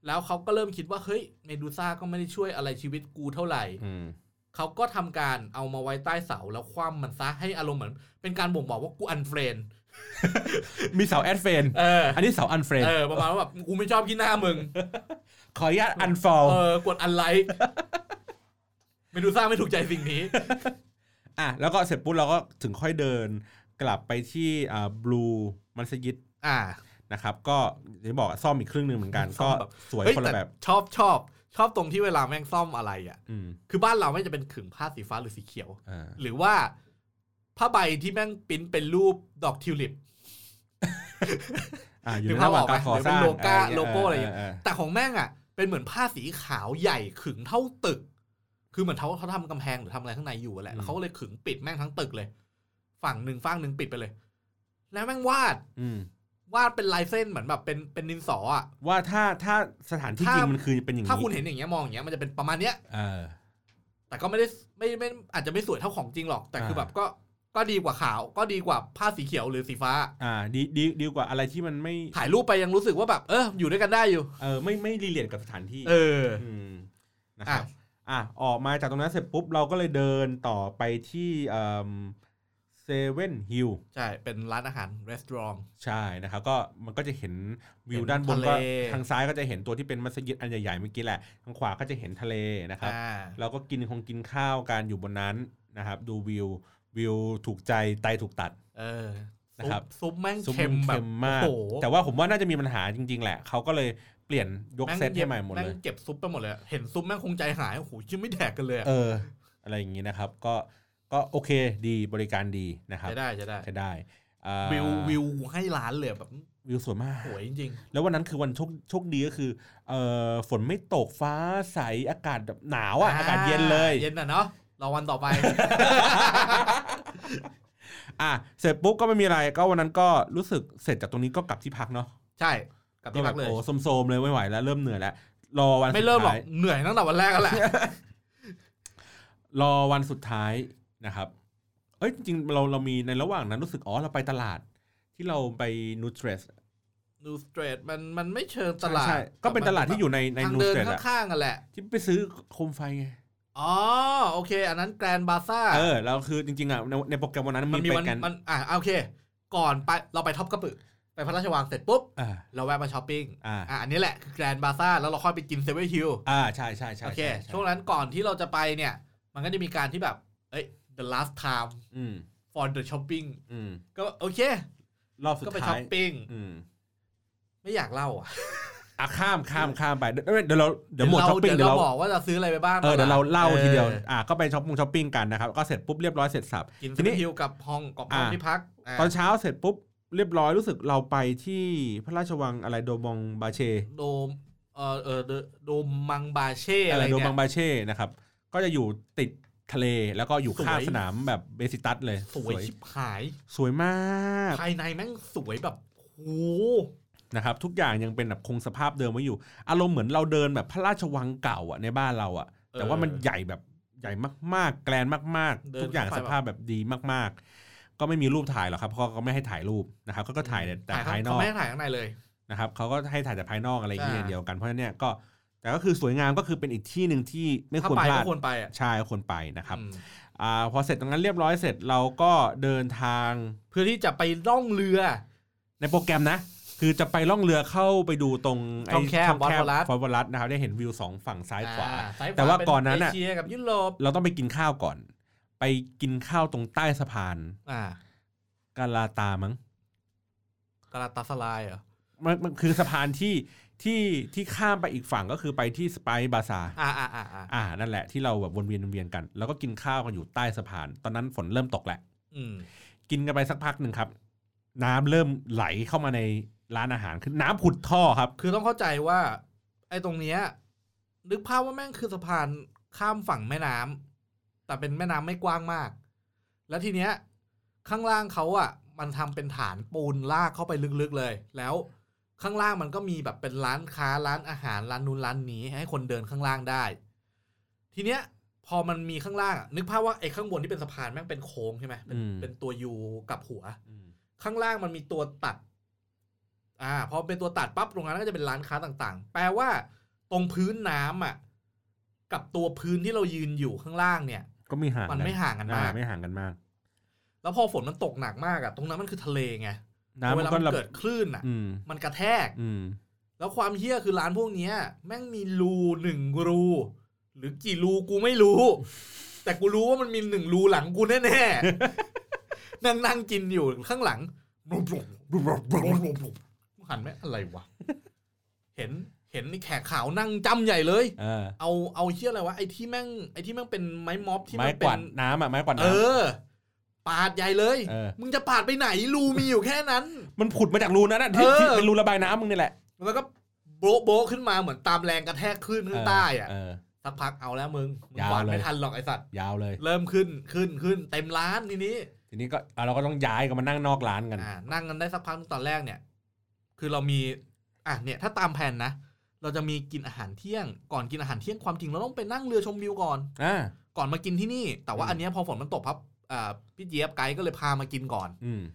แล้วเขาก็เริ่มคิดว่าเฮ้ยเมดูซ่าก็ไม่ได้ช่วยอะไรชีวิตกูเท่าไหร่เขาก็ทำการเอามาไว้ใต้เสาแล้วคว่ำมันซะให้อารมณ์เหมือนเป็นการบ่งบอกว่ากูอันเฟรนมีเสาแอดเฟรนอันนี้เสาอันเฟรนประมาณว่าแบบกูไม่ชอบขี้หน้ามึงขออนุญาตอันฟอลกดอันไลค์เมดูซ่าไม่ถูกใจสิ่งนี้แล้วก็เสร็จปุ๊บเราก็ถึงค่อยเดินกลับไปที่บลูมัสยิดนะครับก็จะบอกซ่อมอีกครึ่งนึงเหมือนกันก็สวยคนละแบบชอบตรงที่เวลาแม่งซ่อมอะไรอ่ะคือบ้านเราไม่จะเป็นขึงผ้าสีฟ้าหรือสีเขียวหรือว่าผ้าใบที่แม่งปิ้นเป็นรูปดอกทิวลิปอยู่ในระหว่างการก่อสร้างโลโก้อะไรอย่างเงี้ยแต่ของแม่งอ่ะเป็นเหมือนผ้าสีขาวใหญ่ขึงเท่าตึกคือเหมือนเขาทำกำแพงหรือทำอะไรข้างในอยู่แหละแล้วเขาก็เลยขึงปิดแม่งทั้งตึกเลยฝั่งหนึ่งปิดไปเลยแล้วแม่งวาดเป็นลายเส้นเหมือนแบบเป็นดินสออ่ะว่าถ้าสถานที่จริงมันคือเป็นอย่างนี้ถ้าคุณเห็นอย่างเงี้ยมองอย่างเงี้ยมันจะเป็นประมาณเนี้ยแต่ก็ไม่ได้ไม่อาจจะไม่สวยเท่าของจริงหรอกแต่คือแบบก็ดีกว่าขาวก็ดีกว่าผ้าสีเขียวหรือสีฟ้าดีกว่าอะไรที่มันไม่ถ่ายรูปไปยังรู้สึกว่าแบบอยู่ด้วยกันได้อยู่ไม่รีเลทกับสถานที่นะครับออกมาจากตรงนั้นเสร็จปุ๊บเราก็เลยเดินต่อไปที่เซเว่นฮิลใช่เป็นร้านอาหารรีสอร์ทใช่นะครับก็มันก็จะเห็นวิวด้านบนก็ทางซ้ายก็จะเห็นตัวที่เป็นมัสยิดอันใหญ่ๆเมื่อกี้แหละทางขวาก็จะเห็นทะเลนะครับเราก็กินข้าวกันอยู่บนนั้นนะครับดูวิวถูกใจไตถูกตัดนะครับซุปแม่งเค็มแบบมากแต่ว่าผมว่าน่าจะมีปัญหาจริงๆแหละเขาก็เลยเปลี่ยนยกเซตให้ใหม่หมดเลยแม่งเก็บซุปไปหมดเลยเห็นซุปแม่งคงใจหายโอ้โหยังไม่แดกกันเลยอะไรอย่างงี้นะครับก็โอเคดีบริการดีนะครับจะได้วิวให้ร้านเลยแบบวิวสวยมากสวยจริงๆแล้ววันนั้นคือวันโชคดีก็คือฝนไม่ตกฟ้าใสอากาศแบบหนาวอากาศเย็นเลยเย็นเนาะรอวันต่อไปเสร็จปุ๊บก็ไม่มีอะไรก็วันนั้นก็รู้สึกเสร็จจากตรงนี้ก็กลับที่พักเนาะใช่กลับที่พักเลยโอ้โซมๆเลยไม่ไหวแล้วเริ่มเหนื่อยแล้วรอวันไม่เริ่มหรอกเหนื่อยตั้งแต่วันแรกแล้วแหละรอวันสุดท้ายนะครับจริงๆเรามีในระหว่างนั้นรู้สึกเราไปตลาดที่เราไปนูเทรสมันไม่เชิงตลาดก็เป็นตลาดที่อยู่ในนูเทรสข้างๆกันแหละที่ไปซื้อโคมไฟไงโอเคอันนั้นแกรนด์บาซ่าแล้วคือจริงๆในโปรแกรมวันนั้นมันมีมันโอเคก่อนไปเราไปท็อปกระปึกไปพระราชวังเสร็จปุ๊บเราแวะมาช้อปปิ้งอันนี้แหละคือแกรนด์บาซ่าแล้วเราค่อยไปกินเซเว่นฮิลใช่โอเคช่วงนั้นก่อนที่เราจะไปเนี่ยมันก็จะมีการที่แบบthe last time for the shopping ก็โอเครอบสุดท้ายก็ไปช้อปปิ้งไม่อยากเล่าข้ามไปเดี๋ยวหมดช้อปปิ้งเดี๋ยวเราบอกว่าจะซื้ออะไรไปบ้างเดี๋ยวเราเล่าทีเดียวก็ไปช้อปปิ้งกันนะครับก็เสร็จปุ๊บเรียบร้อยเสร็จสับทีนี้ฮิวกับห้องที่พักตอนเช้าเสร็จปุ๊บเรียบร้อยรู้สึกเราไปที่พระราชวังอะไรโดมองบาเช่โดมังบาเช่อะไรโดมังบาเช่นะครับก็จะอยู่ติดทะเลแล้วก็อยู่ข้างสนามแบบเบสิตัสเลยสวยชิบหายสวยมากภายในแม่งสวยแบบโหนะครับทุกอย่างยังเป็นแบบคงสภาพเดิมไว้อยู่อารมณ์เหมือนเราเดินแบบพระราชวังเก่าในบ้านเราแต่ว่ามันใหญ่แบบใหญ่มากๆแกรนมากๆทุกอย่างสภาพแบบดีมากๆก็ไม่มีรูปถ่ายหรอกครับเพราะเขาไม่ให้ถ่ายรูปนะครับก็ถ่ายแต่ภายนอกเขาไม่ให้ถ่ายข้างในเลยนะครับเขาก็ให้ถ่ายแต่ภายนอกอะไรอย่างเดียวกันเพราะฉะนั้นเนี่ยก็แต่ก็คือสวยงามก็คือเป็นอีกที่นึงที่ไม่ควรพลาดใช่ควรไปนะครับพอเสร็จตรงนั้นเรียบร้อยเสร็จเราก็เดินทางเพื่อที่จะไปล่องเรือในโปรแกรมนะคือจะไปล่องเรือเข้าไปดูตรงช่องแคบฟอร์วอลัสนะครับได้เห็นวิว2ฝั่งซ้ายขวาแต่ว่าก่อนนั้นเอเชียกับยุโรปเราต้องไปกินข้าวก่อนไปกินข้าวตรงใต้สะพานกาลาตามั้งกาลาตาสลายเหรอมันคือสะพานที่ข้ามไปอีกฝั่งก็คือไปที่สไปบาซานั่นแหละที่เราแบบวนเวียนกันแล้วก็กินข้าวกันอยู่ใต้สะพานตอนนั้นฝนเริ่มตกแหละกินกันไปสักพักหนึ่งครับน้ำเริ่มไหลเข้ามาในร้านอาหารคือน้ำผุดท่อครับคือต้องเข้าใจว่าไอ้ตรงเนี้ยนึกภาพว่าแม่งคือสะพานข้ามฝั่งแม่น้ำแต่เป็นแม่น้ำไม่กว้างมากแล้วทีเนี้ยข้างล่างเขามันทำเป็นฐานปูนลากเข้าไปลึกๆเลยแล้วข้างล่างมันก็มีแบบเป็นร้านค้าร้านอาหารร้านนู้นร้านนี้ให้คนเดินข้างล่างได้ทีเนี้ยพอมันมีข้างล่างนึกภาพว่าไอ้ข้างบนที่เป็นสะพานแม่งเป็นโค้งใช่ไหมเป็นตัวยูกับหัวข้างล่างมันมีตัวตัดพอเป็นตัวตัดปั๊บตรงนั้นก็จะเป็นร้านค้าต่างๆแปลว่าตรงพื้นน้ำอ่ะกับตัวพื้นที่เรายืนอยู่ข้างล่างเนี่ยก็มีห่างมันไม่ห่างกันมากไม่ห่างกันมากแล้วพอฝนมันตกหนักมากอ่ะตรงนั้นมันคือทะเลไงเวลามันเกิดคลื่นอ่ะมันกระแทกแล้วความเหี้ยคือร้านพวกนี้แม่งมีรู1รูหรือกี่รูกูไม่รู้แต่กูรู้ว่ามันมี1รูหลังกูแน่ๆนั่งกินอยู่ข้างหลังหันไหมอะไรวะเห็นนี่แขกขาวนั่งจ้ำใหญ่เลยเอาเหี้ยอะไรวะไอ้ที่แม่งเป็นไม้ม็อบที่มันเป็นไม้กวาดน้ำไม้กวาดน้ำปาดใหญ่เลยมึงจะปาดไปไหนรูมีอยู่แค่นั้นมันผุดมาจากรูนั้นที่เป็นรูระบายน้ำมึงนี่แหละแล้วก็โบะขึ้นมาเหมือนตามแรงกระแทกขึ้นข้างใต้อ่ะสักพักเอาแล้วมึงกวาดไม่ทันหรอกไอ้สัตว์ยาวเลยเริ่มขึ้นเต็มร้านทีนี้ก็เราก็ต้องย้ายกันมานั่งนอกร้านกันนั่งกันได้สักพักตอนแรกเนี่ยคือเรามีเนี่ยถ้าตามแผนนะเราจะมีกินอาหารเที่ยงก่อนกินอาหารเที่ยงความจริงเราต้องไปนั่งเรือชมวิวก่อนก่อนมากินที่นี่แต่ว่าอันนี้พอฝนมันตกครับพี่เจี๊ยบไกด์ก็เลยพามากินก่อน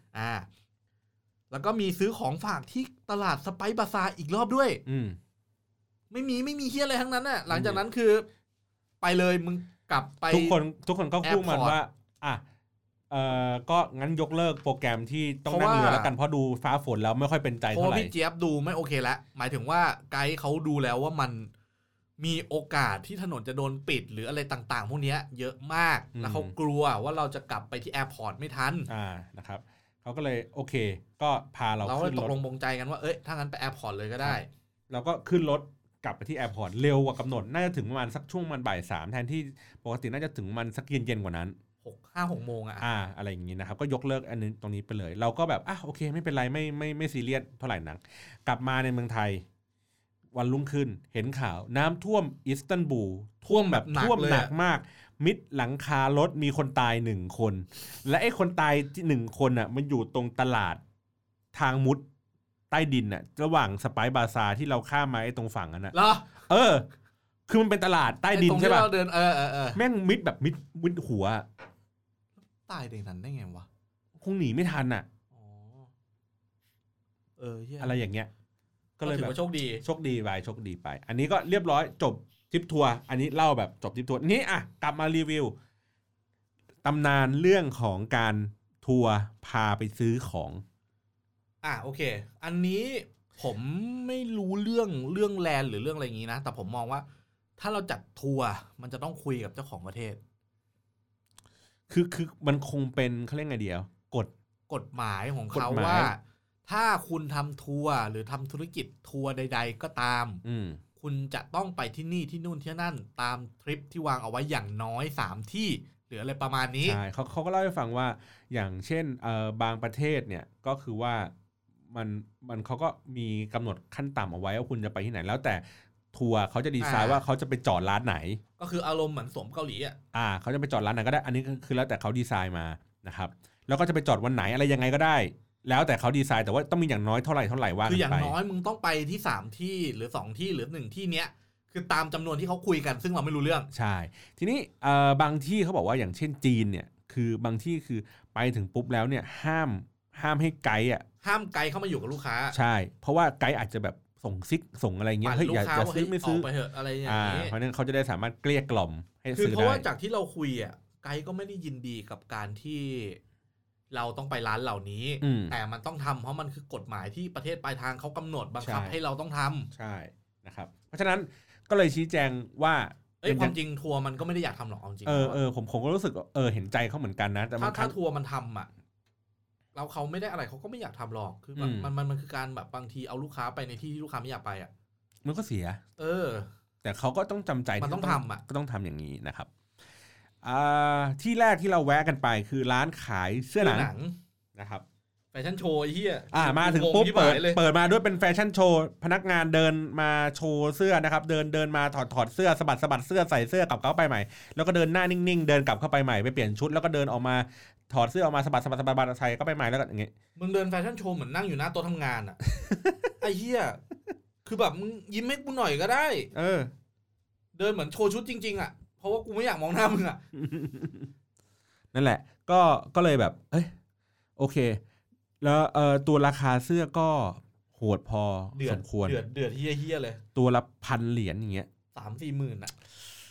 แล้วก็มีซื้อของฝากที่ตลาดสไปซ์บาซาร์อีกรอบด้วยไม่มีเฮี้ยอะไรทั้งนั้นน่ะหลังจากนั้นคือไปเลยมึงกลับไปทุกคนก็พูดมันว่าก็งั้นยกเลิกโปรแกรมที่ต้องนั่งเรือแล้วกันเพราะดูฟ้าฝนแล้วไม่ค่อยเป็นใจเท่าไหร่เพราะพี่เจี๊ยบดูไม่โอเคแล้วหมายถึงว่าไกด์เขาดูแล้วว่ามันมีโอกาสที่ถนนจะโดนปิดหรืออะไรต่างๆพวกนี้เยอะมากแล้วเขากลัวว่าเราจะกลับไปที่แอร์พอร์ตไม่ทันนะครับเขาก็เลยโอเคก็พาเราขึ้นรถตกลงปรงใจกันว่าถ้างั้นไปแอร์พอร์ตเลยก็ได้เราก็ขึ้นรถกลับไปที่แอร์พอร์ตเร็วกว่ากำหนดน่าจะถึงประมาณสักช่วงมันบ่าย3แทนที่ปกติน่าจะถึงมันสักเย็นกว่านั้น 5-6 โมงอะไรอย่างงี้นะครับก็ยกเลิกอันนี้ตรงนี้ไปเลยเราก็แบบโอเคไม่เป็นไรไม่ซีเรียสเท่าไหร่นักกลับมาในเมืองไทยวันรุ่งขึ้นเห็นข่าวน้ำท่วมอิสตันบูลท่วมแบบท่วมหนักมากมิดหลังคารถมีคนตาย1คนและไอ้คนตาย1คนมันอยู่ตรงตลาดทางมุดใต้ดินระหว่างสไปซ์บาซาร์ที่เราข้ามมาไอ้ตรงฝั่งนั้นเหรอคือมันเป็นตลาดใต้ดินใช่ป่ะแม่งมิดแบบมิดหัวตายได้นั้นได้ไงวะคงหนีไม่ทันอะไรอย่างเงี้ยก็เลยแบบโชคดีไปอันนี้ก็เรียบร้อยจบทริปทัวร์อันนี้เล่าแบบจบทริปทัวร์นี้กลับมารีวิวตำนานเรื่องของการทัวร์พาไปซื้อของโอเคอันนี้ผมไม่รู้เรื่องแลนด์หรือเรื่องอะไรอย่างนี้นะแต่ผมมองว่าถ้าเราจัดทัวร์มันจะต้องคุยกับเจ้าของประเทศคือมันคงเป็นเขาเรียกไงเดียวกฎหมายของเขาว่าถ้าคุณทำทัวร์หรือทำธุรกิจทัวร์ใดๆก็ตามคุณจะต้องไปที่นี่ที่นู่นที่นั่นตามทริปที่วางเอาไว้อย่างน้อย3ที่หรืออะไรประมาณนี้ใช่เขาก็เล่าให้ฟังว่าอย่างเช่นบางประเทศเนี่ยก็คือว่ามันเขาก็มีกำหนดขั้นต่ำเอาไว้ว่าคุณจะไปที่ไหนแล้วแต่ทัวร์เขาจะดีไซน์ว่าเขาจะไปจอดร้านไหนก็คืออารมณ์เหมือนสมเกาหลีเขาจะไปจอดร้านไหนก็ได้อันนี้คือแล้วแต่เขาดีไซน์มานะครับแล้วก็จะไปจอดวันไหนอะไรยังไงก็ได้แล้วแต่เขาดีไซน์แต่ว่าต้องมีอย่างน้อยเท่าไหร่ว่าคืออย่างน้อยมึงต้องไปที่3ที่หรือ2ที่หรือ1ที่เนี้ยคือตามจำนวนที่เขาคุยกันซึ่งเราไม่รู้เรื่องใช่ทีนี้บางที่เขาบอกว่าอย่างเช่นจีนเนี่ยคือบางที่คือไปถึงปุ๊บแล้วเนี่ยห้ามให้ไกด์ห้ามไกด์เข้ามาอยู่กับลูกค้าใช่เพราะว่าไกด์อาจจะแบบส่งซิกส่งอะไรเงี้ยเฮ้ยอย่าซื้อไม่ซื้อไปเถอะอะไรอย่างนี้เพราะนั้นเขาจะได้สามารถเกลี้ยกล่อมให้ซื้อได้คือเพราะว่าจากที่เราคุยไกด์ก็ไม่ได้ยินดีกับการที่เราต้องไปร้านเหล่านี้แต่มันต้องทำเพราะมันคือกฎหมายที่ประเทศปลายทางเขากำหนดบังคับให้เราต้องทำใช่นะครับเพราะฉะนั้นก็เลยชี้แจงว่าความจริงทัวร์มันก็ไม่ได้อยากทำหรอกจริงผมก็รู้สึกเห็นใจเขาเหมือนกันนะแต่ถ้าทัวร์มันทำแล้วเขาไม่ได้อะไรเขาก็ไม่อยากทำหรอกคือมันคือการแบบบางทีเอาลูกค้าไปในที่ที่ลูกค้าไม่อยากไปมันก็เสียแต่เขาก็ต้องจำใจมันต้องทำก็ต้องทำอย่างนี้นะครับที่แรกที่เราแวะกันไปคือร้านขายเสื้อหนังนะครับแฟชั่นโชว์ไอ้เหี้ยมาถึงปุ๊บเปิดมาด้วยเป็นแฟชั่นโชว์พนักงานเดินมาโชว์เสื้อนะครับเดินมาถอดเสื้อสะบัดเสื้อใส่เสื้อกลับเข้าไปใหม่แล้วก็เดินหน้านิ่งๆเดินกลับเข้าไปใหม่ไปเปลี่ยนชุดแล้วก็เดินออกมาถอดเสื้อออกมาสะบัดใส่ก็ไปใหม่แล้วก็อย่างเงี้ยมึงเดินแฟชั่นโชว์เหมือนนั่งอยู่หน้าโต๊ะทำงานไอ้เหี้ยคือแบบมึงยิ้มให้กูหน่อยก็ได้เดินเหมือนโชว์ชุดจริงๆเพราะว่ากูไม่อยากมองหน้ามึงนั่นแหละก็เลยแบบโอเคแล้วตัวราคาเสื้อก็โหดพอสมควรเดือดเฮี้ยเลยตัวละ1,000 เหรียญอย่างเงี้ย 3-4 หมื่นอ่ะ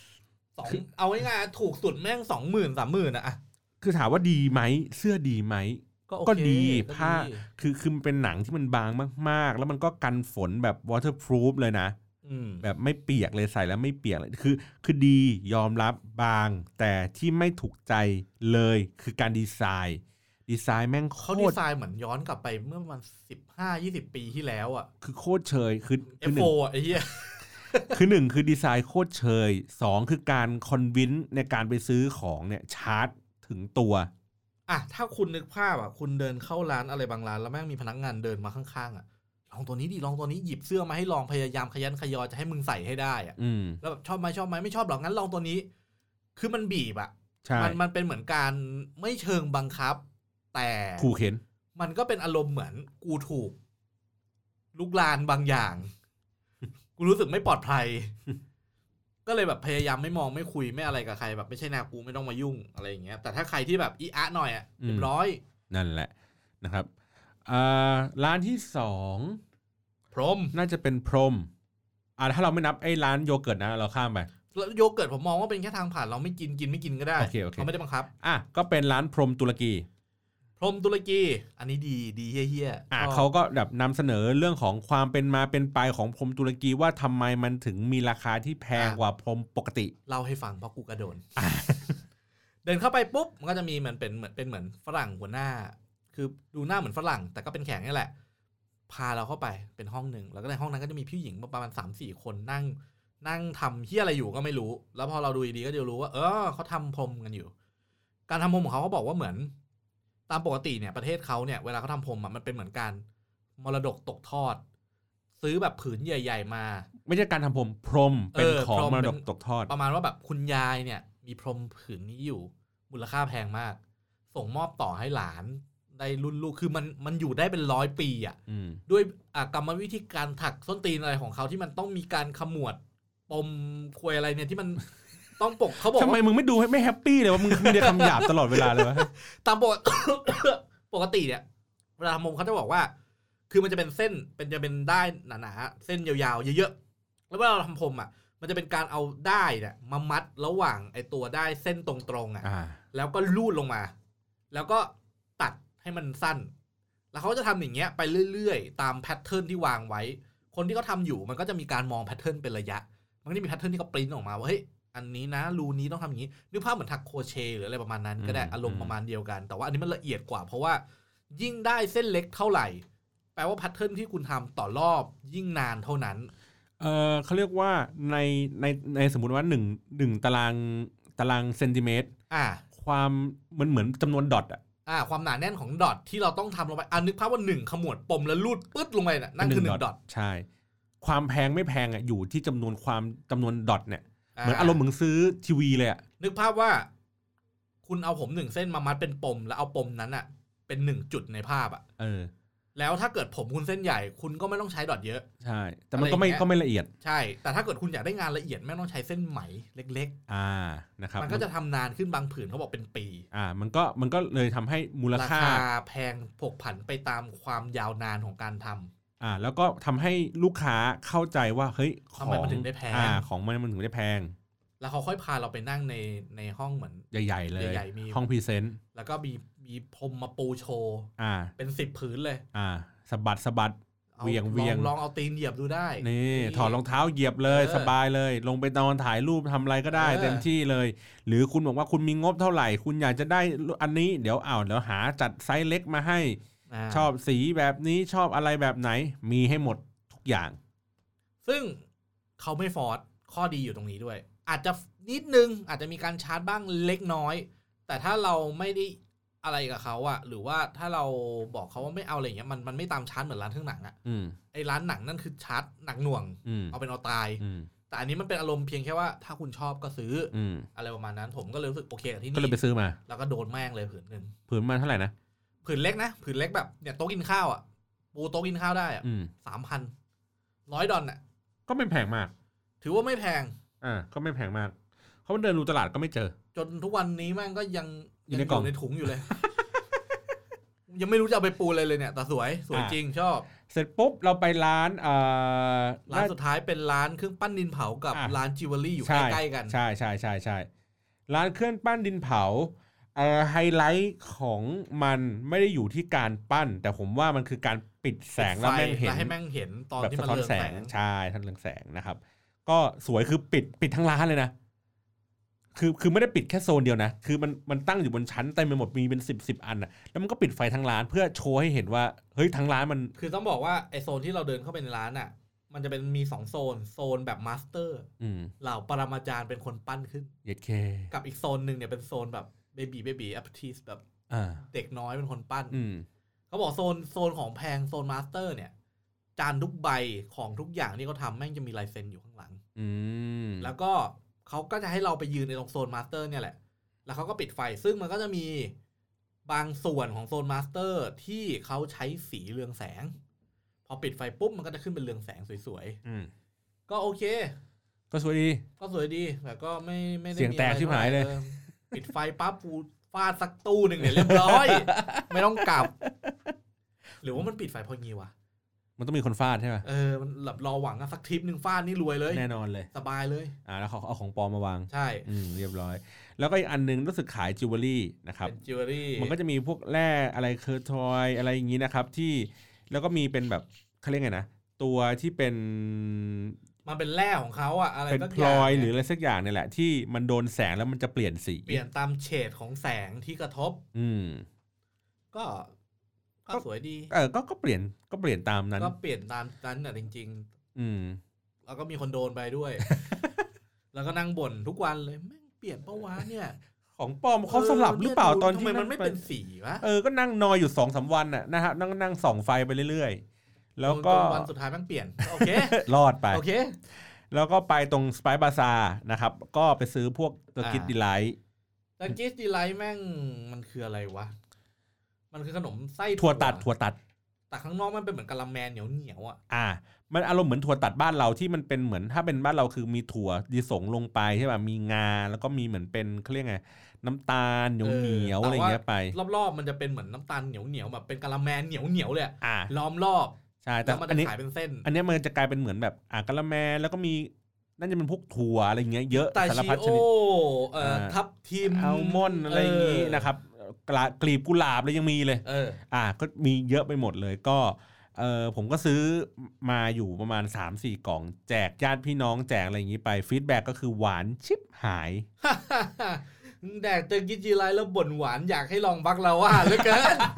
2เอาง่ายๆถูกสุดแม่ง 20,000 30,000อ่ะคือถามว่าดีไหมเสื้อดีไหมก็ดีผ้าคือมันเป็นหนังที่มันบางมากๆแล้วมันก็กันฝนแบบ waterproof เลยนะแบบไม่เปียกเลยใส่แล้วไม่เปียกเลยคือดียอมรับบางแต่ที่ไม่ถูกใจเลยคือการดีไซน์แม่งโคตรเขาดีไซน์เหมือนย้อนกลับไปเมื่อประมาณ15-20 ปีที่แล้วอ่ะคือโคตรเชยคือ F4 ไอ้เหี้ยคือ1คือดีไซน์โคตรเชย2คือการคอนวินส์ในการไปซื้อของเนี่ยชาร์จถึงตัวถ้าคุณนึกภาพคุณเดินเข้าร้านอะไรบางร้านแล้วแม่งมีพนักงานเดินมาข้างๆลองตัวนี้ดิลองตัวนี้หยิบเสื้อมาให้ลองพยายามขยันขยอจะให้มึงใส่ให้ได้แล้วแบบชอบไหมไม่ชอบหรอกงั้นลองตัวนี้คือมันบีบมันเป็นเหมือนการไม่เชิงบังคับแต่ขู่เข็นมันก็เป็นอารมณ์เหมือนกูถูกลุกลานบางอย่างกูรู้สึกไม่ปลอดภัยก็เลยแบบพยายามไม่มองไม่คุยไม่อะไรกับใครแบบไม่ใช่แนวกูไม่ต้องมายุ่งอะไรอย่างเงี้ยแต่ถ้าใครที่แบบอีอะหน่อยเรียบร้อยนั่นแหละนะครับร้านที่2พรหมน่าจะเป็นพรหมถ้าเราไม่นับไอ้ร้านโยเกิร์ตนะเราข้ามไปโยเกิร์ตผมมองว่าเป็นแค่ทางผ่านเราไม่กินไม่กินก็ได้เขาไม่ได้บังคับก็เป็นร้านพรหมตุรกีอันนี้ดีเฮี้ยเขาก็แบบนำเสนอเรื่องของความเป็นมาเป็นไปของพรหมตุรกีว่าทำไมมันถึงมีราคาที่แพงกว่าพรหมปกติเล่าให้ฟังเพราะกูกระโดน เดินเข้าไปปุ๊บมันก็จะมีเหมือนฝรั่งหัวหน้าคือดูหน้าเหมือนฝรั่งแต่ก็เป็นแขกนี่แหละพาเราเข้าไปเป็นห้องนึงแล้วก็ในห้องนั้นก็จะมีผู้หญิงประมาณ 3-4 คนนั่งทำเฮี้ยอะไรอยู่ก็ไม่รู้แล้วพอเราดูดีๆก็จะรู้ว่าเขาทำพรหมกันอยู่การทำพรหมของเขาบอกว่าเหมือนตามปกติเนี่ยประเทศเขาเนี่ยเวลาเขาทำพรมมันเป็นเหมือนการมรดกตกทอดซื้อแบบผืนใหญ่ๆมาไม่ใช่การทำพรมเป็นของมรดกตกทอดประมาณว่าแบบคุณยายเนี่ยมีพรมผืนนี้อยู่มูลค่าแพงมากส่งมอบต่อให้หลานได้รุ่นลูกคือมันอยู่ได้เป็น100 ปีด้วยกรรมวิธีการถักส้นตีนอะไรของเขาที่มันต้องมีการขมวดปมควยอะไรเนี่ยที่มันต้องปกเขาบอกทำไมมึงไม่ดูไม่แฮปปี้เลยว่ามึงมีแต่คำหยาบตลอดเวลาเลยวะตามปกติเนี่ยเวลาทำพรมเขาจะบอกว่าคือมันจะเป็นเส้นจะเป็นด้ายหนาๆเส้นยาวๆเยอะๆแล้วเวลาเราทำพรมมันจะเป็นการเอาด้ายเนี่ยมามัดระหว่างไอ้ตัวด้ายเส้นตรงๆแล้วก็ลูดลงมาแล้วก็ตัดให้มันสั้นแล้วเขาจะทำอย่างเงี้ยไปเรื่อยๆตามแพทเทิร์นที่วางไว้คนที่เขาทำอยู่มันก็จะมีการมองแพทเทิร์นเป็นระยะมันก็จะมีแพทเทิร์นที่เขาปริ้นออกมาว่าเฮ้ยอันนี้นะรูนี้ต้องทำอย่างนี้นึกภาพเหมือนถักโครเชต์หรืออะไรประมาณนั้นก็ได้อารมณ์ประมาณเดียวกันแต่ว่าอันนี้มันละเอียดกว่าเพราะว่ายิ่งได้เส้นเล็กเท่าไหร่แปลว่าแพทเทิร์นที่คุณทำต่อรอบยิ่งนานเท่านั้นเขาเรียกว่าในสมมุติว่า1ตารางเซนติเมตรความมันเหมือนจำนวนดอทความหนาแน่นของดอทที่เราต้องทำลงไปนึกภาพว่า1ขมวดปมแล้วลูดปึ๊ดลงไปนั่นคือ1ดอทใช่ความแพงไม่แพงอยู่ที่จำนวนดอทเนี่ยเหมือนอารมณ์เหมือนซื้อทีวีเลยนึกภาพว่าคุณเอาผม1เส้นมามัดเป็นปมแล้วเอาปมนั้นเป็น1จุดในภาพแล้วถ้าเกิดผมคุณเส้นใหญ่คุณก็ไม่ต้องใช้ดอทเยอะใช่แต่มันก็ไม่ละเอียดใช่แต่ถ้าเกิดคุณอยากได้งานละเอียดไม่ต้องใช้เส้นไหมเล็กๆนะครับมันก็จะทำนานขึ้นบางผืนเขาบอกเป็นปีมันก็เลยทำให้มูลค่าแพงผกผันไปตามความยาวนานของการทำแล้วก็ทำให้ลูกค้าเข้าใจว่าเฮ้ยทำไมมันถึงได้แพงของมันถึงได้แพงแล้วเขาค่อยพาเราไปนั่งในห้องเหมือนใหญ่ๆเลยห้องพรีเซนต์แล้วก็มีพรมมาปูโชว์เป็น10ผืนเลยสะบัดเวียงลองเอาตีนเหยียบดูได้นี่ถอดรองเท้าเหยียบเลยสบายเลยลงไปนอนถ่ายรูปทำอะไรก็ได้เต็มที่เลยหรือคุณบอกว่าคุณมีงบเท่าไหร่คุณอยากจะได้อันนี้เดี๋ยวหาจัดไซส์เล็กมาให้ชอบสีแบบนี้ชอบอะไรแบบไหนมีให้หมดทุกอย่างซึ่งเขาไม่ฟอร์สข้อดีอยู่ตรงนี้ด้วยอาจจะนิดนึงอาจจะมีการชาร์จบ้างเล็กน้อยแต่ถ้าเราไม่ได้อะไรกับเขาหรือว่าถ้าเราบอกเขาว่าไม่เอาอะไรอย่างเงี้ยมันไม่ตามชาร์จเหมือนร้านเครื่องหนังไอ้ร้านหนังนั่นคือชาร์จหนักหน่วงเอาเป็นเอาตายแต่อันนี้มันเป็นอารมณ์เพียงแค่ว่าถ้าคุณชอบก็ซื้ออะไรประมาณนั้นผมก็เลยรู้สึกโอเคกับที่นี่ก็เลยไปซื้อมาแล้วก็โดนแม่งเลยผืนนึงผืนมาเท่าไหร่นะผืนเล็กนะผืนเล็กแบบเนี่ยโต๊ะกินข้าวปูโต๊ะกินข้าวได้$3,100 ก็ไม่แพงมากถือว่าไม่แพงก็ไม่แพงมากเขาเดินดูตลาดก็ไม่เจอจนทุกวันนี้แม่งก็ยังอยู่ในกล่องในถุงอยู่เลยยังไม่รู้จะเอาไปปูอะไรเลยเนี่ยแต่สวยจริงชอบเสร็จปุ๊บเราไปร้านสุดท้ายเป็นร้านเครื่องปั้นดินเผากับร้านจิวเวลรี่อยู่ใกล้ๆกันใช่ร้านเครื่องปั้นดินเผาไฮไลท์ของมันไม่ได้อยู่ที่การปั้นแต่ผมว่ามันคือการปิดแสงแล้วแม่งเห็นให้แม่งเห็นตอนที่มันเรืองแสงใช่ท่านเรืองแสงนะครับก็สวยคือปิดทั้งร้านเลยนะคือไม่ได้ปิดแค่โซนเดียวนะคือมันตั้งอยู่บนชั้นเต็มไปหมดมีเป็น10อันน่ะแล้วมันก็ปิดไฟทั้งร้านเพื่อโชว์ให้เห็นว่าเฮ้ยทั้งร้านมันคือต้องบอกว่าไอโซนที่เราเดินเข้าไปในร้านอ่ะมันจะเป็นมี2โซนแบบมาสเตอร์เหล่าปรมาจารย์เป็นคนปั้นขึ้นกับอีกโซนนึงเนี่ยเป็นโซนแบบเบบีแอปเปิลทีสแบบเด็กน้อยเป็นคนปั้นเขาบอกโซนของแพงโซนมาสเตอร์เนี่ยจานทุกใบของทุกอย่างที่เขาทำแม่งจะมีลายเซ็นอยู่ข้างหลังแล้วก็เขาก็จะให้เราไปยืนในตรงโซนมาสเตอร์เนี่ยแหละแล้วเขาก็ปิดไฟซึ่งมันก็จะมีบางส่วนของโซนมาสเตอร์ที่เขาใช้สีเรืองแสงพอปิดไฟปุ๊บมันก็จะขึ้นเป็นเรืองแสงสวยๆก็โอเคก็สวยดีแต่ก็ไม่ได้เสียงแตกชิบหายเลยปิดไฟปั๊บปูฟาดสักตู้หนึ่งเนี่ยเรียบร้อย ไม่ต้องกลับหรือว่ามันปิดไฟพองี้วะมันต้องมีคนฟาดใช่ไหมมันหลับรอหวังสักทริปนึงฟาดนี่รวยเลยแน่นอนเลยสบายเลยแล้วเขาเอาของปลอมมาวางใช่เรียบร้อยแล้วก็อีกอันนึงรู้สึกขายจิวเวลรี่นะครับจิวเวลรี่มันก็จะมีพวกแร่อะไรเคอร์ทอยอะไรอย่างงี้นะครับที่แล้วก็มีเป็นแบบเขาเรียกไงนะตัวที่เป็นมันเป็นแร่ของเขาอะอะไรเป็นพลอยหรืออะไรสักอย่างนี่แหละที่มันโดนแสงแล้วมันจะเปลี่ยนสีเปลี่ยนตามเฉดของแสงที่กระทบก็สวยดีก็เปลี่ยนตามนั้นก็เปลี่ยนตามนั้นน่ะจริงๆแล้วก็มีคนโดนไปด้วย แล้วก็นั่งบ่นทุกวันเลยแม่งเปลี่ยนปะวะเนี่ยของปลอมเขาสลับหรือเปล่าตอนที่มันไม่เป็นสีวะก็นั่งนอยอยู่ 2-3 วันน่ะนะฮะนั่งส่องไฟไปเรื่อยๆแล้วก็วันสุดท้ายแม่งเปลี่ยนโอเครอดไปโอเคแล้วก็ไปตรงสไปซ์บาซาร์นะครับก็ไปซื้อพวกตัวกิฟต์ดีไลท์แม่งมันคืออะไรวะมันคือขนมไส้ถั่วตัดแต่ข้างนอกมันเป็นเหมือนกะละแมเหนียวมันอารมณ์เหมือนถั่วตัดบ้านเราที่มันเป็นเหมือนถ้าเป็นบ้านเราคือมีถั่วดิสงลงไปใช่ป่ะมีงาแล้วก็มีเหมือนเป็นเขาเรียกไงน้ำตาลเหนียวอะไรเงี้ยไปรอบๆมันจะเป็นเหมือนน้ำตาลเหนียวแบบเป็นกะละแมเหนียวเลยล้อมรอบใช่แต่อันนี้ขายเป็นเส้นอันนี้มันจะกลายเป็นเหมือนแบบกะละแมแล้วก็มีน่าจะเป็นพวกถั่วอะไรเงี้ยเยอะสารพัดชนิดทับทิมอัลมอนด์อะไรอย่างงี้นะครับกลีบกุหลาบเลยยังมีเลยก็มีเยอะไปหมดเลยก็ผมก็ซื้อมาอยู่ประมาณ 3-4 กล่องแจกญาติพี่น้องแจกอะไรอย่างงี้ไปฟีดแบ็กก็คือหวานชิบหายแดกเจอกิจิไลแล้วบ่นหวานอยากให้ลองบักลาว่าเหลือเกิน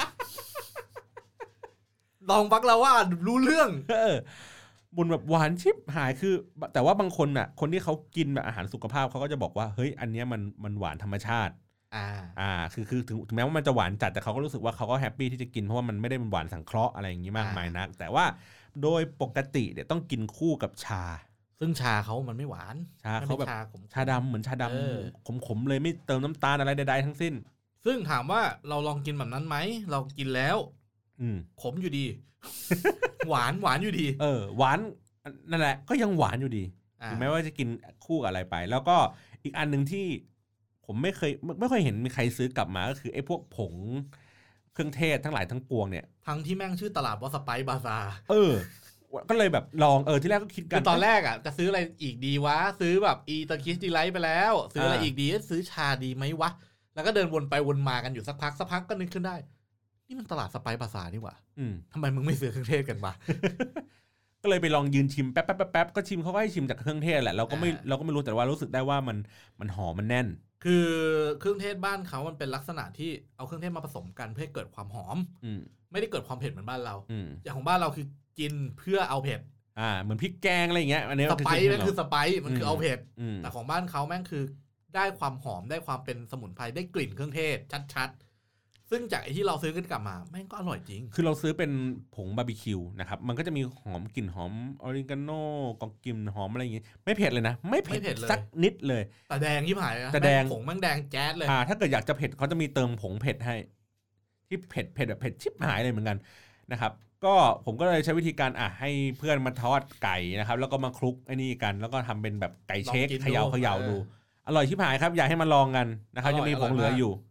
ลองบักลาว่ารู้เรื่องบ่นแบบหวานชิบหายคือแต่ว่าบางคนน่ะคนที่เขากินแบบอาหารสุขภาพเขาก็จะบอกว่าเฮ้ยอันเนี้ยมันหวานธรรมชาติคือถึงแม้ว่ามันจะหวานจัดแต่เขาก็รู้สึกว่าเขาก็แฮปปี้ที่จะกินเพราะว่ามันไม่ได้เป็นหวานสังเคราะห์อะไรอย่างนี้มากมายนักแต่ว่าโดยปกติเนี่ยต้องกินคู่กับชาซึ่งชาเขามันไม่หวานชาเขาแบบชาดำเหมือนชาดำขมๆเลยไม่เติมน้ำตาลอะไรใดๆทั้งสิ้นซึ่งถามว่าเราลองกินแบบนั้นไหมเรากินแล้วขมอยู่ดี หวานอยู่ดีหวานนั่นแหละก็ยังหวานอยู่ดีถึงแม้ว่าจะกินคู่กับอะไรไปแล้วก็อีกอันนึงที่ผมไม่ค่อยเห็นมีใครซื้อกลับมาก็คือไอ้พวกผงเครื่องเทศทั้งหลายทั้งปวงเนี่ยทั้งที่แม่งชื่อตลาดว่าสไปซ์บาซาร์ก็เลยแบบลองที่แรกก็คิดกันตอนแรกจะซื้ออะไรอีกดีวะซื้อแบบอีตาคิสดีไลท์ไปแล้วซื้ออะไรอีกดีซื้อชาดีไหมวะแล้วก็เดินวนไปวนมากันอยู่สักพักก็นึกขึ้นได้นี่มันตลาดสไปซ์บาซาร์นี่หว่าทำไมมึงไม่ซื้อเครื่องเทศกันวะก็เลยไปลองยืนชิมแป๊บก็ชิมเขาก็ให้ชิมจากเครื่องเทศแหละเราก็ไม่รู้แต่ว่ารู้สึกได้ว่ามันหอมมันแน่นคือเครื่องเทศบ้านเขามันเป็นลักษณะที่เอาเครื่องเทศมาผสมกันเพื่อให้เกิดความหอมไม่ได้เกิดความเผ็ดเหมือนบ้านเราอย่างของบ้านเราคือกินเพื่อเอาเผ็ดเหมือนพริกแกงอะไรอย่างเงี้ยอันนี้สไปซ์นั่นคือสไปซ์มันคือเอาเผ็ดแต่ของบ้านเขาแม่งคือได้ความหอมได้ความเป็นสมุนไพรได้กลิ่นเครื่องเทศชัดๆซึ่งจากไอ้ที่เราซื้อกันกลับมาแม่งก็อร่อยจริงคือเราซื้อเป็นผงบาร์บีคิวนะครับมันก็จะมีหอมกลิ่นหอมออริกาโน่กลิ่นหอมอะไรอย่างงี้ไม่เผ็ดเลยนะไม่เผ็ดสักนิดเลยแต่แดงที่หายแต่แดงผงแม่งแดงแจ๊ดเลยถ้าเกิดอยากจะเผ็ดเขาจะมีเติมผงเผ็ดให้ที่เผ็ดแบบเผ็ดชิบหายเลยเหมือนกันนะครับก็ผมก็เลยใช้วิธีการให้เพื่อนมาทอดไก่นะครับแล้วก็มาคลุกไอ้นี่กันแล้วก็ทำเป็นแบบไก่เชคเขย่าดูอร่อยชิบหายครับอยากให้มาลองกันนะครับยังมีผงเหลืออยู่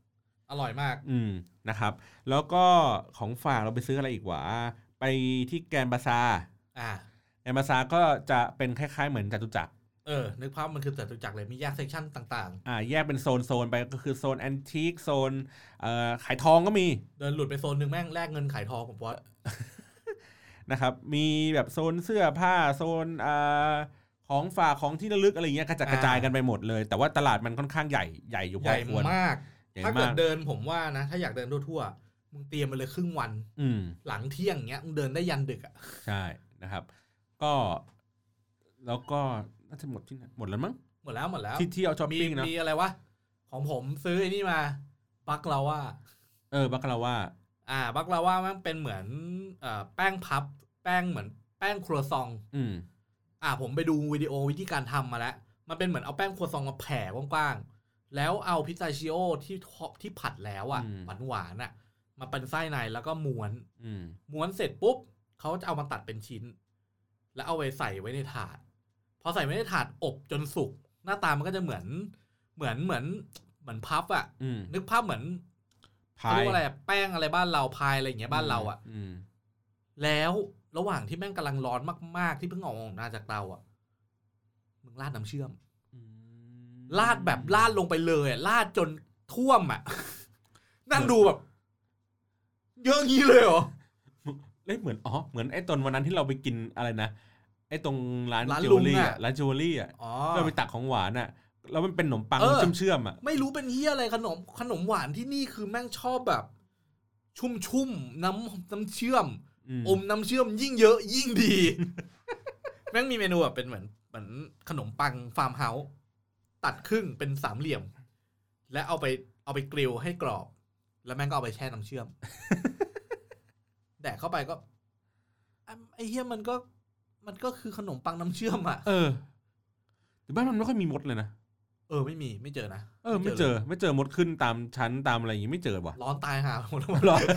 อร่อยมากนะครับแล้วก็ของฝากเราไปซื้ออะไรอีกวะไปที่แกรนด์บาซาร์แกรนด์บาซาร์ก็จะเป็นคล้ายๆเหมือนจตุจักรนึกภาพมันคือจตุจักรเลยมีแยกเซกชันต่างๆแยกเป็นโซนไปก็คือโซนแอนทิคโซนขายทองก็มีเดินหลุดไปโซนนึงแม่งแลกเงินขายทองผมว่านะครับมีแบบโซนเสื้อผ้าโซนของฝากของที่ระลึกอะไรเงี้ยกระจายกันไปหมดเลยแต่ว่าตลาดมันค่อนข้างใหญ่อยู่พอควรมากถ้าเกิดเดินผมว่านะถ้าอยากเดินทั่วๆมึงเตรียมไปเลยครึ่งวันหลังเที่ยงเงี้ยมึงเดินได้ยันดึกอ่ะใช่นะครับก็แล้วก็น่าจะหมดที่หมดแล้วมั้งหมดแล้วที่เอาช้อปปิ้งนะมีอะไรวะของผมซื้อไอ้นี่มาบักลาว่าบักลาว่าบักลาว่ามันเป็นเหมือนแป้งพับแป้งเหมือนแป้งครัวซองผมไปดูวิดีโอวิธีการทำมาแล้วมันเป็นเหมือนเอาแป้งครัวซองมาแผ่กว้างๆแล้วเอาพิสตาชิโอที่ผัดแล้วหวานๆมาเป็นไส้ในแล้วก็ม้วนเสร็จปุ๊บเขาจะเอามาตัดเป็นชิ้นแล้วเอาไว้ใส่ไว้ในถาดพอใส่ไว้ในถาดอบจนสุกหน้าตามันก็จะเหมือนพัฟนึกภาพเหมือนพายอะไรแป้งอะไรบ้านเราพายอะไรอย่างเงี้ยบ้านเราแล้วระหว่างที่แม่งกำลังร้อนมากๆที่เพิ่งออกมาจากเตามึงราดน้ำเชื่อมราดแบบราดลงไปเลยราดจนท่วมนั่งดูแบบเยอะงี้เลยเหรอเหมือนไอ้ตอนวันนั้นที่เราไปกินอะไรนะไอ้ตรงร้านจิวเวลรี่ร้านจิวเวลรี่เราไปตักของหวานแล้วมันเป็นขนมปังเชื่อมไม่รู้เป็นเหี้ยอะไรขนมหวานที่นี่คือแม่งชอบแบบชุ่มน้ำเชื่อมอมน้ำเชื่อมยิ่งเยอะยิ่งดี แม่งมีเมนูแบบเป็นเหมือนขนมปังฟาร์มเฮาส์ตัดครึ่งเป็นสามเหลี่ยมและเอาไปกริลให้กรอบแล้วแม่งก็เอาไปแช่น้ำเชื่อม แดกเข้าไปก็ไอ้เหี้ยมันก็คือขนมปังน้ำเชื่อมแต่บ้านมันไม่ค่อยมีมดเลยนะไม่เจอนะไม่เจอมดขึ้นตามชั้นตามอะไรอย่างงี้ไม่เจอว่ะร้อนตายห่าหมดร้อน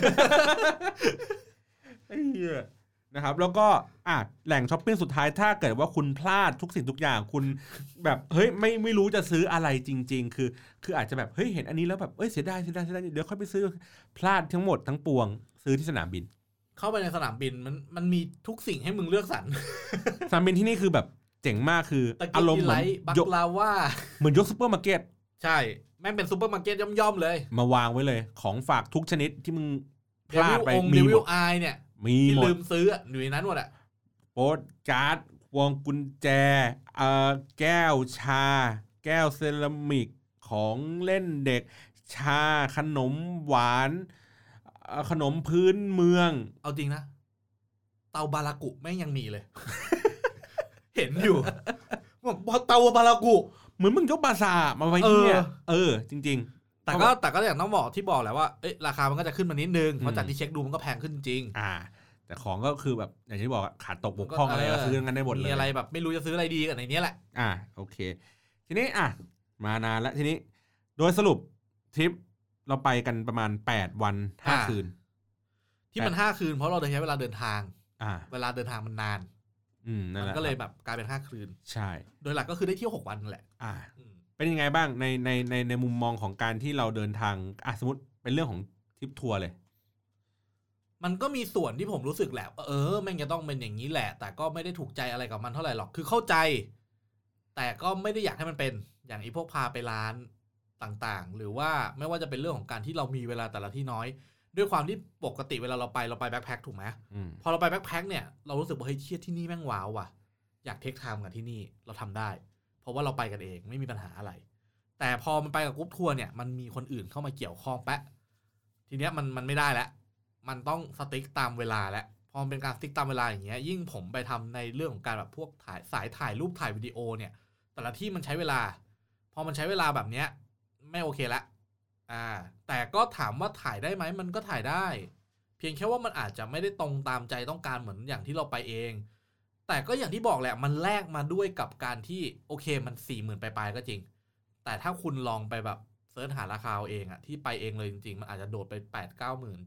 ไอ้เหี้ยนะครับแล้วก็แหล่งช้อปปิ้งสุดท้ายถ้าเกิดว่าคุณพลาดทุกสิ่งทุกอย่างคุณแบบเฮ้ยไม่รู้จะซื้ออะไรจริงๆคืออาจจะแบบเฮ้ยเห็นอันนี้แล้วแบบเสียดายเดี๋ยวค่อยไปซื้อพลาดทั้งหมดทั้งปวงซื้อที่สนามบินเข้าไปในสนามบินมันมีทุกสิ่งให้มึงเลือกสรรสนามบินที่นี่คือแบบเจ๋งมากคืออารมณ์เหมือนบักลาว่าเหมือนยกซุปเปอร์มาร์เก็ตใช่แม่งเป็นซุปเปอร์มาร์เก็ตย่อมๆเลยมาวางไว้เลยของฝากทุกชนิดที่มึงพลาดไปมีหมดเนี่ยมีหมดลืมซื้ออยู่ในนั้นหมดโปสการ์ดพวงกุญแจแก้วชาแก้วเซรามิกของเล่นเด็กชาขนมหวานขนมพื้นเมืองเอาจริงนะเตาบารากุแม่งยังมีเลย เห็นอยู่ว่าเตาบารากุเหมือนมึงยกบาซามาไว้เนี่ยจริงๆแต่ก็อย่างต้องบอกที่บอกแหละว่าราคามันก็จะขึ้นมานิดนึงเพราะจากที่เช็คดูมันก็แพงขึ้นจริงแต่ของก็คือแบบอย่างที่บอกขาดตกบกพร่องอะไรซื้อกันได้หมดเลยมีอะไรแบบไม่รู้จะซื้ออะไรดีกันในนี้แหละโอเคทีนี้มานานแล้วทีนี้โดยสรุปทริปเราไปกันประมาณ8วัน5คืนที่มัน5คืนเพราะเราใช้เวลาเดินทางเวลาเดินทางมันนานมันก็เลยแบบกลายเป็น5คืนใช่โดยหลักก็คือได้เที่ยว6วันนั่นแหละเป็นยังไงบ้างในมุมมองของการที่เราเดินทางสมมติเป็นเรื่องของทริปทัวร์เลยมันก็มีส่วนที่ผมรู้สึกแหละแม่งจะต้องเป็นอย่างนี้แหละแต่ก็ไม่ได้ถูกใจอะไรกับมันเท่าไหร่หรอกคือเข้าใจแต่ก็ไม่ได้อยากให้มันเป็นอย่างพวกพาไปร้านต่างๆหรือว่าไม่ว่าจะเป็นเรื่องของการที่เรามีเวลาแต่ละที่น้อยด้วยความที่ปกติเวลาเราไปแบ็คแพ็คถูกไหมพอเราไปแบ็คแพ็คเนี่ยเรารู้สึกว่าเฮ้ยเชี่ยที่นี่แม่งว้าวว่ะอยากเทคไทม์กับที่นี่เราทำได้เพราะว่าเราไปกันเองไม่มีปัญหาอะไรแต่พอมันไปกับกรุ๊ปทัวร์เนี่ยมันมีคนอื่นเข้ามาเกี่ยวข้องแปะทีเนี้ยมันไม่ได้แล้วมันต้องสติ๊กตามเวลาแล้วพอมันเป็นการสติ๊กตามเวลาอย่างเงี้ยยิ่งผมไปทำในเรื่องของการแบบพวกถ่ายรูปถ่ายวิดีโอเนี่ยแต่ละที่มันใช้เวลาพอมันใช้เวลาแบบเนี้ยไม่โอเคละแต่ก็ถามว่าถ่ายได้ไหมมันก็ถ่ายได้เพียงแค่ว่ามันอาจจะไม่ได้ตรงตามใจต้องการเหมือนอย่างที่เราไปเองแต่ก็อย่างที่บอกแหละมันแลกมาด้วยกับการที่โอเคมัน 40,000 ปลายๆก็จริงแต่ถ้าคุณลองไปแบบเสิร์ชหาราคาเองที่ไปเองเลยจริงๆมันอาจจะโดดไป 8-9,000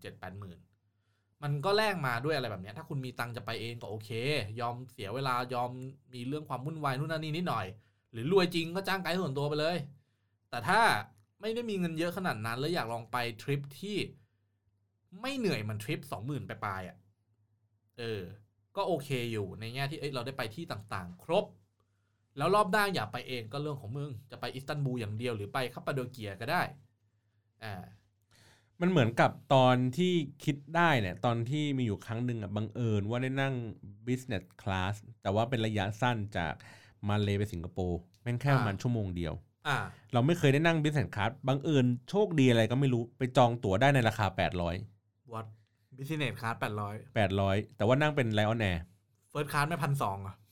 7-8,000 มันก็แลกมาด้วยอะไรแบบนี้ถ้าคุณมีตังค์จะไปเองก็โอเคยอมเสียเวลายอมมีเรื่องความวุ่นวายนู่นนั่นนี่นิดหน่อยหรือรวยจริงก็จ้างไกด์ส่วนตัวไปเลยแต่ถ้าไไม่ได้มีเงินเยอะขนาดนั้นแล้วอยากลองไปทริปที่ไม่เหนื่อยมันทริป 20,000 ปลายๆอ่ะก็โอเคอยู่ในแง่ที่เราได้ไปที่ต่างๆครบแล้วรอบหน้าอยากไปเองก็เรื่องของมึงจะไปอิสตันบูลอย่างเดียวหรือไปคาปาโดเกียก็ได้มันเหมือนกับตอนที่คิดได้เนี่ยตอนที่มีอยู่ครั้งหนึ่งบังเอิญว่าได้นั่ง business class แต่ว่าเป็นระยะสั้นจากมาเลไปสิงคโปร์แม่งแค่ประมาณชั่วโมงเดียวเราไม่เคยได้นั่ง business class บังเอิญโชคดีอะไรก็ไม่รู้ไปจองตั๋วได้ในราคา800 What business class 800แต่ว่านั่งเป็น Lion Air first class ไม่ 1,200 อ่ะ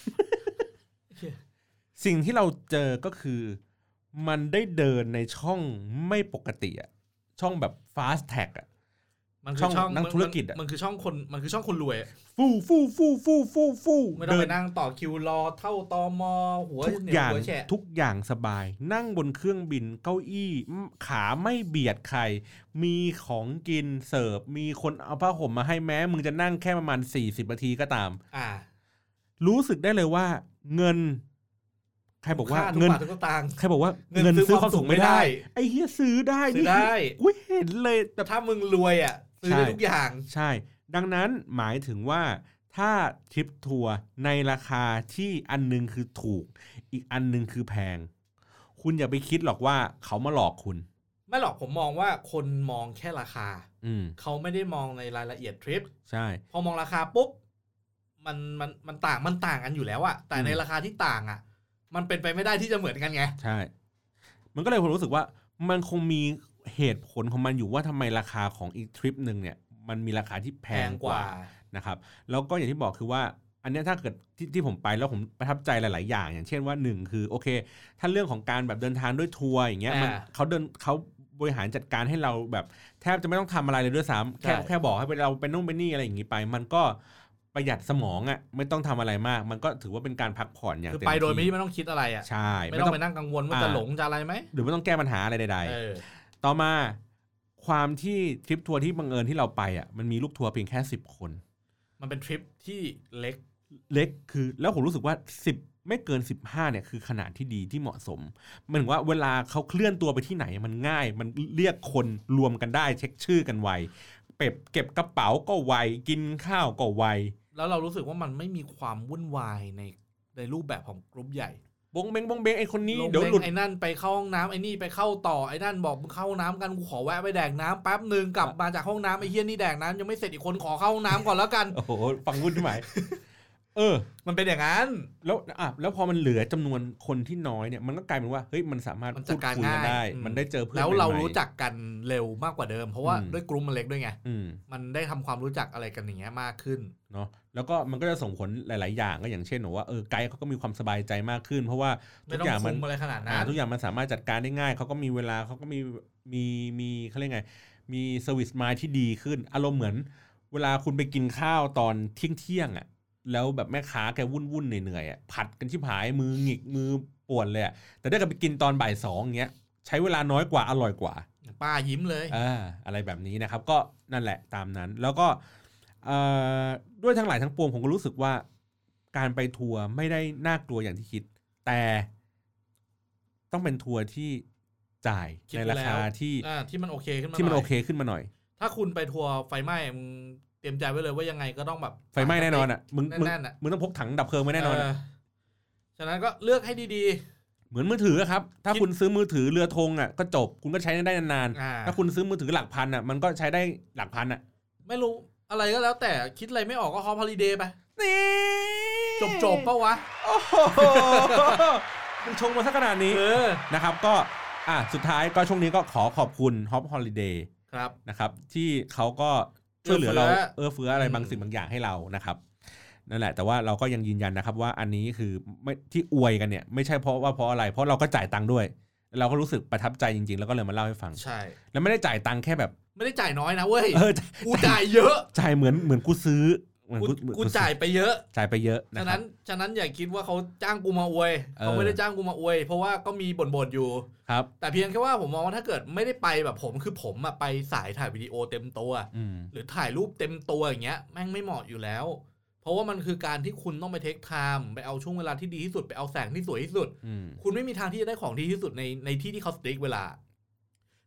สิ่งที่เราเจอก็คือมันได้เดินในช่องไม่ปกติอ่ะช่องแบบ fast tag อ่ะมันคือช่องนักธุรกิจอ่ะมันคือช่องคนรวยฟูไม่ต้องไปนั่งต่อคิวรอเท่าตม.หัวทุกอย่างสบายนั่งบนเครื่องบินเก้าอี้ขาไม่เบียดใครมีของกินเสิร์ฟมีคนเอาผ้าห่มมาให้แม้มึงจะนั่งแค่ประมาณ40นาทีก็ตามรู้สึกได้เลยว่าเงินใครบอกว่าเงินใครบอกว่าเงินซื้อความสุขไม่ได้ไอ้เหี้ยซื้อได้นี่กูเห็นเลยแต่ถ้ามึงรวยอ่ะซื้อได้ทุกอย่างใช่ดังนั้นหมายถึงว่าถ้าทริปทัวร์ในราคาที่อันนึงคือถูกอีกอันนึงคือแพงคุณอย่าไปคิดหรอกว่าเขามาหลอกคุณไม่หรอกผมมองว่าคนมองแค่ราคาเขาไม่ได้มองในรายละเอียดทริปใช่พอมองราคาปุ๊บมันต่างกันอยู่แล้วอะแต่ในราคาที่ต่างอะมันเป็นไปไม่ได้ที่จะเหมือนกันไงใช่มันก็เลยผมรู้สึกว่ามันคงมีเหตุผลของมันอยู่ว่าทำไมราคาของอีกทริปนึงเนี่ยมันมีราคาที่แพงกว่านะครับแล้วก็อย่างที่บอกคือว่าอันนี้ถ้าเกิดที่ผมไปแล้วผมประทับใจหลายๆอย่างอย่างเช่นว่า1คือโอเคถ้าเรื่องของการแบบเดินทางด้วยทัวร์อย่างเงี้ยเขาบริหารจัดการให้เราแบบแทบจะไม่ต้องทำอะไรเลยด้วยซ้ำแค่บอกให้เราไปนู่นไปนี่อะไรอย่างงี้ไปมันก็ประหยัดสมองอ่ะไม่ต้องทำอะไรมากมันก็ถือว่าเป็นการพักผ่อนอย่างเต็มที่คือไปโดยไม่ต้องคิดอะไรอ่ะใช่ไม่ต้องไปนั่งกังวลว่าจะหลงจะอะไรไหมหรือไม่ต้องแก้ปัญหาอะไรใดๆต่อมาความที่ทริปทัวร์ที่บังเอิญที่เราไปอ่ะมันมีลูกทัวร์เพียงแค่10 คนมันเป็นทริปที่เล็กคือแล้วผมรู้สึกว่า10ไม่เกิน15เนี่ยคือขนาดที่ดีที่เหมาะสมหมายถึงว่าเวลาเขาเคลื่อนตัวไปที่ไหนมันง่ายมันเรียกคนรวมกันได้เช็คชื่อกันไวเก็บกระเป๋าก็ไวกินข้าวก็ไวแล้วเรารู้สึกว่ามันไม่มีความวุ่นวายในรูปแบบของกลุ่มใหญ่บงเบงไอ้คนนี้เดี๋ยวหลุดไอ้นั่นไปเข้าห้องน้ำไอ้นี่ไปเข้าต่อไอ้นั่นบอกมึงเข้าห้องน้ำกันกูขอแวะไปแดกน้ำแป๊บนึงกลับมาจากห้องน้ำไอ้เหี้ยนี่แดกน้ำยังไม่เสร็จอีกคนขอเข้าห้องน้ำก่อนแล้วกันโอ้โหฟังวุ่นใช่ไหมมันเป็นอย่างนั้นแล้วพอมันเหลือจำนวนคนที่น้อยเนี่ยมันก็กลายเป็นว่าเฮ้ยมันสามารถพูดคุยกันได้มันได้เจอเพื่อนแล้วเรารู้จักกันเร็วมากกว่าเดิมเพราะว่าด้วยกลุ่มมันเล็กด้วยไงมันได้ทำความรู้จักอะไรกันอย่างเงี้ยมากขึ้นเนาะแล้วก็มันก็จะส่งผลหลายๆอย่างก็อย่างเช่นว่าไกด์เขาก็มีความสบายใจมากขึ้นเพราะว่าทุกอย่างมันอะไรขนาดนั้นทุกอย่างมันสามารถจัดการได้ง่ายเขาก็มีเวลาเขาก็มีเขาเรียกไงมีเซอร์วิสมายที่ดีขึ้นอารมณ์เหมือนเวลาคุณไปกินข้าวตอนเที่ยงอ่ะแล้วแบบแม่ค้าแกวุ่นเหนื่อยๆอ่ะผัดกันชิบหายมือหงิกมือปวดเลยอ่ะแต่ถ้าเกิดไปกินตอนบ่าย2อย่างเงี้ยใช้เวลาน้อยกว่าอร่อยกว่าป้ายิ้มเลยอะไรแบบนี้นะครับก็นั่นแหละตามนั้นแล้วก็ด้วยทั้งหลายทั้งปวงผมก็รู้สึกว่าการไปทัวร์ไม่ได้น่ากลัวอย่างที่คิดแต่ต้องเป็นทัวร์ที่จ่ายในราคาที่มันโอเคขึ้นมาหน่อยถ้าคุณไปทัวร์ไฟไหม้เตรียมใจไว้เลยว่ายังไงก็ต้องแบบไฟไหม้แน่นอนอ่ะมึงต้องพกถังดับเพลิงไว้แน่นอนฉะนั้นก็เลือกให้ดีๆเหมือนมือถือครับถ้าคุณซื้อมือถือเรือธงอ่ะก็จบคุณก็ใช้ได้นานๆถ้าคุณซื้อมือถือหลักพันอ่ะมันก็ใช้ได้หลักพันอ่ะไม่รู้อะไรก็แล้วแต่คิดอะไรไม่ออกก็ฮอปฮอลิเดย์ไปนี่จบป่ะวะโอ้โหมึงชงมาสักขนาดนี้นะครับก็สุดท้ายก็ช่วงนี้ก็ขอบคุณฮอปฮอลิเดย์นะครับที่เขาก็ช่วยเหลือเราเฟื้ออะไรบางสิ่งบางอย่างให้เรานะครับนั่นแหละแต่ว่าเราก็ยังยืนยันนะครับว่าอันนี้คือไม่ที่อวยกันเนี่ยไม่ใช่เพราะอะไรเพราะเราก็จ่ายตังค์ด้วยเราก็รู้สึกประทับใจจริงๆแล้วก็เลยมาเล่าให้ฟังใช่แล้วไม่ได้จ่ายตังค์แค่แบบไม่ได้จ่ายน้อยนะเว้ยกูจ่ายเยอะจ่ายเหมือนกูซื้อกูจ่ายไปเยอะนะฉะนั้นอย่าคิดว่าเขาจ้างกูมาอวยเขาไม่ได้จ้างกูมาอวยเพราะว่าก็มีบ่นอยู่ครับแต่เพียงแค่ว่าผมมองว่าถ้าเกิดไม่ได้ไปแบบผมคือผมไปสายถ่ายวิดีโอเต็มตัวหรือถ่ายรูปเต็มตัวอย่างเงี้ยแม่งไม่เหมาะอยู่แล้วเพราะว่ามันคือการที่คุณต้องไปเทคไทม์ไปเอาช่วงเวลาที่ดีที่สุดไปเอาแสงที่สวยที่สุดคุณไม่มีทางที่จะได้ของดีที่สุดในที่ที่เขาสติ๊กเวลา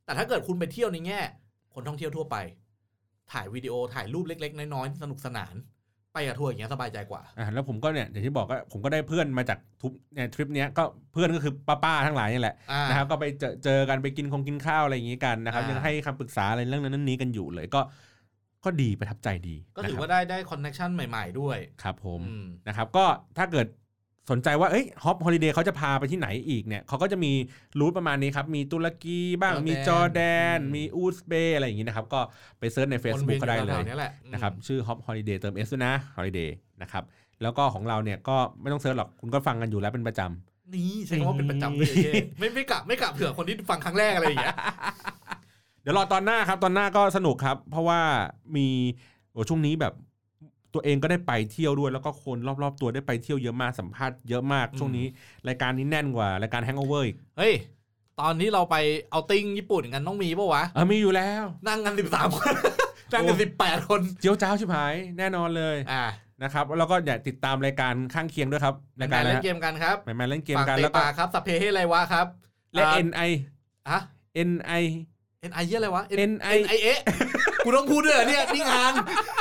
แต่ถ้าเกิดคุณไปเที่ยวในแง่คนท่องเที่ยวทั่วไปถ่ายวิดีโอถ่ายรูปเล็กๆน้อยๆสนุกสนานไปกับทัวร์อย่างเงี้ยสบายใจกว่าแล้วผมก็เนี่ยอย่างที่บอกก็ผมก็ได้เพื่อนมาจากทริปเนี้ยก็เพื่อนก็คือป้าทั้งหลายนี่แหละนะครับก็ไปเจอกันไปกินข้าวอะไรอย่างงี้กันนะครับยังให้คำปรึกษาอะไรเรื่องนั้นนี้กันอยู่เลยก็ดีประทับใจดีก็ถือว่าได้คอนเนคชั่นใหม่ๆด้วยครับผมนะครับก็ถ้าเกิดสนใจว่าฮอปฮอลิเดย์เขาจะพาไปที่ไหนอีกเนี่ยเขาก็จะมีรูทประมาณนี้ครับมีตุรกีบ้างมีจอร์แดนมีอูซเบย์อะไรอย่างงี้นะครับก็ไปเซิร์ชใน Facebook ก็ได้เลยนะครับชื่อ Hop Holiday เติม S ด้วยนะ Holiday นะครับแล้วก็ของเราเนี่ยก็ไม่ต้องเซิร์ชหรอกคุณก็ฟังกันอยู่แล้วเป็นประจำนี่ใช่คำว่าเป็นประจำเลยไม่กะเผื่อคนที่ฟังครั้งแรกอะไรอย่างเงี้ยเดี๋ยวรอตอนหน้าครับตอนหน้าก็สนุกครับเพราะว่ามีช่วงนี้แบบตัวเองก็ได้ไปเที่ยวด้วยแล้วก็คนรอบๆตัวได้ไปเที่ยวเยอะมากสัมภาษณ์เยอะมากช่วงนี้รายการนี้แน่นกว่ารายการแฮงโอเวอร์อีกเฮ้ยตอนนี้เราไปเอาติ้งญี่ปุ่นกันต้องมีป่ะวะมีอยู่แล้วนั่งกัน13คนนั่งกัน18คนเจียวจ้าวชิบหายแน่นอนเลยนะครับแล้วก็อย่าติดตามรายการข้างเคียงด้วยครับรายการเล่นเกมกันครับแม่เล่นเกมกันแล้วก็ครับสัพเพเฮไรวะครับและ NI ฮะ NI เหี้ยอะไรวะ NIA กูต้องพูดด้วยเหรอเนี่ยนี่งาน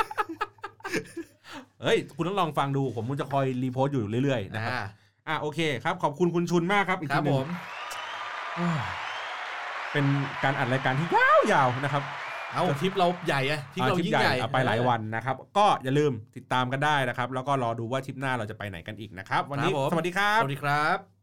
เฮ้ยคุณต้องลองฟังดูผมจะคอยรีโพสต์อยู่เรื่อยๆนะครับโอเคครับขอบคุณคุณชุนมากครับอีกทีนึงเป็นการอัดรายการที่ยาวๆนะครับทริปเราใหญ่ทริปเรายิ่งใหญ่ไปหลายวันนะครับก็อย่าลืมติดตามกันได้นะครับแล้วก็รอดูว่าทริปหน้าเราจะไปไหนกันอีกนะครับวันนี้สวัสดีครับสวัสดีครับ